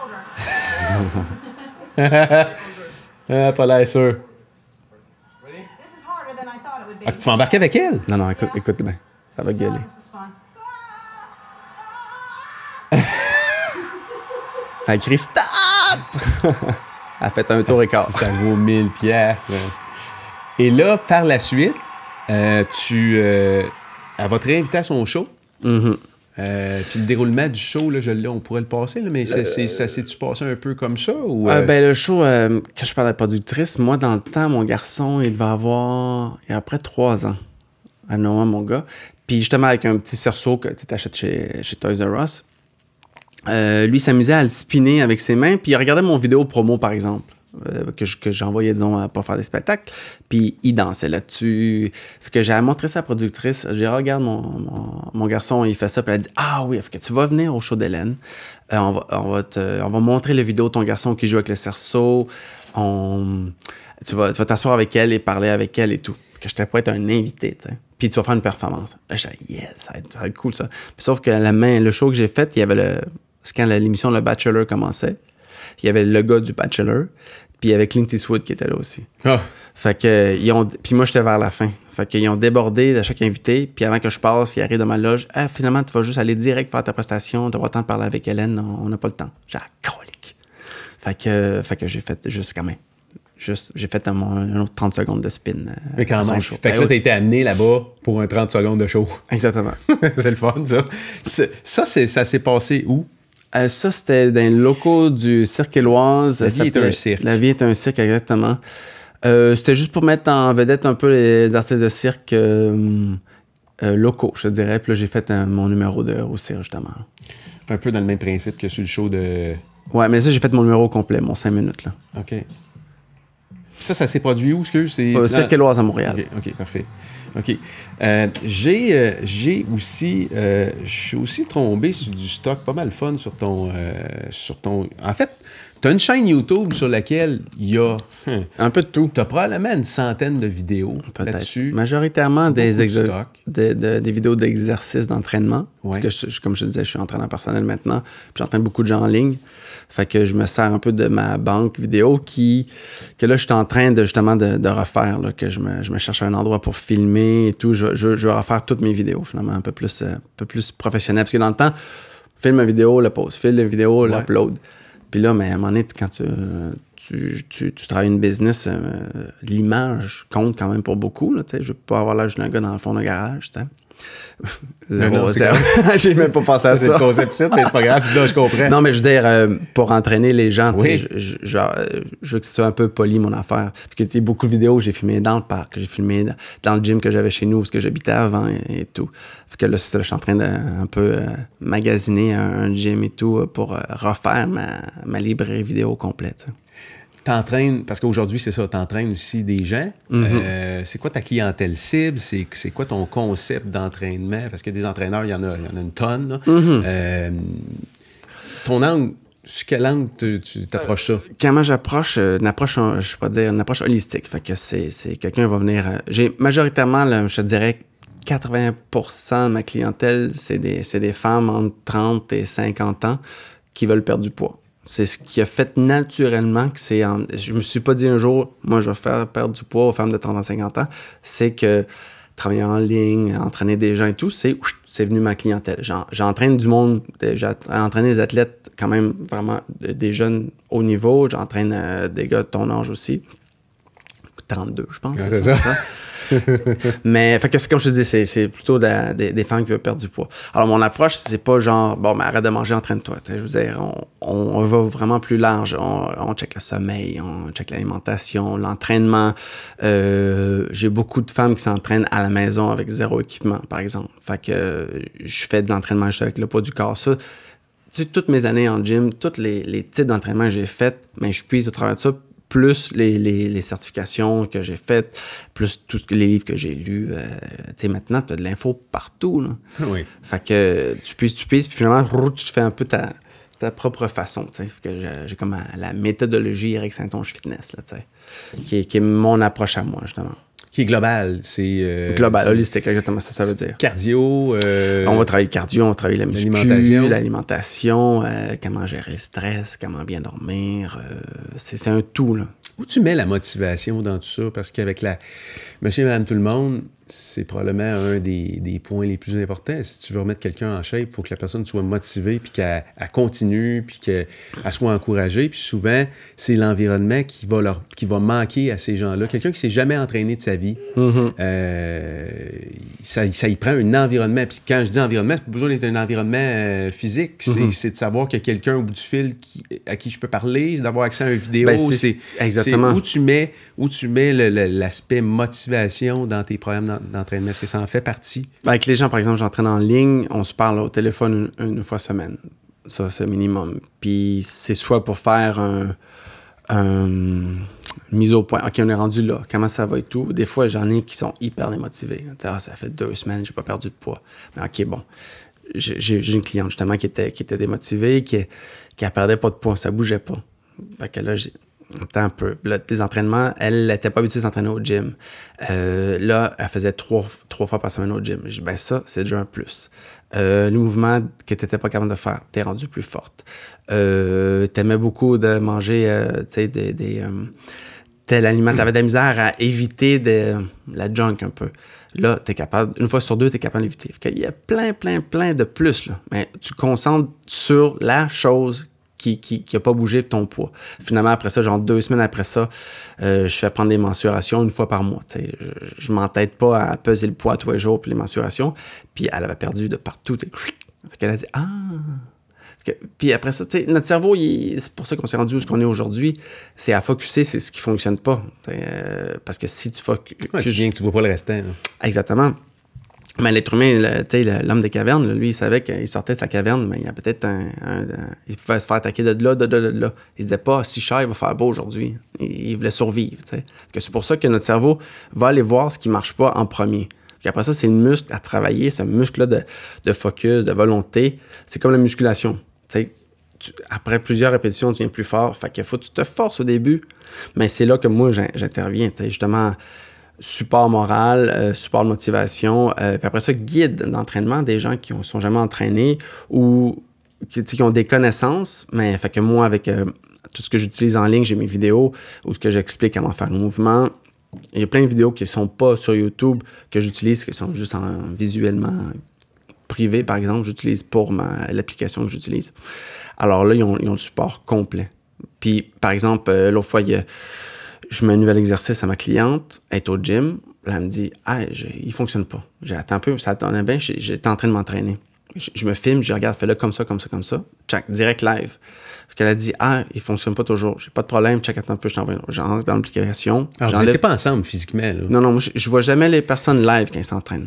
I'm getting older. Ah, pas l'air sûr. This is harder than I thought it would be. Ah, tu vas embarquer avec elle? Non, non, écoute, écoute bien. Ça va gueuler. This is fun. Elle crie stop! Elle a fait un tour et quart. Ça vaut mille piastres. là. Et là, par la suite, euh, tu, euh, elle va te réinviter à son show. Mhm. Euh, puis le déroulement du show, là, je l'ai, on pourrait le passer, là, mais c'est, c'est- ça s'est-tu passé un peu comme ça? Ou, Euh, euh, ben, le show, euh, quand je parle de la productrice, moi, dans le temps, mon garçon, il devait avoir, il y a après trois ans, à Noah, mon gars. Puis justement, avec un petit cerceau que tu achètes chez, chez Toys R Us, euh, lui, il s'amusait à le spinner avec ses mains, puis il regardait mon vidéo promo, par exemple, euh, que, je- que j'envoyais, disons, à pas faire des spectacles, puis il dansait là-dessus. Fait que j'ai montré ça à la productrice. J'ai dit, regarde, mon, mon, mon garçon, il fait ça, puis elle a dit, ah oui, fait que tu vas venir au show d'Hélène. Euh, on, va, on, va te- on va montrer la vidéo de ton garçon qui joue avec le cerceau. On, tu vas tu vas t'asseoir avec elle et parler avec elle et tout. Que j'étais pour être un invité, tu sais. Puis tu vas faire une performance. Là, j'étais, yes, ça va, être, ça va être cool, ça. Puis, sauf que la main, le show que j'ai fait, il y avait le. C'est quand la- l'émission Le Bachelor commençait. Il y avait le gars du Bachelor. Puis il y avait Clint Eastwood qui était là aussi. ah, Fait que, euh, ils ont. Puis moi, j'étais vers la fin. Fait qu'ils ont débordé de chaque invité. Puis avant que je passe, ils arrivent dans ma loge. Ah, finalement, tu vas juste aller direct faire ta prestation. Tu vas pas le temps de parler avec Hélène. On n'a pas le temps. J'ai ah, colique. Fait que, fait que j'ai fait juste quand même. Juste, j'ai fait un, un autre trente secondes de spin. euh, mais quand à son même. show. Fait que Ben là, oui, t'as été amené là-bas pour un trente secondes de show. exactement. C'est le fun, ça. C'est- ça, c'est, ça s'est passé où? Euh, ça, c'était dans les locaux du Cirque Éloise. La Ça vie est s'appelait- un cirque. La vie est un cirque, exactement. Euh, c'était juste pour mettre en vedette un peu les artistes de cirque euh, euh, locaux, je te dirais. Puis là, j'ai fait un- mon numéro de au cirque, justement. Un peu dans le même principe que sur le show de... Ouais, mais ça, j'ai fait mon numéro complet, mon cinq minutes, là. OK. Puis ça, ça s'est produit où, excuse? C'est... Au Non. Cirque Éloise à Montréal. OK, OK, parfait. OK. Euh, j'ai, euh, j'ai aussi... euh, je suis aussi tombé sur du stock pas mal fun sur ton... euh, sur ton... En fait, Tu as une chaîne YouTube sur laquelle il y a... Hum, un peu de tout. Tu as probablement une centaine de vidéos Peut-être. là-dessus. Majoritairement des, de exo- stock. de, de, des vidéos d'exercice d'entraînement. Ouais. Que je, comme je te disais, je suis entraîneur personnel maintenant. Puis j'entraîne beaucoup de gens en ligne. Fait que je me sers un peu de ma banque vidéo qui, que là, je suis en train de justement de, de refaire, là, que je me, je me cherche un endroit pour filmer et tout. Je, je, je vais refaire toutes mes vidéos, finalement, un peu plus, euh, un peu plus professionnel. Parce que dans le temps, filme une vidéo, la pose, filme une vidéo, Ouais. l'upload. Puis là, mais à un moment donné, quand tu, tu, tu, tu travailles une business, euh, l'image compte quand même pour beaucoup. Là, je ne veux pas avoir l'âge d'un gars dans le fond d'un garage. T'sais. Zéro, non, zéro. J'ai même pas pensé à ça. C'est le concept site, mais c'est pas grave. Là, je comprends. Non, mais je veux dire, euh, pour entraîner les gens, Oui. je, je, je, je veux que ce soit un peu poli, mon affaire. Parce que tu sais, beaucoup de vidéos, j'ai filmé dans le parc, j'ai filmé dans, dans le gym que j'avais chez nous, où j'habitais avant et, et tout. Fait que là, c'est ça, je suis en train de un peu euh, magasiner un, un gym et tout pour euh, refaire ma, ma librairie vidéo complète. T'entraînes, parce qu'aujourd'hui, c'est ça, t'entraînes aussi des gens. Mm-hmm. Euh, c'est quoi ta clientèle cible? C'est, c'est quoi ton concept d'entraînement? Parce que des entraîneurs, il y en a, il y en a une tonne. Là. Mm-hmm. Euh, ton angle, sur quel angle tu, tu t'approches ça? Euh, comment j'approche? Euh, une approche, je peux dire, une approche holistique. Fait que c'est, c'est quelqu'un va venir... Euh, j'ai majoritairement, là, je te dirais, quatre-vingts pour cent de ma clientèle, c'est des, c'est des femmes entre trente et cinquante ans qui veulent perdre du poids. C'est ce qui a fait naturellement que c'est... En... Je me suis pas dit un jour, moi, je vais faire perdre du poids aux femmes de trente à cinquante ans. C'est que travailler en ligne, entraîner des gens et tout, c'est, c'est venu ma clientèle. J'en, j'entraîne du monde, j'ai entraîné des athlètes quand même vraiment des jeunes haut niveau. J'entraîne euh, des gars de ton âge aussi. trente-deux, je pense. Ouais, c'est, c'est ça. ça. Mais fait que c'est comme je te dis, c'est, c'est plutôt de la, des, des femmes qui veulent perdre du poids. Alors mon approche, c'est pas genre bon, mais arrête de manger, entraîne-toi. Je veux dire, on, on, on va vraiment plus large. On, on check le sommeil, on check l'alimentation, l'entraînement. Euh, j'ai beaucoup de femmes qui s'entraînent à la maison avec zéro équipement, par exemple. Fait que euh, je fais de l'entraînement juste avec le poids du corps. Ça, tu sais, toutes mes années en gym, tous les, les types d'entraînement que j'ai faits, ben, je puise au travers de ça. Plus les, les, les certifications que j'ai faites, plus tous les livres que j'ai lus. Euh, tu sais, maintenant, tu as de l'info partout. Là. Oui. Fait que tu puisses, tu puisses, puis finalement, tu te fais un peu ta, ta propre façon. Fait que j'ai, j'ai comme la méthodologie Eric Saint-Onge Fitness, là, qui, est, qui est mon approche à moi, justement. Qui est global. C'est, euh, global, c'est... holistique, exactement ça, ça veut dire. Cardio. Euh... On va travailler le cardio, on va travailler la muscu, l'alimentation, l'alimentation euh, comment gérer le stress, comment bien dormir. Euh, c'est, c'est un tout, là. Où tu mets la motivation dans tout ça? Parce qu'avec la monsieur et madame tout le monde, c'est probablement un des, des points les plus importants. Si tu veux remettre quelqu'un en shape, il faut que la personne soit motivée, puis qu'elle elle continue, puis qu'elle soit encouragée. Puis souvent, c'est l'environnement qui va, leur, qui va manquer à ces gens-là. Quelqu'un qui ne s'est jamais entraîné de sa vie, mm-hmm. euh, ça, ça y prend un environnement. Puis quand je dis environnement, c'est pas besoin d'être un environnement euh, physique. C'est, mm-hmm. c'est de savoir qu'il y a quelqu'un au bout du fil qui, à qui je peux parler, c'est d'avoir accès à une vidéo. Ben, c'est, c'est, exactement. C'est où tu mets, où tu mets le, le, l'aspect motivation dans tes programmes d'entraînement. Est-ce que ça en fait partie? Avec les gens, par exemple, j'entraîne en ligne, on se parle au téléphone une, une fois semaine. Ça, c'est le minimum. Puis c'est soit pour faire un, un mise au point. OK, on est rendu là. Comment ça va et tout? Des fois, j'en ai qui sont hyper démotivés. Ah, ça fait deux semaines, j'ai pas perdu de poids. Mais OK, bon. J'ai, j'ai une cliente, justement, qui était, qui était démotivée, qui, qui ne perdait pas de poids. Ça bougeait pas. Fait que là, j'ai... Attends un peu. Là, les entraînements, elle n'était pas habituée de s'entraîner au gym. Euh, là, elle faisait trois, trois fois par semaine au gym. Je dis, ben ça, c'est déjà un plus. Euh, le mouvement que tu n'étais pas capable de faire, t'es rendu plus forte. Euh, t'aimais beaucoup de manger, euh, tu sais, des, des euh, tel aliment. T'avais de la misère à éviter de, la junk un peu. Là, t'es capable, une fois sur deux, t'es capable d'éviter. Il y a plein, plein, plein de plus, là. Mais tu concentres sur la chose qui qui qui a pas bougé de ton poids. Finalement, après ça, genre deux semaines après ça, euh, je fais prendre des mensurations une fois par mois. T'sais. Je, je m'entête pas à peser le poids tous les jours puis les mensurations. Puis elle avait perdu de partout. Fait qu'elle a dit « Ah! » Puis après ça, notre cerveau, il, c'est pour ça qu'on s'est rendu où ce qu'on est aujourd'hui, c'est à focusser, c'est ce qui fonctionne pas. Euh, parce que si tu focuses... Ouais, tu viens que tu vois pas le restant. Là. Exactement. Mais l'être humain, le, l'homme des cavernes, lui, il savait qu'il sortait de sa caverne, mais il y a peut-être un, un, un... Il pouvait se faire attaquer de là, de là, de là. Il se disait pas, si cher, il va faire beau aujourd'hui. Il, il voulait survivre, tu sais. C'est pour ça que notre cerveau va aller voir ce qui marche pas en premier. Puis après ça, c'est le muscle à travailler, ce muscle-là de, de focus, de volonté. C'est comme la musculation. Tu sais, tu, après plusieurs répétitions, tu deviens plus fort. Fait qu'il faut que tu te forces au début. Mais c'est là que moi, j'interviens. Tu sais, justement, support moral, euh, support de motivation. Euh, puis après ça, guide d'entraînement des gens qui ne sont jamais entraînés ou qui, qui ont des connaissances. Mais fait que moi, avec euh, tout ce que j'utilise en ligne, j'ai mes vidéos où ce que j'explique comment faire le mouvement. Il y a plein de vidéos qui ne sont pas sur YouTube que j'utilise, qui sont juste en, visuellement privées, par exemple, j'utilise pour ma, l'application que j'utilise. Alors là, ils ont, ils ont le support complet. Puis, par exemple, euh, l'autre fois, il y a, je mets un nouvel exercice à ma cliente, elle est au gym, là, elle me dit « Ah, je, il ne fonctionne pas. » J'ai attends un peu, ça donnait bien, j'étais en train de m'entraîner. Je, je me filme, je regarde, fais-le comme ça, comme ça, comme ça. Check, direct live. Parce qu'elle a dit, ah, il fonctionne pas toujours. J'ai pas de problème, check, attends un peu, je t'envoie. J'entre dans l'application. Alors, vous n'étiez pas ensemble physiquement, là? Non, non, moi, je, je vois jamais les personnes live quand ils s'entraînent.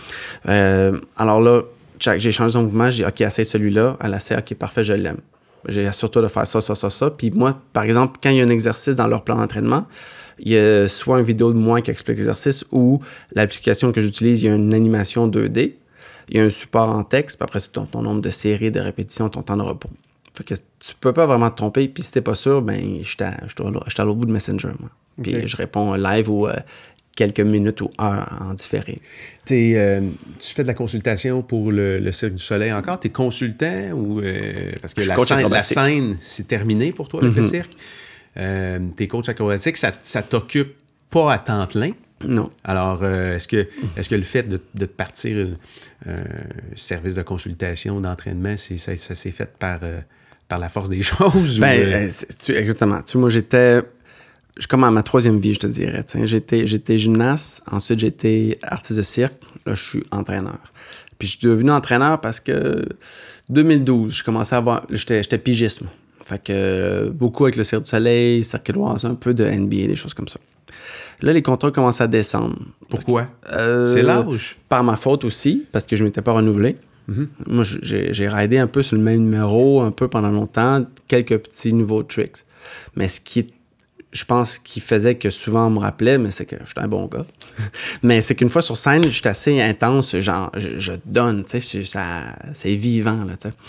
Euh, alors là, check, j'ai changé son mouvement, j'ai dit, OK, essaye celui-là. Elle essaie, OK, parfait, je l'aime. J'ai assure-toi de faire ça, ça, ça, ça. Puis moi, par exemple, quand il y a un exercice dans leur plan d'entraînement, il y a soit une vidéo de moi qui explique l'exercice ou l'application que j'utilise, il y a une animation deux D. Il y a un support en texte, puis après, c'est ton, ton nombre de séries, de répétitions, ton temps de repos. Fait que tu peux pas vraiment te tromper, puis si t'es pas sûr, ben, je suis à l'autre bout de Messenger, moi. Puis okay. Je réponds live ou euh, quelques minutes ou heures en différé. Euh, tu fais de la consultation pour le, le Cirque du Soleil encore? T'es consultant ou... Euh, parce que la scène, la scène, c'est terminé pour toi avec mm-hmm. le cirque. Euh, t'es coach acrobatique, ça, ça t'occupe pas à temps plein? Non. Alors, euh, est-ce que, est-ce que le fait de, de partir euh, service de consultation, d'entraînement, c'est, ça, ça s'est fait par, euh, par la force des choses? Ben, ou, euh... tu, exactement. Tu, moi, j'étais... Je comme à ma troisième vie, je te dirais. J'étais, j'étais gymnaste, ensuite j'étais artiste de cirque, là, je suis entraîneur. Puis je suis devenu entraîneur parce que deux mille douze, je commençais à avoir... J'étais, j'étais pigisme. Fait que euh, beaucoup avec le Cirque du Soleil, Cirque Éloise, un peu de N B A, des choses comme ça. Là, les contrats commencent à descendre. Pourquoi? Euh, c'est l'âge? Par ma faute aussi, parce que je ne m'étais pas renouvelé. Mm-hmm. Moi, j'ai, j'ai raidé un peu sur le même numéro, un peu pendant longtemps, quelques petits nouveaux tricks. Mais ce qui, je pense, qui faisait que souvent on me rappelait, mais c'est que j'étais un bon gars. Mais c'est qu'une fois sur scène, j'étais assez intense, genre, je, je donne, tu sais, ça, c'est vivant, là, tu sais.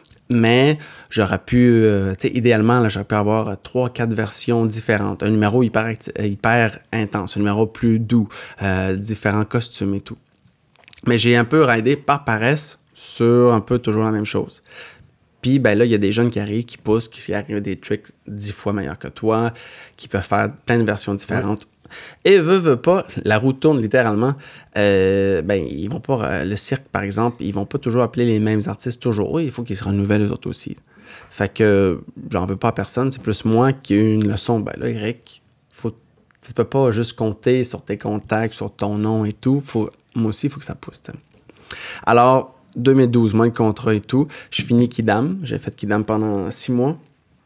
Mais j'aurais pu, euh, tu sais, idéalement, là, j'aurais pu avoir trois, quatre versions différentes. Un numéro hyper, hyper intense, un numéro plus doux, euh, différents costumes et tout. Mais j'ai un peu raidé par paresse sur un peu toujours la même chose. Puis, ben là, il y a des jeunes qui arrivent, qui poussent, qui arrivent des tricks dix fois meilleurs que toi, qui peuvent faire plein de versions différentes. Ouais. Et veut, veut pas, la roue tourne littéralement. Euh, ben, ils vont pas, euh, le cirque, par exemple, ils vont pas toujours appeler les mêmes artistes toujours. Oui, il faut qu'ils se renouvellent eux autres aussi. Fait que j'en veux pas à personne, c'est plus moi qui ai eu une leçon. Ben là, Eric, faut, tu peux pas juste compter sur tes contacts, sur ton nom et tout. Faut, moi aussi, il faut que ça pousse. T'sais. Alors, deux mille douze, moins de contrat et tout. Je finis Kidam. J'ai fait Kidam pendant six mois.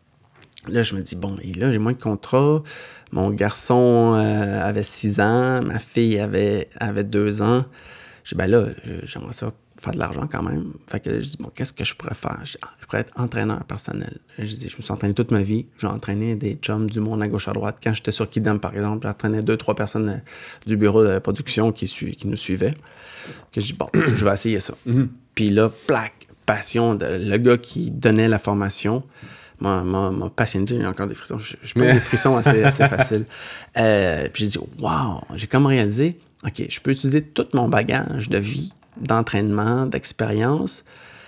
Là, je me dis, bon, et là, j'ai moins de contrat. Mon garçon euh, avait six ans, ma fille avait, avait deux ans. J'ai dit, ben là, j'aimerais ça faire de l'argent quand même. Fait que je dis, bon, qu'est-ce que je pourrais faire? Je, je pourrais être entraîneur personnel. Je dis, je me suis entraîné toute ma vie. J'ai entraîné des chums du monde à gauche à droite. Quand j'étais sur Kidam, par exemple, j'entraînais deux, trois personnes du bureau de production qui, su, qui nous suivaient. Que je dis, bon, je vais essayer ça. Mm-hmm. Puis là, plaque, passion, de, le gars qui donnait la formation m'a, m'a, m'a passionné. J'ai encore des frissons. Je, je prends des frissons assez, assez faciles. Euh, puis j'ai dit, wow, j'ai comme réalisé, OK, je peux utiliser tout mon bagage de vie, d'entraînement, d'expérience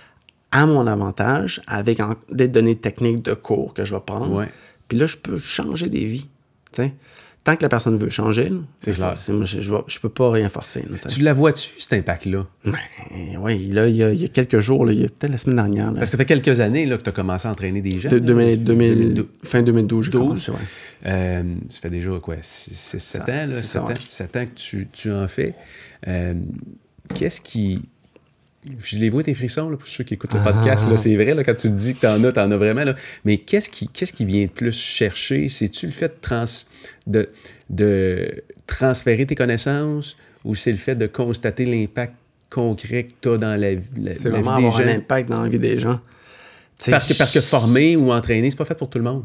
à mon avantage avec en, des données techniques de cours que je vais prendre. Ouais. Puis là, je peux changer des vies. T'sais. Tant que la personne veut changer, là, c'est clair. C'est, moi, je, je, je peux pas rien forcer. Là, tu la vois-tu, cet impact-là? Ben, oui, là, il y, a, il y a quelques jours, là, il y a peut-être la semaine dernière. Là. Parce que ça fait quelques années là, que tu as commencé à entraîner des gens. De, deux mille, deux mille, deux mille, fin deux mille douze, j'ai commencé, ouais. Euh, ça fait déjà, quoi, six sept ans, là, sept ans, ouais. sept ans que tu, tu en fais. Euh, qu'est-ce qui... Je les vois, tes frissons, là, pour ceux qui écoutent le podcast. Là, c'est vrai, là, quand tu te dis que t'en as, t'en as vraiment. Là. Mais qu'est-ce qui, qu'est-ce qui vient de plus chercher? C'est-tu le fait de, trans, de, de transférer tes connaissances ou c'est le fait de constater l'impact concret que tu as dans la, la, c'est la vie des gens? C'est vraiment avoir un impact dans la vie des gens. Parce que, parce que former ou entraîner, c'est pas fait pour tout le monde.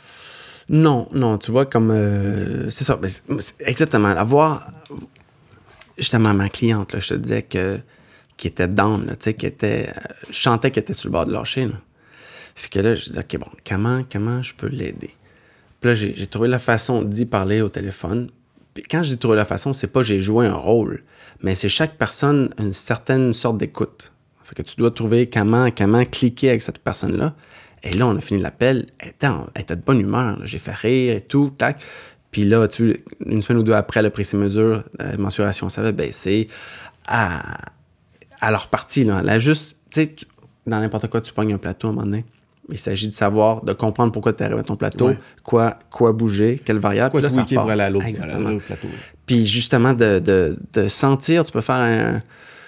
Non, non, tu vois, comme... Euh, c'est ça, mais c'est, c'est exactement. Avoir... Justement, ma cliente, là, je te disais que... qui était down, là, tu sais, qui était... Je sentais qu'elle était sur le bord de lâcher, là. Fait que là, je dis, OK, bon, comment, comment je peux l'aider? Puis là, j'ai, j'ai trouvé la façon d'y parler au téléphone. Puis quand j'ai trouvé la façon, c'est pas j'ai joué un rôle, mais c'est chaque personne une certaine sorte d'écoute. Fait que tu dois trouver comment, comment cliquer avec cette personne-là. Et là, on a fini l'appel. Elle était, en, elle était de bonne humeur. Là. J'ai fait rire et tout, tac. Puis là, tu une semaine ou deux après, elle a pris ses mesures, la mensuration, ça avait baissé. À, à leur partie, là. Elle a juste, tu sais, dans n'importe quoi, tu pognes un plateau à un moment donné. Il s'agit de savoir, de comprendre pourquoi tu es arrivé à ton plateau, ouais. quoi, quoi bouger, quelle variable. Quoi là, tweaker pour aller à l'autre, Exactement. à l'autre plateau. Ouais. Puis justement, de, de, de sentir, tu peux faire un,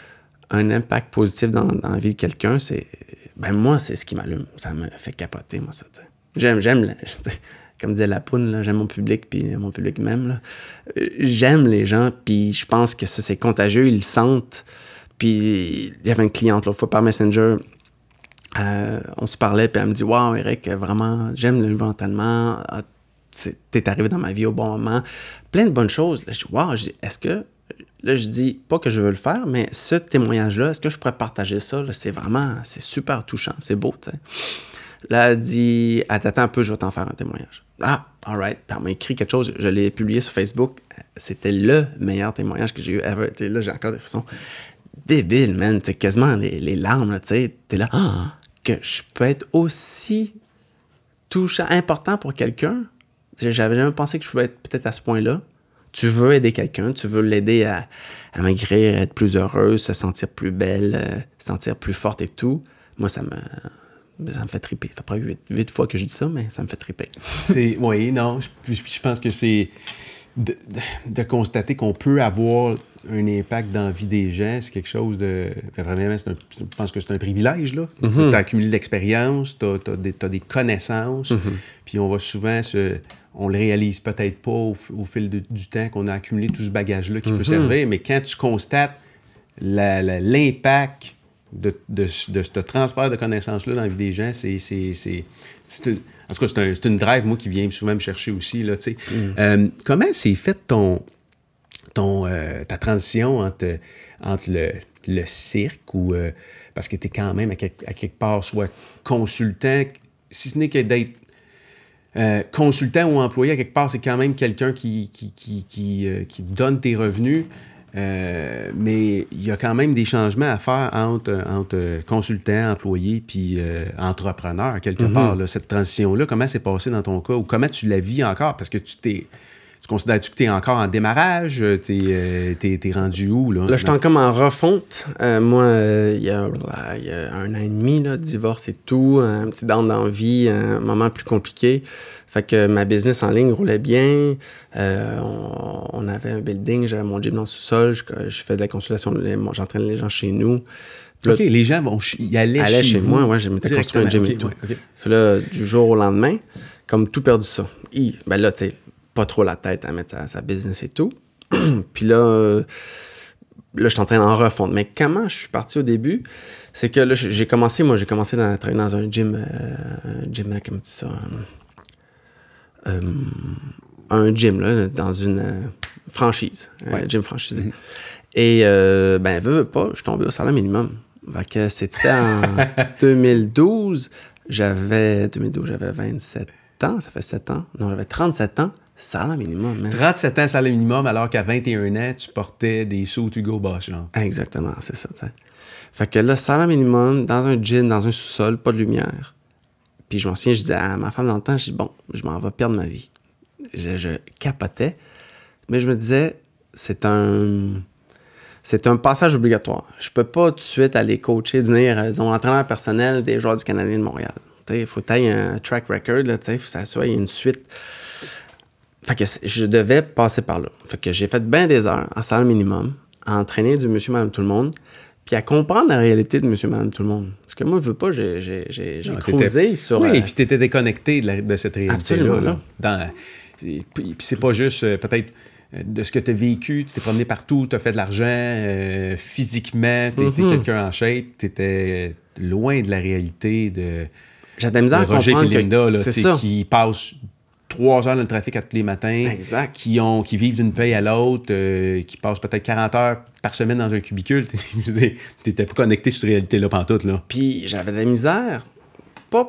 un impact positif dans, dans la vie de quelqu'un, c'est... Ben moi, c'est ce qui m'allume. Ça me fait capoter, moi, ça. T'sais. J'aime, j'aime, comme disait la poune, là, j'aime mon public, puis mon public m'aime. Là. J'aime les gens, puis je pense que ça, c'est contagieux, ils le sentent. Puis j'avais une cliente l'autre fois par Messenger... Euh, on se parlait, puis elle me dit « Wow, Eric, vraiment, j'aime le nouveau entraînement. Ah, t'es arrivé dans ma vie au bon moment. » Plein de bonnes choses. Là, je dis « Wow, je dis, est-ce que... » Là, je dis pas que je veux le faire, mais ce témoignage-là, est-ce que je pourrais partager ça? Là, c'est vraiment... C'est super touchant. C'est beau, tu sais. Là, elle dit « Attends un peu, je vais t'en faire un témoignage. » Ah, all right. Puis elle m'a écrit quelque chose. Je l'ai publié sur Facebook. C'était le meilleur témoignage que j'ai eu ever. T'sais, là, j'ai encore des façons... Débile, man. T'sais, quasiment les, les larmes, là, tu sais. T'es là... Ah! Que je peux être aussi touchant, important pour quelqu'un. J'avais jamais pensé que je pouvais être peut-être à ce point-là. Tu veux aider quelqu'un, tu veux l'aider à, à maigrir, à être plus heureuse, se sentir plus belle, euh, se sentir plus forte et tout. Moi, ça me, ça me fait triper. Ça fait pas huit, huit fois que je dis ça, mais ça me fait triper. C'est, oui, non, je, je pense que c'est de, de, de constater qu'on peut avoir un impact dans la vie des gens, c'est quelque chose de... Vraiment, c'est un, je pense que c'est un privilège, là. Mm-hmm. Tu as accumulé de l'expérience, tu as des, des connaissances, mm-hmm. puis on va souvent se... On le réalise peut-être pas au, au fil de, du temps qu'on a accumulé tout ce bagage-là qui mm-hmm. peut servir, mais quand tu constates la, la, l'impact de, de, de ce transfert de connaissances-là dans la vie des gens, c'est... c'est, c'est, c'est une, en tout cas, c'est, un, c'est une drive, moi, qui vient souvent me chercher aussi, là, tu sais. Mm. Euh, comment s'est fait ton... Ton, euh, ta transition entre, entre le, le cirque ou euh, parce que tu es quand même à quelque, à quelque part soit consultant, si ce n'est que d'être euh, consultant ou employé, à quelque part, c'est quand même quelqu'un qui, qui, qui, qui, euh, qui donne tes revenus, euh, mais il y a quand même des changements à faire entre, entre consultant, employé puis euh, entrepreneur, quelque mm-hmm. part. Là, cette transition-là, comment c'est passé dans ton cas ou comment tu la vis encore? Parce que tu t'es... Tu considères-tu que tu es encore en démarrage? Tu euh, t'es, t'es rendu où? Là, là je suis encore en refonte. Euh, moi, euh, il y, y a un an et demi, là, divorce et tout, un petit down dans la vie, un moment plus compliqué. Fait que ma business en ligne roulait bien. Euh, on, on avait un building, j'avais mon gym dans le sous-sol. Je, je fais de la consultation, j'entraîne les gens chez nous. Là, OK, les gens vont y aller allaient chez, chez vous. moi. Ouais, j'ai m'étais construit un gym okay, et tout. Ouais, okay. Fait là, du jour au lendemain, comme tout perdu ça. Et, ben là, tu sais, pas trop la tête à mettre sa, sa business et tout. Puis là, euh, là, je suis en train d'en refondre. Mais comment je suis parti au début? C'est que là, j'ai commencé, moi, j'ai commencé à travailler dans un gym, euh, un gym, comment tu dis ça? Euh, un gym, là, dans une euh, franchise. Ouais. Un gym franchisé. Mm-hmm. Et, euh, ben, veux, veux pas, je suis tombé au salaire minimum. Fait que c'était en deux mille douze. J'avais, deux mille douze, j'avais vingt-sept ans. Ça fait sept ans. Non, j'avais trente-sept ans. Salaire minimum, man. trente-sept ans, salaire minimum, alors qu'à vingt et un ans, tu portais des sauts Hugo Boss, genre. Exactement, c'est ça, tu sais. Fait que là, salaire minimum, dans un gym, dans un sous-sol, pas de lumière. Puis je m'en souviens, je disais à ma femme dans le temps, je dis, bon, je m'en vais perdre ma vie. Je, je capotais. Mais je me disais, c'est un... C'est un passage obligatoire. Je peux pas tout de suite aller coacher, devenir, disons, entraîneur personnel des joueurs du Canadien de Montréal. Il faut tailler un track record, il faut s'assurer, il y a une suite... Fait que je devais passer par là. Fait que j'ai fait bien des heures en salaire minimum, à entraîner du monsieur, madame, tout le monde, puis à comprendre la réalité de monsieur, madame, tout le monde. Parce que moi, je veux pas, j'ai, j'ai, j'ai, j'ai non, cruisé sur... Oui, euh... puis t'étais déconnecté de, la, de cette réalité-là. Là. Dans, puis, puis c'est pas juste euh, peut-être euh, de ce que tu as vécu, tu t'es promené partout, tu as fait de l'argent, euh, physiquement, tu étais mm-hmm. quelqu'un en shape, tu étais loin de la réalité de, j'ai de la misère de Roger et Linda, que... là, c'est ça. Qui passent trois heures dans le trafic à tous les matins, exact. Qui, ont, qui vivent d'une paye à l'autre, euh, qui passent peut-être quarante heures par semaine dans un cubicule. Tu n'étais pas connecté sur cette réalité-là pantoute. Là. Puis j'avais de la misère, pas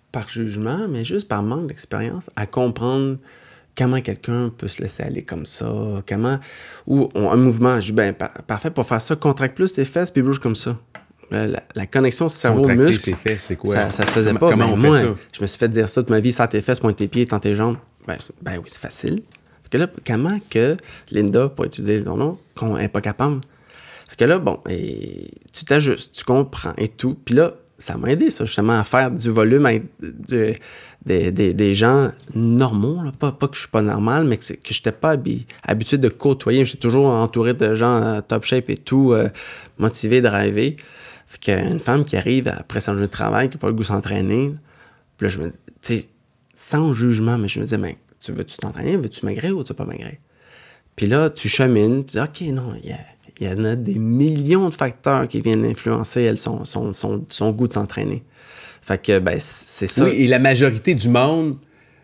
par jugement, mais juste par manque d'expérience, à comprendre comment quelqu'un peut se laisser aller comme ça, comment... Ou on, un mouvement, je dis, ben, par, parfait, pour faire ça, contracte plus tes fesses, puis bouge comme ça. La, la, la connexion cerveau-muscle, ses fesses, c'est quoi? Ça, ça se faisait comment, pas. Comment ben, on moi, fait ça? Je me suis fait dire ça toute ma vie, sans tes fesses, pointe tes pieds, tends tes jambes. Ben, ben oui, c'est facile. Fait que là, comment que Linda, pour utiliser ton nom, qu'on n'est pas capable? Fait que là, bon, et tu t'ajustes, tu comprends et tout. Puis là, ça m'a aidé, ça, justement, à faire du volume avec de, de, de, des gens normaux. Là. Pas, pas que je suis pas normal, mais que, c'est, que je n'étais pas habi, habitué de côtoyer. J'étais toujours entouré de gens euh, top shape et tout, euh, motivés, drivés. Fait qu'une femme qui arrive après sa journée de travail, qui n'a pas le goût de s'entraîner, puis là, je me... Tu sais, sans jugement, mais je me disais, ben, tu veux-tu t'entraîner? Veux-tu maigrir ou tu veux pas maigrir? Puis là, tu chemines, tu dis, OK, non, il y, a, il y en a des millions de facteurs qui viennent influencer elle, son, son, son, son goût de s'entraîner. Fait que, ben, c'est ça. Oui, et la majorité du monde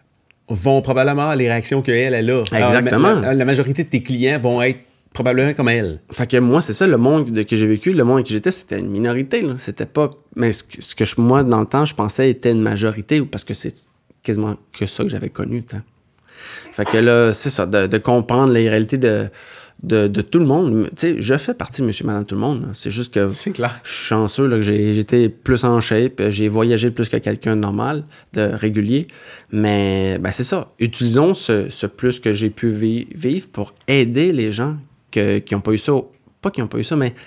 vont probablement avoir les réactions qu'elle, elle a. Exactement. Alors, la, la majorité de tes clients vont être probablement comme elle. Fait que moi, c'est ça, le monde de, que j'ai vécu, le monde avec qui j'étais, c'était une minorité, là. C'était pas... Mais ce que, ce que je, moi, dans le temps, je pensais était une majorité, parce que c'est quasiment que ça que j'avais connu, tu sais. Fait que là, c'est ça, de, de comprendre les réalités de, de, de tout le monde. Tu sais, je fais partie de Monsieur Madame Tout le monde. Là. C'est juste que c'est clair. Je suis chanceux là, que j'ai, j'étais plus en shape, j'ai voyagé plus que quelqu'un de normal, de régulier. Mais ben, c'est ça. Utilisons ce, ce plus que j'ai pu vi- vivre pour aider les gens que, qui n'ont pas eu ça. Pas qui n'ont pas eu ça, mais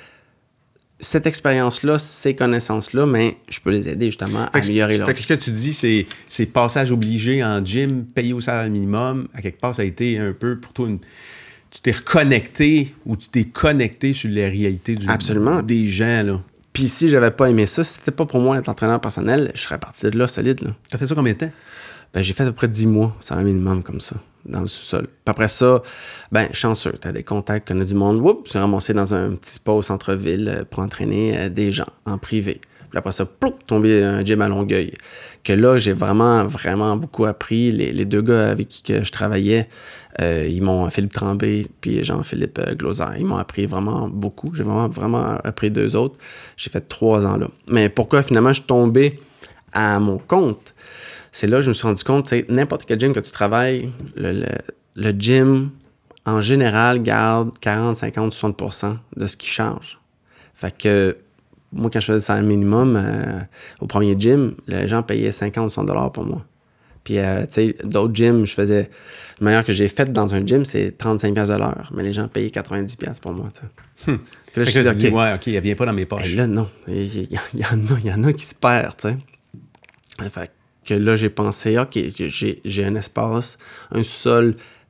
cette expérience-là, ces connaissances-là, mais je peux les aider justement à améliorer leur vie. Fait que ce que tu dis, c'est, c'est passage obligé en gym, payé au salaire minimum. À quelque part, ça a été un peu pour toi une... Tu t'es reconnecté ou tu t'es connecté sur la réalité du... Absolument. Des gens, là. Puis si j'avais pas aimé ça, si c'était pas pour moi être entraîneur personnel, je serais parti de là solide. Là. T'as fait ça combien de temps? Ben, j'ai fait à peu près dix mois, salaire minimum comme ça, dans le sous-sol. Puis après ça, ben, chanceux, t'as des contacts, connais du monde. Oups, j'ai ramassé dans un petit spa au centre-ville euh, pour entraîner euh, des gens en privé. Puis après ça, plouf, tombé un gym à Longueuil. Que là, j'ai vraiment, vraiment beaucoup appris. Les, les deux gars avec qui que je travaillais, euh, ils m'ont, Philippe Tremblay puis Jean-Philippe euh, Glozard, ils m'ont appris vraiment beaucoup. J'ai vraiment, vraiment appris d'eux autres. J'ai fait trois ans là. Mais pourquoi finalement je suis tombé à mon compte? C'est là que je me suis rendu compte, tu sais, n'importe quel gym que tu travailles, le, le, le gym, en général, garde quarante, cinquante, soixante pour cent de ce qu'il charge. Fait que, moi, quand je faisais le salaire minimum, euh, au premier gym, les gens payaient cinquante, soixante dollars pour moi. Puis, euh, tu sais, d'autres gyms, je faisais... Le meilleur que j'ai fait dans un gym, c'est trente-cinq dollars de l'heure. Mais les gens payaient quatre-vingt-dix dollars pour moi, tu sais. Hum. Là, je me dis, ouais, OK, elle vient pas dans mes poches. Et là, non. Il y, y, y, en a, il y en a qui se perdent, tu sais. Fait que là, j'ai pensé, OK, j'ai, j'ai un espace, un sol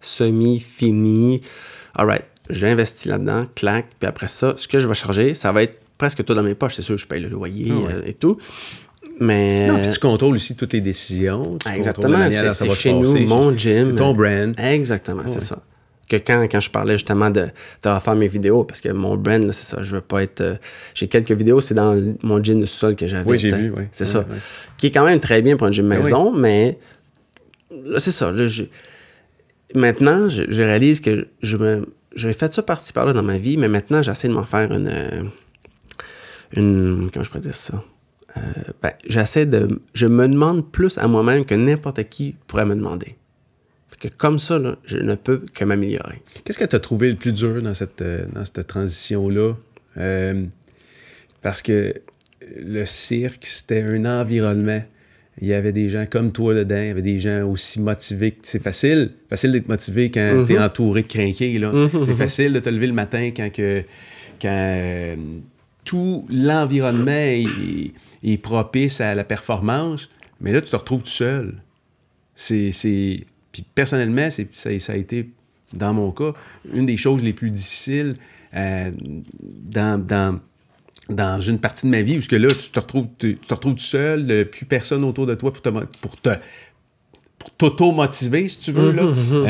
semi-fini. All right, j'ai investi là-dedans, clac. Puis après ça, ce que je vais charger, ça va être presque tout dans mes poches. C'est sûr, je paye le loyer oh, ouais. euh, et tout. Mais... Non, puis tu contrôles aussi toutes les décisions. Tu exactement, la c'est, c'est chez nous, mon gym. C'est ton brand. Exactement, oh, c'est ouais. ça. Que quand, quand je parlais justement de, de refaire mes vidéos, parce que mon brand, là, c'est ça, je veux pas être... Euh, j'ai quelques vidéos, c'est dans mon gym de sous-sol que j'avais. Oui, j'ai vu, oui. C'est ouais, ça. Ouais. Qui est quand même très bien pour un gym maison, oui. mais là, c'est ça. Là, je... Maintenant, je, je réalise que je me... j'ai fait ça par-ci par-là dans ma vie, mais maintenant, j'essaie de m'en faire une... une comment je pourrais dire ça? Euh, ben, j'essaie de... Je me demande plus à moi-même que n'importe qui pourrait me demander. Que comme ça, là, je ne peux que m'améliorer. Qu'est-ce que tu as trouvé le plus dur dans cette, euh, dans cette transition-là? Euh, parce que le cirque, c'était un environnement. Il y avait des gens comme toi dedans, il y avait des gens aussi motivés. Que c'est facile, facile d'être motivé quand mm-hmm. tu es entouré de crinqués. Là. Mm-hmm. C'est facile de te lever le matin quand, que, quand euh, tout l'environnement est, est propice à la performance. Mais là, tu te retrouves tout seul. C'est... c'est Puis personnellement, c'est, ça, ça a été, dans mon cas, une des choses les plus difficiles euh, dans, dans, dans une partie de ma vie, où que là, tu te retrouves, tu, tu te retrouves tout seul, euh, plus personne autour de toi pour te, pour te pour t'auto-motiver, si tu veux. Là.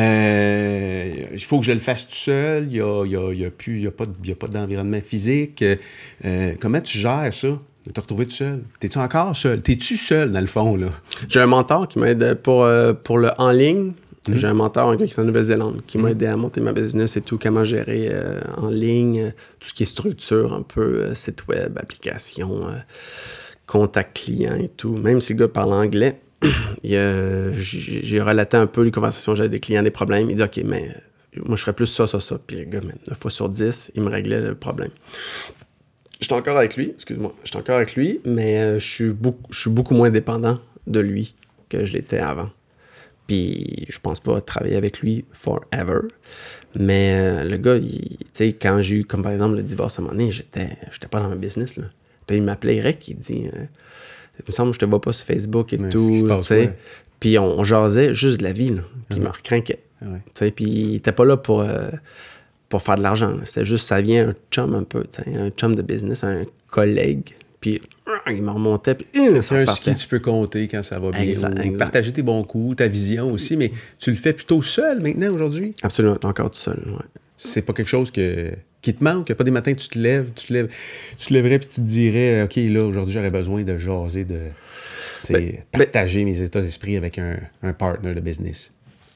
Euh, il faut que je le fasse tout seul. Il n'y a, il y a, il y a, plus, il y a, pas, il y a pas d'environnement physique. Euh, comment tu gères ça? De te retrouver tout seul. T'es-tu encore seul? T'es-tu seul, dans le fond, là? J'ai un mentor qui m'aide pour, euh, pour le en ligne. Mm-hmm. J'ai un mentor, un gars qui est en Nouvelle-Zélande, qui mm-hmm. m'a aidé à monter ma business et tout, comment gérer euh, en ligne, tout ce qui est structure, un peu, euh, site web, application, euh, contact client et tout. Même si le gars parle anglais, il, euh, j'ai, j'ai relaté un peu les conversations que j'avais des clients, des problèmes. Il dit, OK, mais moi, je ferais plus ça, ça, ça. Puis le gars, neuf fois sur dix, il me réglait le problème. J'étais encore avec lui, excuse-moi, j'étais encore avec lui, mais euh, je suis beaucoup, je suis beaucoup moins dépendant de lui que je l'étais avant. Puis je pense pas travailler avec lui forever. Mais euh, le gars, tu sais, quand j'ai eu, comme par exemple, le divorce à un moment donné, j'étais, j'étais pas dans ma business, là. Puis il m'appelait Eric, il dit, euh, il me semble que je te vois pas sur Facebook et ouais, tout, tu sais. Ouais. Puis on, on jasait juste de la vie, là. Puis ouais. il me recrinquait. Ouais. Tu sais, puis il était pas là pour, euh, pour faire de l'argent, là. C'était juste, ça vient un chum un peu, tu sais, un chum de business, un collègue. Puis il me remontait, puis euh, c'est un sur qui tu peux compter quand ça va bien. Exact, exact. Partager tes bons coups, ta vision aussi, mais tu le fais plutôt seul maintenant, aujourd'hui? Absolument, encore tout seul, ouais. C'est pas quelque chose que, qui te manque? Il n'y a pas des matins que tu te lèves, tu te lèves, tu te lèverais puis tu te dirais, OK, là, aujourd'hui, j'aurais besoin de jaser, de ben, partager ben, mes états d'esprit avec un, un partner de business.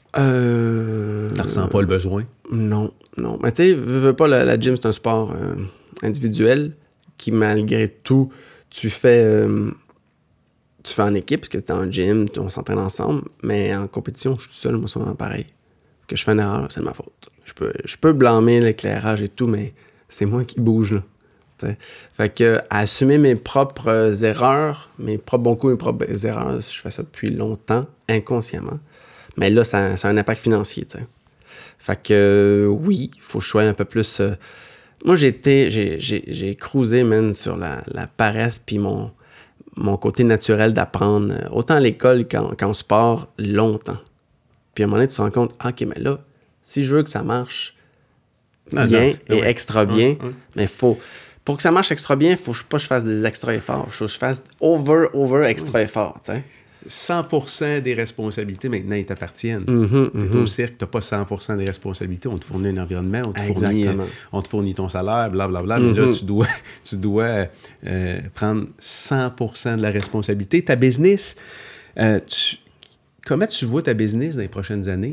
Euh... Tu ressens pas le besoin? Non, non. Mais tu sais, veux, veux pas, la, la gym, c'est un sport euh, individuel qui, malgré tout, tu fais, euh, tu fais en équipe, parce que tu es en gym, on s'entraîne ensemble, mais en compétition, je suis tout seul, moi, c'est vraiment pareil. Que je fais une erreur, c'est de ma faute. Je peux, je peux blâmer l'éclairage et tout, mais c'est moi qui bouge, là. T'sais. Fait que, à assumer mes propres erreurs, mes propres bons coups, mes propres erreurs, je fais ça depuis longtemps, inconsciemment. Mais là, ça, ça a un impact financier, tu sais. Fait que, oui, il faut que je sois un peu plus... Euh, Moi, j'ai été, j'ai, j'ai, j'ai cruisé, man, sur la, la paresse puis mon, mon côté naturel d'apprendre, autant à l'école qu'en, qu'en sport, longtemps. Puis à un moment donné, tu te rends compte, ah, OK, mais là, si je veux que ça marche bien non, non, et ouais. extra bien, ouais, ouais. mais faut... Pour que ça marche extra bien, il faut pas que je fasse des extra efforts. Il faut que je fasse over, over, extra ouais. efforts, tu sais. cent pour cent des responsabilités, maintenant, ils t'appartiennent. Mm-hmm, tu es mm-hmm. au cirque, tu n'as pas cent pour cent des responsabilités. On te fournit un environnement, on te, fournit, euh, on te fournit ton salaire, blablabla. Mm-hmm. Mais là, tu dois, tu dois euh, prendre cent pour cent de la responsabilité. Ta business, euh, tu, comment tu vois ta business dans les prochaines années?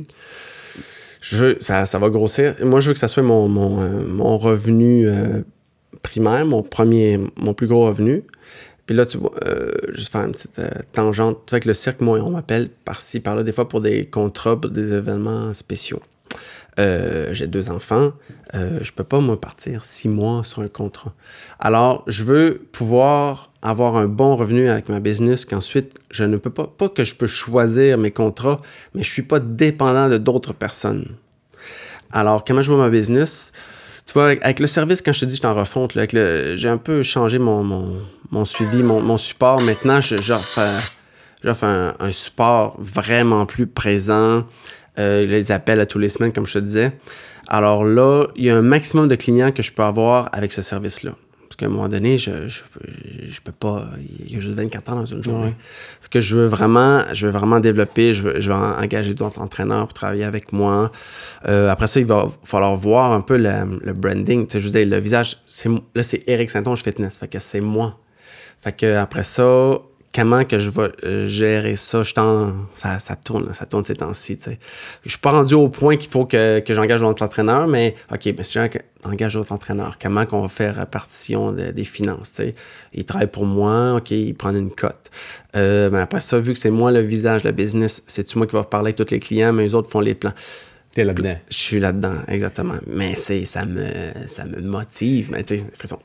Je veux, ça, ça va grossir. Moi, je veux que ça soit mon, mon, euh, mon revenu euh, primaire, mon premier, mon plus gros revenu. Puis là, tu vois, euh, juste faire une petite euh, tangente. Tu vois que le cirque, moi, on m'appelle par-ci, par-là, des fois pour des contrats, pour des événements spéciaux. Euh, j'ai deux enfants. Euh, je peux pas, moi, partir six mois sur un contrat. Alors, je veux pouvoir avoir un bon revenu avec ma business, qu'ensuite, je ne peux pas, pas que je peux choisir mes contrats, mais je suis pas dépendant de d'autres personnes. Alors, comment je vois ma business? Tu vois, avec, avec le service, quand je te dis que je suis en refonte, là, avec le, j'ai un peu changé mon, mon, mon suivi, mon, mon support. Maintenant, je, j'offre, j'offre un, un support vraiment plus présent. Euh, les appels à tous les semaines, comme je te disais. Alors là, il y a un maximum de clients que je peux avoir avec ce service-là. Parce qu'à un moment donné, je je, je peux pas... Il y a juste vingt-quatre heures dans une journée. Ouais. Fait que je veux vraiment, je veux vraiment développer, je veux, je veux engager d'autres entraîneurs pour travailler avec moi. Euh, après ça, il va falloir voir un peu le, le branding. Tu sais, je veux dire, le visage, c'est, là, c'est Eric Saint-Onge Fitness. Fait que c'est moi. Fait que après ça... Comment que je vais euh, gérer ça? Je t'en... Ça, ça tourne, ça tourne ces temps-ci, tu sais. Je suis pas rendu au point qu'il faut que, que j'engage d'autres entraîneurs, mais OK, mais si j'engage d'autres entraîneurs, comment qu'on va faire répartition de, des finances, tu sais? Ils travaillent pour moi, OK, ils prennent une cote. Euh, mais après ça, vu que c'est moi le visage de la business, c'est-tu moi qui va parler avec tous les clients, mais eux autres font les plans. T'es là-dedans. Je suis là-dedans, exactement. Mais c'est, ça me, ça me motive, mais tu sais, façon.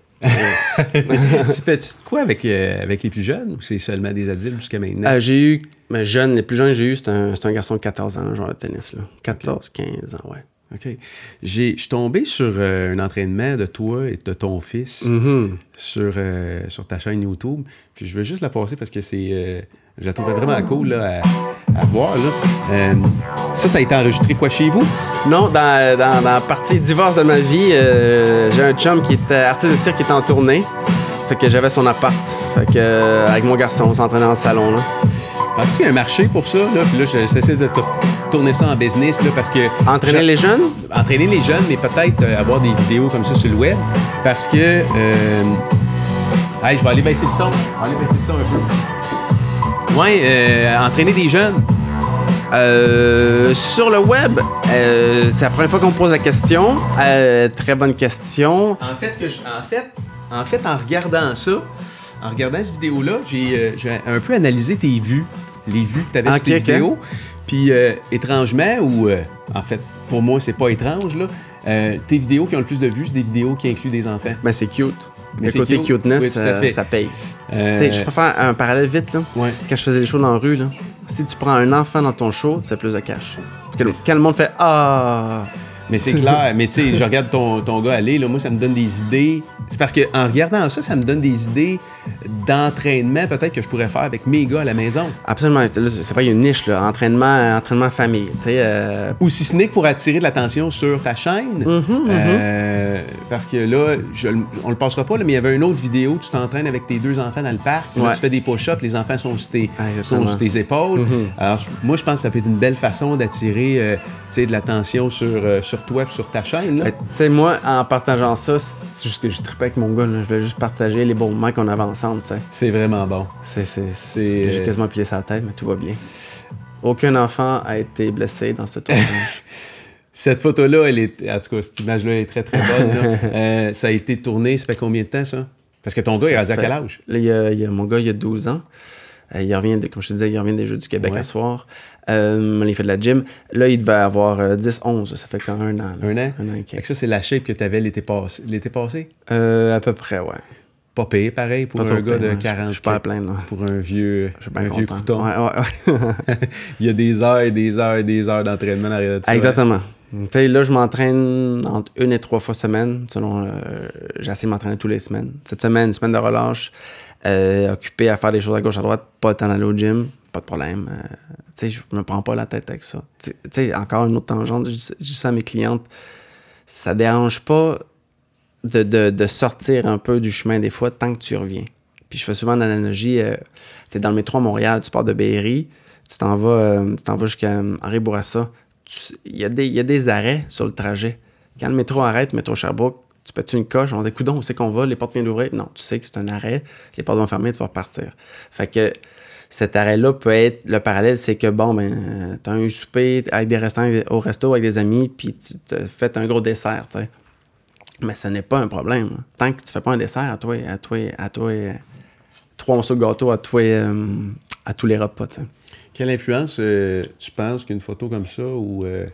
Tu fais-tu quoi avec, euh, avec les plus jeunes ou c'est seulement des adultes jusqu'à maintenant? Euh, j'ai eu, mais jeunes, les plus jeunes que j'ai eu, c'est un, c'est un garçon de quatorze ans, un joueur de tennis. Là. quatorze, quinze ans, ouais. OK. J'ai, je suis tombé sur euh, un entraînement de toi et de ton fils mm-hmm. sur, euh, sur ta chaîne YouTube. Puis je veux juste la passer parce que c'est... Euh, je la trouvais vraiment cool là, à, à voir. Là. Euh, ça, ça a été enregistré quoi, chez vous? Non, dans, dans, dans la partie divorce de ma vie, euh, j'ai un chum qui était artiste de cirque qui était en tournée. Fait que j'avais son appart. Fait que euh, avec mon garçon, on s'entraînait dans le salon. Là. Penses-tu qu'il y a un marché pour ça? Là? Puis là, j'essaie de t- tourner ça en business là, parce que... Entraîner je... les jeunes? Entraîner les jeunes, mais peut-être euh, avoir des vidéos comme ça sur le web. Parce que... Euh... Hey, je vais aller baisser le son. Je vais aller baisser le son un peu. Ouais, euh, entraîner des jeunes. Euh, sur le web, euh, c'est la première fois qu'on me pose la question. Euh, très bonne question. En fait, que je, en fait, en fait, en regardant ça, en regardant cette vidéo-là, j'ai, euh, j'ai un peu analysé tes vues. les vues que tu avais Ah, sur tes ok, ok. vidéos. Puis, euh, étrangement, ou euh, en fait, pour moi, c'est pas étrange, là, euh, tes vidéos qui ont le plus de vues, c'est des vidéos qui incluent des enfants. Ben, c'est cute. Mais Le c'est côté cute. cuteness, Oui, tout à euh, fait. ça paye. Euh, Tu sais, je peux faire un parallèle vite, là. Ouais. Quand je faisais les shows dans la rue, là, si tu prends un enfant dans ton show, tu fais plus de cash. Quand, Mais quand le monde fait « Ah! » Mais c'est clair. Mais tu sais, je regarde ton, ton gars aller, là, moi, ça me donne des idées. C'est parce qu'en regardant ça, ça me donne des idées d'entraînement peut-être que je pourrais faire avec mes gars à la maison. Absolument. Là, c'est pas une niche, là. Entraînement, entraînement famille. Tu sais, euh, Ou si ce n'est que pour attirer de l'attention sur ta chaîne. Mhm, Euh, parce que là, je, on le passera pas, là, mais il y avait une autre vidéo, tu t'entraînes avec tes deux enfants dans le parc, puis là, Ouais. tu fais des push-ups, les enfants sont sur tes, Ah, sont exactement. sur tes épaules. Mhm. Alors, je- moi, je pense que ça peut être une belle façon d'attirer euh, tu sais, de l'attention sur, euh, sur toi et sur ta chaîne. Là. Ben, tu sais, moi, en partageant ça, c'est juste que j'ai trippé avec mon gars. Là. Je voulais juste partager les bons moments qu'on avait ensemble. Tu sais. C'est vraiment bon. C'est, c'est, C'est, J'ai euh, quasiment pilé sa tête, mais tout va bien. Aucun enfant a été blessé dans ce tournage. Cette photo-là, elle est, en tout cas, cette image-là, elle est très, très bonne. là. Euh, ça a été tourné, ça fait combien de temps, ça? Parce que ton gars, il est rendu à quel âge? Là, il y a, il y a- mon gars, il a douze ans. Euh, il revient, de, comme je te disais, il revient des Jeux du Québec Ouais. à soir. Euh, il fait de la gym. Là, il devait avoir euh, dix onze. Ça fait quand un an. là. Un an? Un an et Fait quelques. que ça, c'est la shape que tu avais l'été passé. L'été passé? Euh, à peu près, ouais. Pas payé, pareil, pour Pas un trop gars pire, de ouais. quarante. Je suis pas à plaindre, là. Pour un vieux, Je suis bien un vieux content. crouton. Ouais, ouais, ouais. Il y a des heures et des heures et des heures d'entraînement dans la ça. Exactement. Tu sais, là, je m'entraîne entre une et trois fois semaine. Selon, euh, j'essaie de m'entraîner tous les semaines. Cette semaine, une semaine de relâche, euh, occupé à faire des choses à gauche, à droite, pas le temps d'aller au gym, pas de problème. Euh, tu sais, je me prends pas la tête avec ça. Tu sais, encore une autre tangente, je dis je dis ça à mes clientes, ça dérange pas de, de, de sortir un peu du chemin des fois tant que tu reviens. Puis je fais souvent l'analogie, euh, tu es dans le métro à Montréal, tu pars de Berry, tu t'en vas, euh, tu t'en vas jusqu'à euh, Henri Bourassa. Il y, a des- y a des arrêts sur le trajet. Quand le métro arrête, métro Sherbrooke, tu pètes une coche, on dit coudonc, où c'est qu'on va, les portes viennent d'ouvrir. Non, tu sais que c'est un arrêt, les portes vont fermer, tu vas repartir. Fait que cet arrêt-là peut être, le parallèle, c'est que bon, ben, t'as un souper avec des restaurants, au resto avec des amis, puis tu te fais un gros dessert, tu sais. Mais ce n'est pas un problème. Là. Tant que tu fais pas un dessert à toi, à toi, à toi, euh, trois morceaux de gâteau à toi, euh, à tous les repas, tu sais. Quelle influence euh, tu penses qu'une photo comme ça ou euh,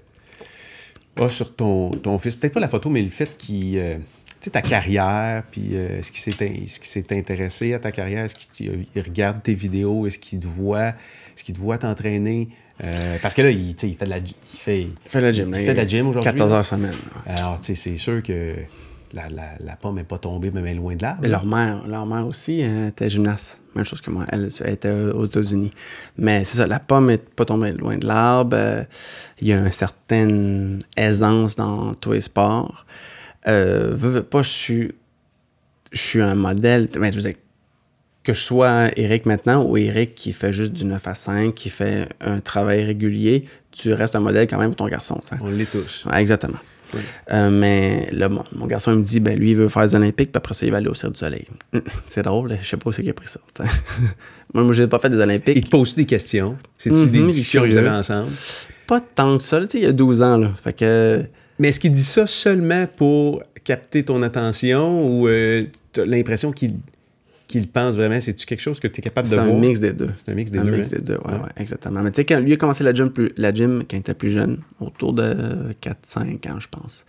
a sur ton, ton fils? Peut-être pas la photo, mais le fait qu'il... euh, tu sais, ta carrière, puis euh, est-ce qu'il s'est, in- est-ce qu'il s'est intéressé à ta carrière? Est-ce qu'il t- il regarde tes vidéos? Est-ce qu'il te voit? Est-ce qu'il te voit t'entraîner? Euh, parce que là, il, tu sais, il fait de la, il fait, Il fait la gym. il fait de la gym aujourd'hui. quatorze là. heures semaine. Alors, tu sais, c'est sûr que la, la, la pomme n'est pas tombée, mais loin de l'arbre. Mais leur mère, leur mère aussi elle était gymnaste. Même chose que moi. Elle, elle était aux États-Unis. Mais c'est ça, la pomme n'est pas tombée loin de l'arbre. Euh, Il y a une certaine aisance dans tous les sports. Euh, veux, veux pas, je suis, je suis un modèle. Mais je veux dire, que je sois Eric maintenant ou Eric qui fait juste du neuf à cinq, qui fait un travail régulier, tu restes un modèle quand même pour ton garçon. T'sais. On les touche. Ouais, exactement. Oui. Euh, mais là, mon, mon garçon il me dit, ben lui, il veut faire les Olympiques, puis après ça, il va aller au Cirque du Soleil. C'est drôle, je sais pas où c'est qu'il a pris ça. t'sais. moi, moi, j'ai pas fait des Olympiques. Il te pose des questions. C'est-tu Mhm, des il est discussions que vous curieux. avez ensemble? Pas tant que ça, tu sais, il y a douze ans, là. Fait que. Mais est-ce qu'il dit ça seulement pour capter ton attention ou euh, tu as l'impression qu'il qu'il pense vraiment? C'est-tu quelque chose que tu es capable de C'est voir? un mix des deux. C'est un mix des un deux. mix hein? des deux, ouais, Ouais. ouais, exactement. Mais tu sais, quand lui a commencé la gym, plus, la gym quand il était plus jeune, autour de quatre cinq ans, je pense.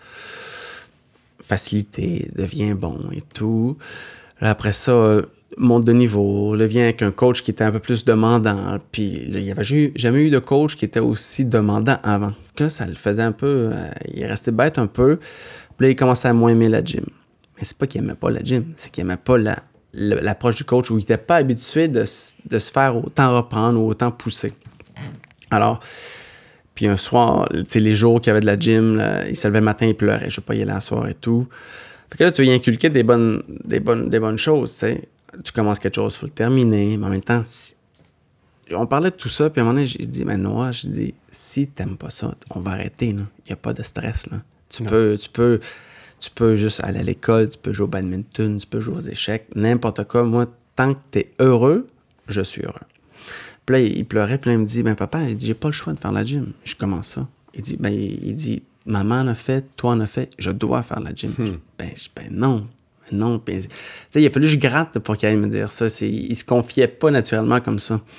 Facilité, devient bon et tout. Là, après ça, euh, monte de niveau, là, vient avec un coach qui était un peu plus demandant. Puis là, il n'y avait jamais, jamais eu de coach qui était aussi demandant avant. Que là, ça le faisait un peu... euh, il est resté bête un peu. Puis là, il commençait à moins aimer la gym. Mais c'est pas qu'il aimait pas la gym, c'est qu'il aimait pas la, la- l'approche du coach où il était pas habitué de, s- de se faire autant reprendre ou autant pousser. Alors, puis un soir, tu sais, les jours qu'il y avait de la gym, là, il se levait le matin, il pleurait. Je veux pas y aller à soir et tout. Fait que là, tu veux y inculquer des bonnes, des bonnes, des bonnes choses, tu sais. Tu commences quelque chose, il faut le terminer, mais en même temps, si... on parlait de tout ça, puis à un moment donné, j'ai dit, mais Noah, j'ai dit, si t'aimes pas ça, on va arrêter, là. Il n'y a pas de stress, là. Tu Non. peux, tu peux, tu peux juste aller à l'école, tu peux jouer au badminton, tu peux jouer aux échecs, n'importe quoi. Moi, tant que t'es heureux, je suis heureux. Puis là, il pleurait, puis là, il me dit, ben papa, il dit, j'ai pas le choix de faire la gym. Je commence ça. Il dit, ben, il dit, maman en a fait, toi en a fait, je dois faire la gym. Hmm. Ben, je, ben non, non. Puis, tu sais, il a fallu que je gratte là, pour qu'il aille me dire ça. C'est, il se confiait pas naturellement comme ça.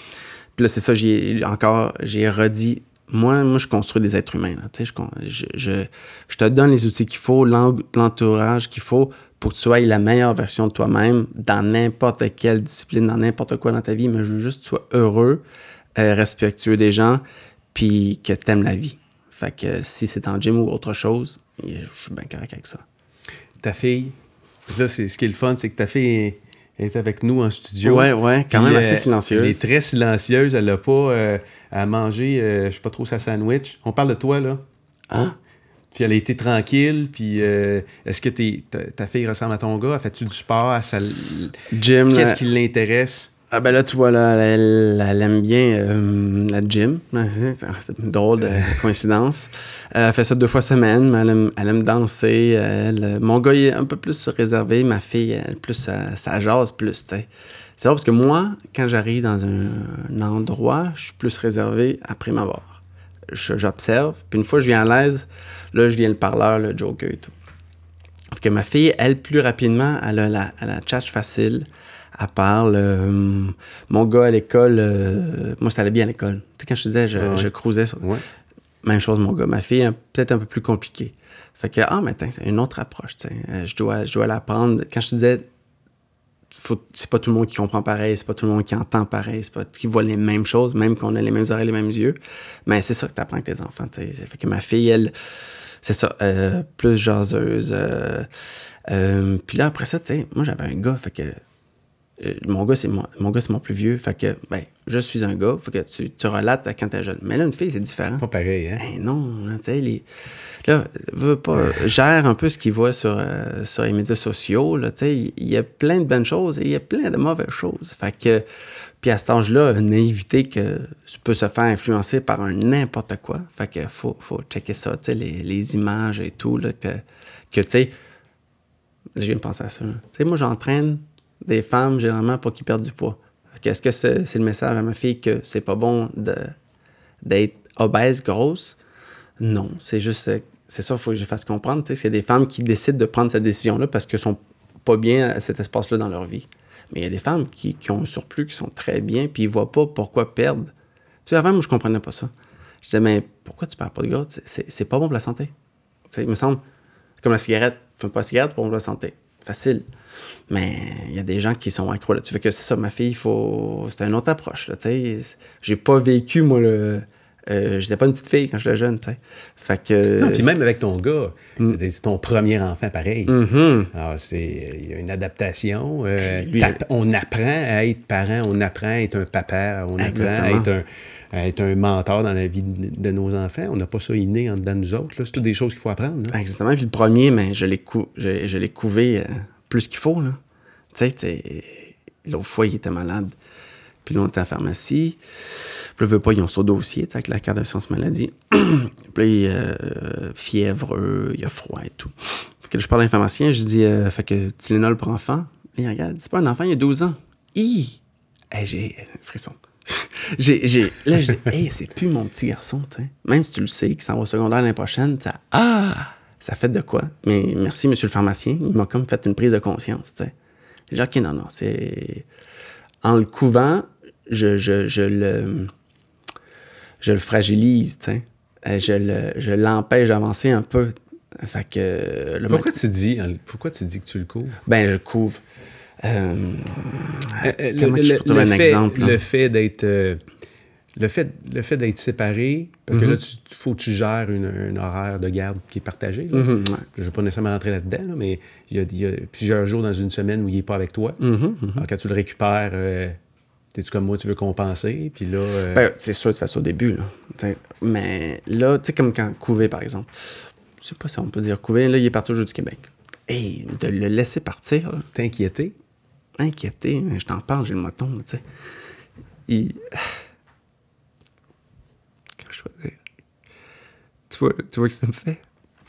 Puis là, c'est ça, j'ai encore, j'ai redit, moi, moi, je construis des êtres humains. Là, je, je, je, je te donne les outils qu'il faut, l'entourage qu'il faut pour que tu sois la meilleure version de toi-même dans n'importe quelle discipline, dans n'importe quoi dans ta vie. Mais je veux juste que tu sois heureux, euh, respectueux des gens, puis que tu aimes la vie. Fait que si c'est en gym ou autre chose, je suis bien correct avec ça. Ta fille, là, c'est, ce qui est le fun, c'est que ta fille est, est avec nous en studio. Ouais, ouais, quand Puis, même assez euh, silencieuse. Elle est très silencieuse, elle n'a pas euh, à manger, euh, je sais pas trop, sa sandwich. On parle de toi, là. Hein? Puis elle a été tranquille, puis euh, est-ce que t'es, ta, ta fille ressemble à ton gars? Elle fait-tu du sport? Elle, ça, Gym, qu'est-ce là, qui l'intéresse? Ah ben là, tu vois, là, elle, elle, elle aime bien euh, la gym. C'est une drôle de coïncidence. Euh, elle fait ça deux fois semaine, mais elle aime, elle aime danser. Elle, mon gars, il est un peu plus réservé. Ma fille, elle, plus, ça, ça jase plus, tu sais. C'est drôle parce que moi, quand j'arrive dans un, un endroit, je suis plus réservé après m'avoir. Je, j'observe, puis une fois que je viens à l'aise, là, je viens le parleur, le joker et tout. Parce que ma fille, elle, plus rapidement, elle a la, elle a la tchatche facile. Elle parle. Euh, mon gars à l'école, euh, moi, ça allait bien à l'école. Tu sais, quand je te disais, je, ouais. je cruisais sur. Ouais. Même chose, mon gars. Ma fille, hein, peut-être un peu plus compliquée. Fait que, ah, mais attends, c'est une autre approche, tu sais. Je dois, je dois l'apprendre. Quand je te disais, faut, c'est pas tout le monde qui comprend pareil, c'est pas tout le monde qui entend pareil, c'est pas qui voit les mêmes choses, même qu'on a les mêmes oreilles, les mêmes yeux. Mais c'est ça que tu apprends avec tes enfants, tu sais. Fait que ma fille, elle, c'est ça, euh, plus jaseuse. Euh, euh, puis là, après ça, tu sais, moi, j'avais un gars, fait que. Euh, mon gars, c'est mon, mon gars, c'est mon plus vieux. Fait que, ben, je suis un gars. Fait que tu, tu relates à quand t'es jeune. Mais là, une fille, c'est différent. Pas pareil, hein? Ben non, tu sais, les... Là, veut pas... gère un peu ce qu'il voit sur, euh, sur les médias sociaux, là, tu sais. Il y a plein de bonnes choses et il y a plein de mauvaises choses. Fait que... Puis à cet âge-là, une naïveté que peut se faire influencer par un n'importe quoi. Fait que faut, faut checker ça, tu sais, les, les images et tout, là, que, que tu sais... Je viens de penser à ça, tu sais, moi, j'entraîne des femmes, généralement, pour qu'ils perdent du poids. Est-ce que c'est, c'est le message à ma fille que c'est pas bon de, d'être obèse, grosse? Non, c'est juste... C'est ça, il faut que je fasse comprendre. C'est qu'il y a des femmes qui décident de prendre cette décision-là parce qu'elles sont pas bien à cet espace-là dans leur vie. Mais il y a des femmes qui, qui ont un surplus, qui sont très bien, puis ils voient pas pourquoi perdre. Tu sais, avant, moi, je comprenais pas ça. Je disais, mais pourquoi tu perds pas de gras? C'est, c'est, c'est pas bon pour la santé. T'sais, il me semble, c'est comme la cigarette. Fume pas la cigarette, c'est pas bon pour la santé. Facile. Mais il y a des gens qui sont accros là-dessus. Fait que c'est ça, ma fille, faut... c'est une autre approche. Là, j'ai pas vécu, moi, le... Euh, j'étais pas une petite fille quand j'étais jeune. T'sais. Fait que... Non, puis même avec ton gars, mm. c'est ton premier enfant pareil. Mm-hmm. Alors, c'est... il y a une adaptation. Euh, Lui, on apprend à être parent, on apprend à être un papa, on Exactement. apprend à être un... à être un mentor dans la vie de, de nos enfants. On n'a pas ça inné en dedans de nous autres. Là. C'est toutes des choses qu'il faut apprendre. Là. Exactement. Puis le premier, mais je l'ai, cou... je, je l'ai couvé euh, plus qu'il faut. Là. Tu sais, l'autre fois, il était malade. Puis là, on était à la pharmacie. Puis là, veut pas, ils ont son dossier avec la carte d'assurance maladie. Puis là, euh, fièvreux, il y a froid et tout. Fait que là, je parle à un pharmacien, je dis, euh, fait que Tylenol pour enfant. Et il regarde, c'est pas un enfant, il a douze ans. Hi! Hey, j'ai frisson. j'ai, j'ai, là, je dis, hey, c'est plus mon petit garçon, tu sais. Même si tu le sais, qu'il s'en va au secondaire l'année prochaine, ça, ah, ça fait de quoi? Mais merci, monsieur le pharmacien, il m'a comme fait une prise de conscience, tu sais. J'ai dit, OK, non, non, c'est... En le couvant, je, je, je le... Je le fragilise, tu sais. Je, le, je l'empêche d'avancer un peu. Fait que... Le pourquoi, mat... tu dis, pourquoi tu dis que tu le couvres? Ben, je le couvre. Euh, euh, comment le, je peux trouver un fait, exemple? Le fait d'être... Euh, le, fait, le fait d'être séparé, parce mm-hmm. que là, il faut que tu gères une, un horaire de garde qui est partagé. Mm-hmm, ouais. Je ne vais pas nécessairement rentrer là-dedans, là, mais il y, a, il y a plusieurs jours dans une semaine où il n'est pas avec toi. Mm-hmm, mm-hmm. Alors, quand tu le récupères, euh, t'es-tu comme moi, tu veux compenser, puis là... Euh... Ben, c'est sûr que tu fais ça au début, là. T'sais, mais là, tu sais, comme quand Couvé, par exemple. Je sais pas si on peut dire Couvé, là, il est parti au Jeu du Québec. Et de le laisser partir, là. T'es inquiété? Inquiété, je t'en parle, j'ai le moton, tu sais. Il... Comment je peux dire? Tu vois, tu vois que ça me fait?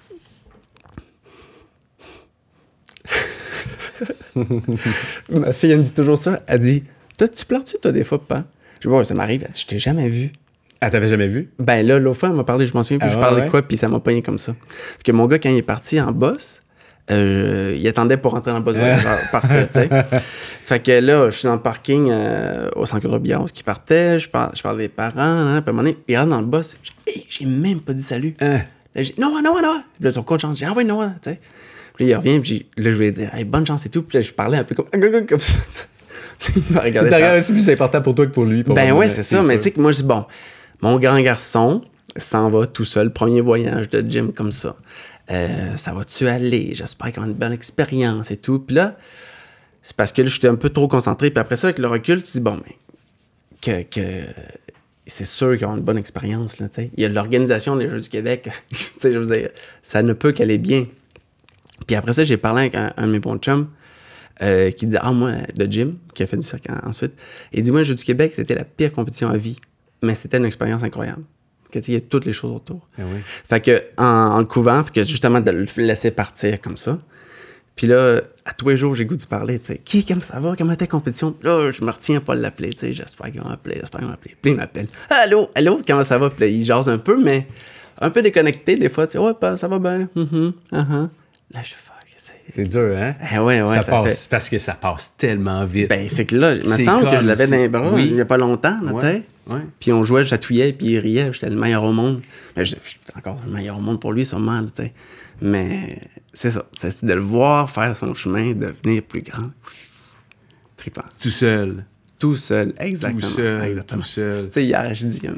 Ma fille, elle me dit toujours ça. Elle dit, toi, tu pleures-tu, toi, des fois, papa? Je dis, ouais, ça m'arrive. Elle dit, je t'ai jamais vu. Ah, t'avais jamais vu? Ben là, l'autre fois, elle m'a parlé, je m'en souviens plus, ah, je parlais ouais. de quoi, puis ça m'a pogné comme ça. Parce que mon gars, quand il est parti en boss, euh, il attendait pour rentrer dans le boss voyageur, partir, tu sais. Fait que là, je suis dans le parking euh, au centre de Bios qui partait, je parle, je parle des parents, hein, puis à un moment donné, il rentre dans le bus. Hey, j'ai même pas dit salut. Hein? Là, j'ai Noah, Noah, Noah. Puis là, son coach change. J'ai envoyé Noah, tu sais. Puis là, il revient, puis là, je lui ai dit, hey, bonne chance et tout. Puis là, je parlais un peu comme, comme ça. Il m'a regardé ça. C'est plus important pour toi que pour lui. Pour ben ouais, c'est, c'est ça. Mais c'est que moi, je dis, bon, mon grand garçon s'en va tout seul, premier voyage de gym comme ça. Euh, ça va-tu aller? J'espère qu'il va avoir une bonne expérience et tout. Puis là, c'est parce que là, j'étais un peu trop concentré. Puis après ça, avec le recul, tu dis, bon, mais que, que c'est sûr qu'ils ont une bonne expérience, là, tu sais. Il y a l'organisation des Jeux du Québec. Tu sais, je veux dire, ça ne peut qu'aller bien. Puis après ça, j'ai parlé avec un, un de mes bons chums euh, qui disait, ah, moi, de Jim, qui a fait du cirque ensuite. Il dit, moi, les Jeux du Québec, c'était la pire compétition à vie. Mais c'était une expérience incroyable. Que, il y a toutes les choses autour. Ah oui. Fait que, en, en le couvant, fait que justement, de le laisser partir comme ça. Puis là, à tous les jours, j'ai le goût de parler, tu sais. Qui, comment ça va? Comment était la compétition? Là, je me retiens pas de l'appeler, tu sais. J'espère qu'ils vont m'appeler, j'espère qu'ils vont m'appeler. Puis il m'appelle. Allô, allô, comment ça va? Puis là, il jase un peu, mais un peu déconnecté des fois. Tu sais, ouais, ça va bien. Mm-hmm, uh-huh. Là, je fuck. C'est dur, hein? Eh ouais, ouais, ça, ça passe, fait... parce que ça passe tellement vite. Ben, c'est que là, il me c'est semble comme, que je l'avais dans les bras oui. il y a pas longtemps, là, ouais, tu sais. Ouais. Puis on jouait, je chatouillais, puis il riait. J'étais le meilleur au monde. Ben, j'étais encore le meilleur au monde pour lui, sûrement, tu sais. Mais c'est ça. C'est de le voir faire son chemin, devenir plus grand. Trippant. Tout seul. Tout seul, exactement. Tout seul, exactement. tout seul. Tu sais, hier, je dis... Euh,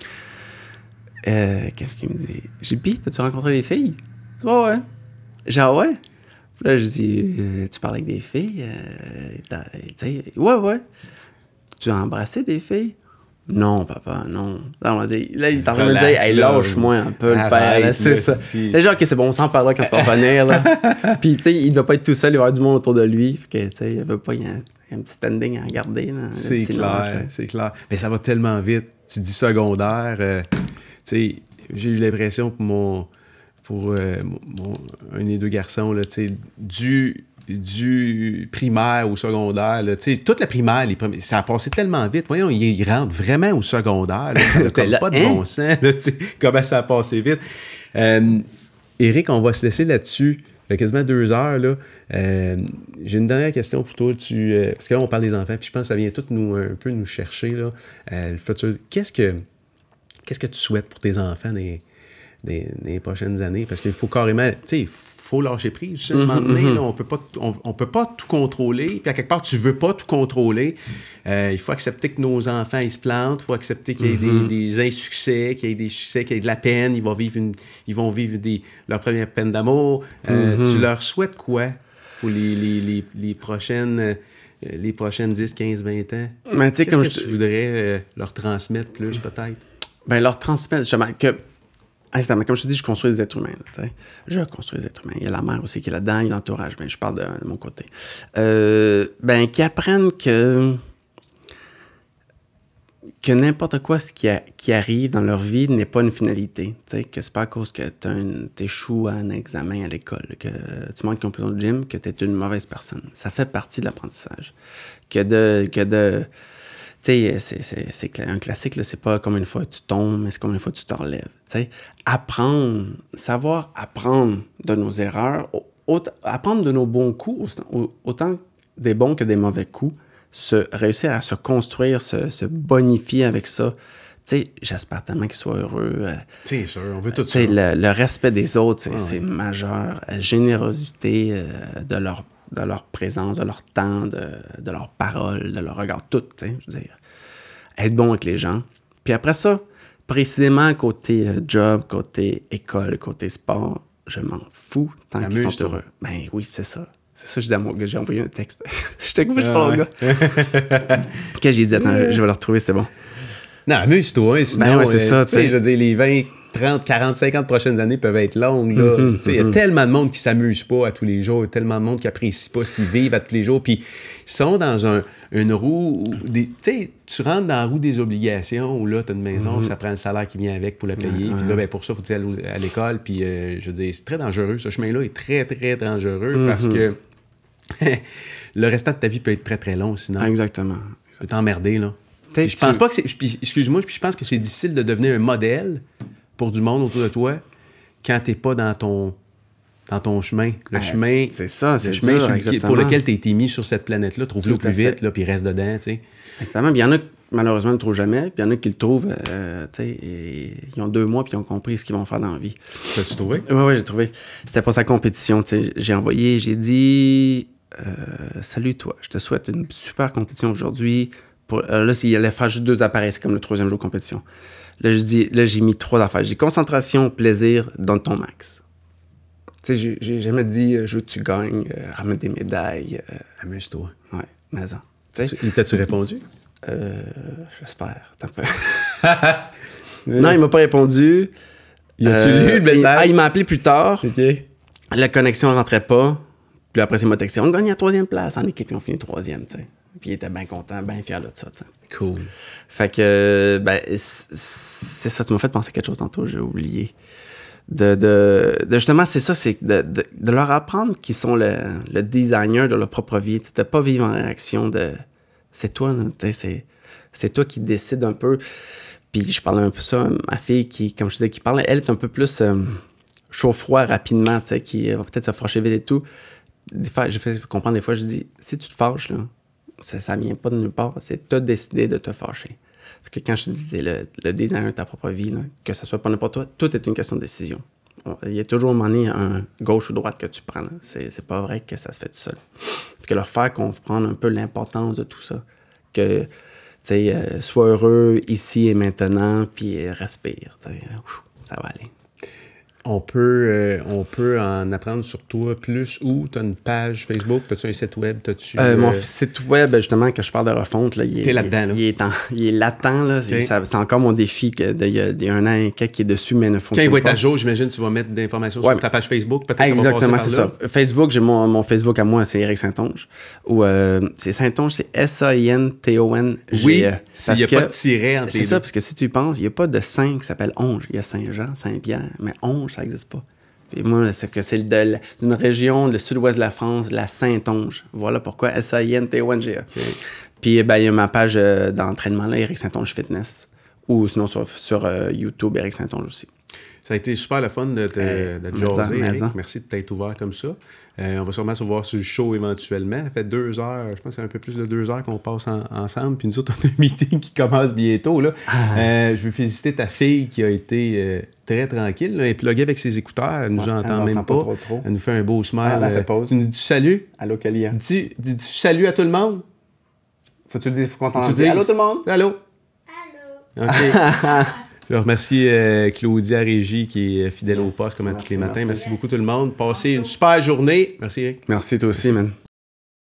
euh, quelqu'un me dit... J'ai dit, t'as-tu rencontré des filles? Ouais, ouais. Genre, ouais. Puis là, je dis, euh, tu parles avec des filles? Euh, tu sais, ouais, ouais. Tu as embrassé des filles? Non, papa, non. non là, il est en train de me dire, hey, lâche-moi un peu, le père. Là, c'est ça. Si. Là, genre, ok, c'est bon, on s'en parlera quand tu vas revenir. Là. Puis, tu sais, il ne doit pas être tout seul, il va y avoir du monde autour de lui. Fait que, tu sais, il veut pas, il y a un, un petit standing à regarder. Là, c'est clair, nom, c'est clair. Mais ça va tellement vite. Tu dis secondaire, euh, tu sais, j'ai eu l'impression pour mon. pour euh, mon, un des deux garçons, là, tu sais, du. du primaire au secondaire, là, toute la primaire, les premiers, ça a passé tellement vite. Voyons, ils il rentrent vraiment au secondaire. Là, ça n'a comme là, pas de hein? bon sens. Là, comment ça a passé vite. Euh, Éric, on va se laisser là-dessus. Il y a quasiment deux heures. Là. Euh, j'ai une dernière question pour toi. Tu, euh, parce que là, on parle des enfants, puis je pense que ça vient tout nous, un peu nous chercher. Là, euh, le futur. Qu'est-ce que, qu'est-ce que tu souhaites pour tes enfants dans les, dans, dans les prochaines années? Parce qu'il faut carrément... tu sais, faut lâcher prise. À un moment donné, là, on peut pas, on, on peut pas tout contrôler. Puis à quelque part, tu veux pas tout contrôler. Euh, il faut accepter que nos enfants, ils se plantent. Il faut accepter qu'il y ait mm-hmm. des, des insuccès, qu'il y ait des succès, qu'il y ait de la peine. Ils vont vivre, une, ils vont vivre des, leur première peine d'amour. Euh, mm-hmm. Tu leur souhaites quoi pour les, les, les, les prochaines... Euh, les prochaines dix, quinze, vingt ans? Mais Qu'est-ce comme que je... tu voudrais euh, leur transmettre plus, peut-être? Ben leur transmettre, justement, que... Comme je te dis, je construis des êtres humains. Là, je construis des êtres humains. Il y a la mère aussi qui est là-dedans, il y a l'entourage. Ben, je parle de, de mon côté. Euh, ben, qu'ils apprennent que, que n'importe quoi ce qui, a, qui arrive dans leur vie n'est pas une finalité. T'sais, que c'est pas à cause que tu échoues à un examen à l'école, que tu manques une compétition de gym, que tu es une mauvaise personne. Ça fait partie de l'apprentissage. Que de... Que de Tu sais, c'est, c'est, c'est un classique, là, c'est pas comme une fois tu tombes, mais c'est comme une fois tu te relèves. Tu sais, apprendre, savoir apprendre de nos erreurs, autant, apprendre de nos bons coups, autant des bons que des mauvais coups, se, réussir à se construire, se, se bonifier avec ça. Tu sais, j'espère tellement qu'ils soient heureux. Euh, c'est sûr, on veut tout ça. Le, le respect des autres, c'est, ah, c'est ouais. majeur. La générosité euh, de leur de leur présence, de leur temps, de, de leurs paroles, de leur regard, tout, tu sais, je veux dire. Être bon avec les gens. Puis après ça, précisément côté euh, job, côté école, côté sport, je m'en fous tant Amuse qu'ils sont toi. Heureux. Ben oui, c'est ça. C'est ça, je dis à mon gars, j'ai envoyé un texte. Je t'ai coupé, je parle au gars. Quand j'ai dit, attends, je vais le retrouver, c'est bon. Non, amuse-toi, hein, sinon, ben ouais, c'est euh, ça, tu sais. Je veux dire, les vingt, trente, quarante, cinquante prochaines années peuvent être longues, là. Mm-hmm, il mm-hmm. y a tellement de monde qui s'amuse pas à tous les jours, il y a tellement de monde qui apprécie pas ce qu'ils vivent à tous les jours, puis ils sont dans un, une roue, tu sais, tu rentres dans la roue des obligations, où là, tu as une maison, mm-hmm. ça prend le salaire qui vient avec pour la payer, puis mm-hmm. là, ben, pour ça, il faut que tu ailles à l'école, puis euh, je veux dire, c'est très dangereux, ce chemin-là est très, très dangereux, mm-hmm. parce que le restant de ta vie peut être très, très long, sinon. Exactement. Tu peux t'emmerder, là. Puis je pense pas que c'est. Excuse-moi, je pense que c'est difficile de devenir un modèle pour du monde autour de toi quand t'es pas dans ton dans ton chemin. Le euh, chemin, c'est ça, c'est le chemin dur, sur, pour lequel tu as été mis sur cette planète-là. Trouve-le au plus vite, là, puis reste dedans, tu sais. Exactement. Puis il y en a qui, malheureusement, ne le trouvent jamais. Puis il y en a qui le trouvent, euh, tu sais, et ils ont deux mois puis ils ont compris ce qu'ils vont faire dans la vie. T'as-tu trouvé? Oui, oui, j'ai trouvé. C'était pour sa compétition, tu sais. J'ai envoyé, j'ai dit... Euh, salut toi, je te souhaite une super compétition aujourd'hui. Pour, euh, là, il allait faire juste deux appareils, c'est comme le troisième jour de compétition. Là, je dis, là, j'ai mis trois affaires. J'ai dit concentration, plaisir, donne ton max. Tu sais, j'ai, j'ai jamais dit euh, je veux que tu gagnes, euh, ramène des médailles. Euh, Amuse-toi. Ouais, mais ça. Il t'a-tu répondu? Euh, j'espère. T'as peur. Non, il m'a pas répondu. Il a-tu Euh, lu le message? il, ah, il m'a appelé plus tard. OK. La connexion ne rentrait pas. Puis après, il m'a texté. On gagne la troisième place en équipe, puis on finit troisième, tu sais. Puis il était bien content, bien fier de ça, tu sais. Cool. Fait que, ben, c'est ça, tu m'as fait penser quelque chose tantôt, j'ai oublié. De, de, de justement, c'est ça, c'est de, de, de leur apprendre qu'ils sont le, le designer de leur propre vie. De pas vivre en réaction de. C'est toi, là, tu sais, c'est, c'est toi qui décides un peu. Puis je parlais un peu ça, ma fille qui, comme je disais, qui parlait, elle est un peu plus euh, chaud-froid rapidement, tu sais, qui va peut-être se fâcher vite et tout. J'ai fait comprendre des fois, je dis, si tu te fâches, là, ça, ça vient pas de nulle part, c'est toi décider de te fâcher. Parce que quand je te dis t'es le, le designer de ta propre vie, là, que ça soit pas n'importe toi, tout est une question de décision. Il y a toujours un moment donné un gauche ou droite que tu prends. Là. C'est, c'est pas vrai que ça se fait tout seul. Puis que leur faire comprendre un peu l'importance de tout ça. Que, tu sais, euh, sois heureux ici et maintenant, puis respire. Tu sais, ça va aller. On peut, euh, on peut en apprendre sur toi plus où? Tu as une page Facebook? As-tu un site web? T'as-tu, euh, euh... Mon site web, justement, quand je parle de refonte, là, il, est, là-dedans, là. il, est en, il est latent. Là. Okay. Ça, c'est encore mon défi que de, il, y a, il y a un an et quelques qui est dessus, mais ne fonctionne pas. Quand il va être à jour, j'imagine tu vas mettre des informations ouais. sur ta page Facebook. Peut-être exactement, ça c'est ça. Facebook, j'ai mon, mon Facebook à moi, c'est Éric Saint-Onge. Ou euh, c'est Saint-Onge, c'est S A I N T O N G E. Oui, s'il n'y a que, pas de tiret entre les deux. C'est ça, parce que si tu y penses, il n'y a pas de Saint qui s'appelle Onge. Il y a Saint-Jean, Saint-Pierre, mais Onge, ça n'existe pas. Puis moi, c'est que c'est de, d'une région, le sud-ouest de la France, la Saint-Onge. Voilà pourquoi S A I N T O N G E. Okay. Puis ben, il y a ma page euh, d'entraînement, là, Éric Saint-Onge Fitness. Ou sinon sur, sur euh, YouTube, Éric Saint-Onge aussi. Ça a été super le fun de te, euh, de te jaser, Éric. Merci de t'être ouvert comme ça. Euh, on va sûrement se voir sur le show éventuellement. Ça fait deux heures, je pense que c'est un peu plus de deux heures qu'on passe en, ensemble. Puis nous autres, on a un meeting qui commence bientôt. Là. Ah. Euh, je veux féliciter ta fille qui a été euh, très tranquille. Là. Elle est pluguée avec ses écouteurs. Elle nous ouais, entend elle même pas. pas trop, trop. Elle nous fait un beau smile. Ah, elle a fait pause. Tu nous dis salut. Allô, Kalia. Dis, dis, dis salut à tout le monde. Faut-tu le dire, faut qu'on t'en dise. Allô, tout le monde. Allô. Allô. OK. Je remercie euh, Claudia Régie qui est fidèle yes, au poste comme à tous les matins. Merci, merci beaucoup tout le monde. Passez une super journée. Merci Eric. Merci toi aussi, man.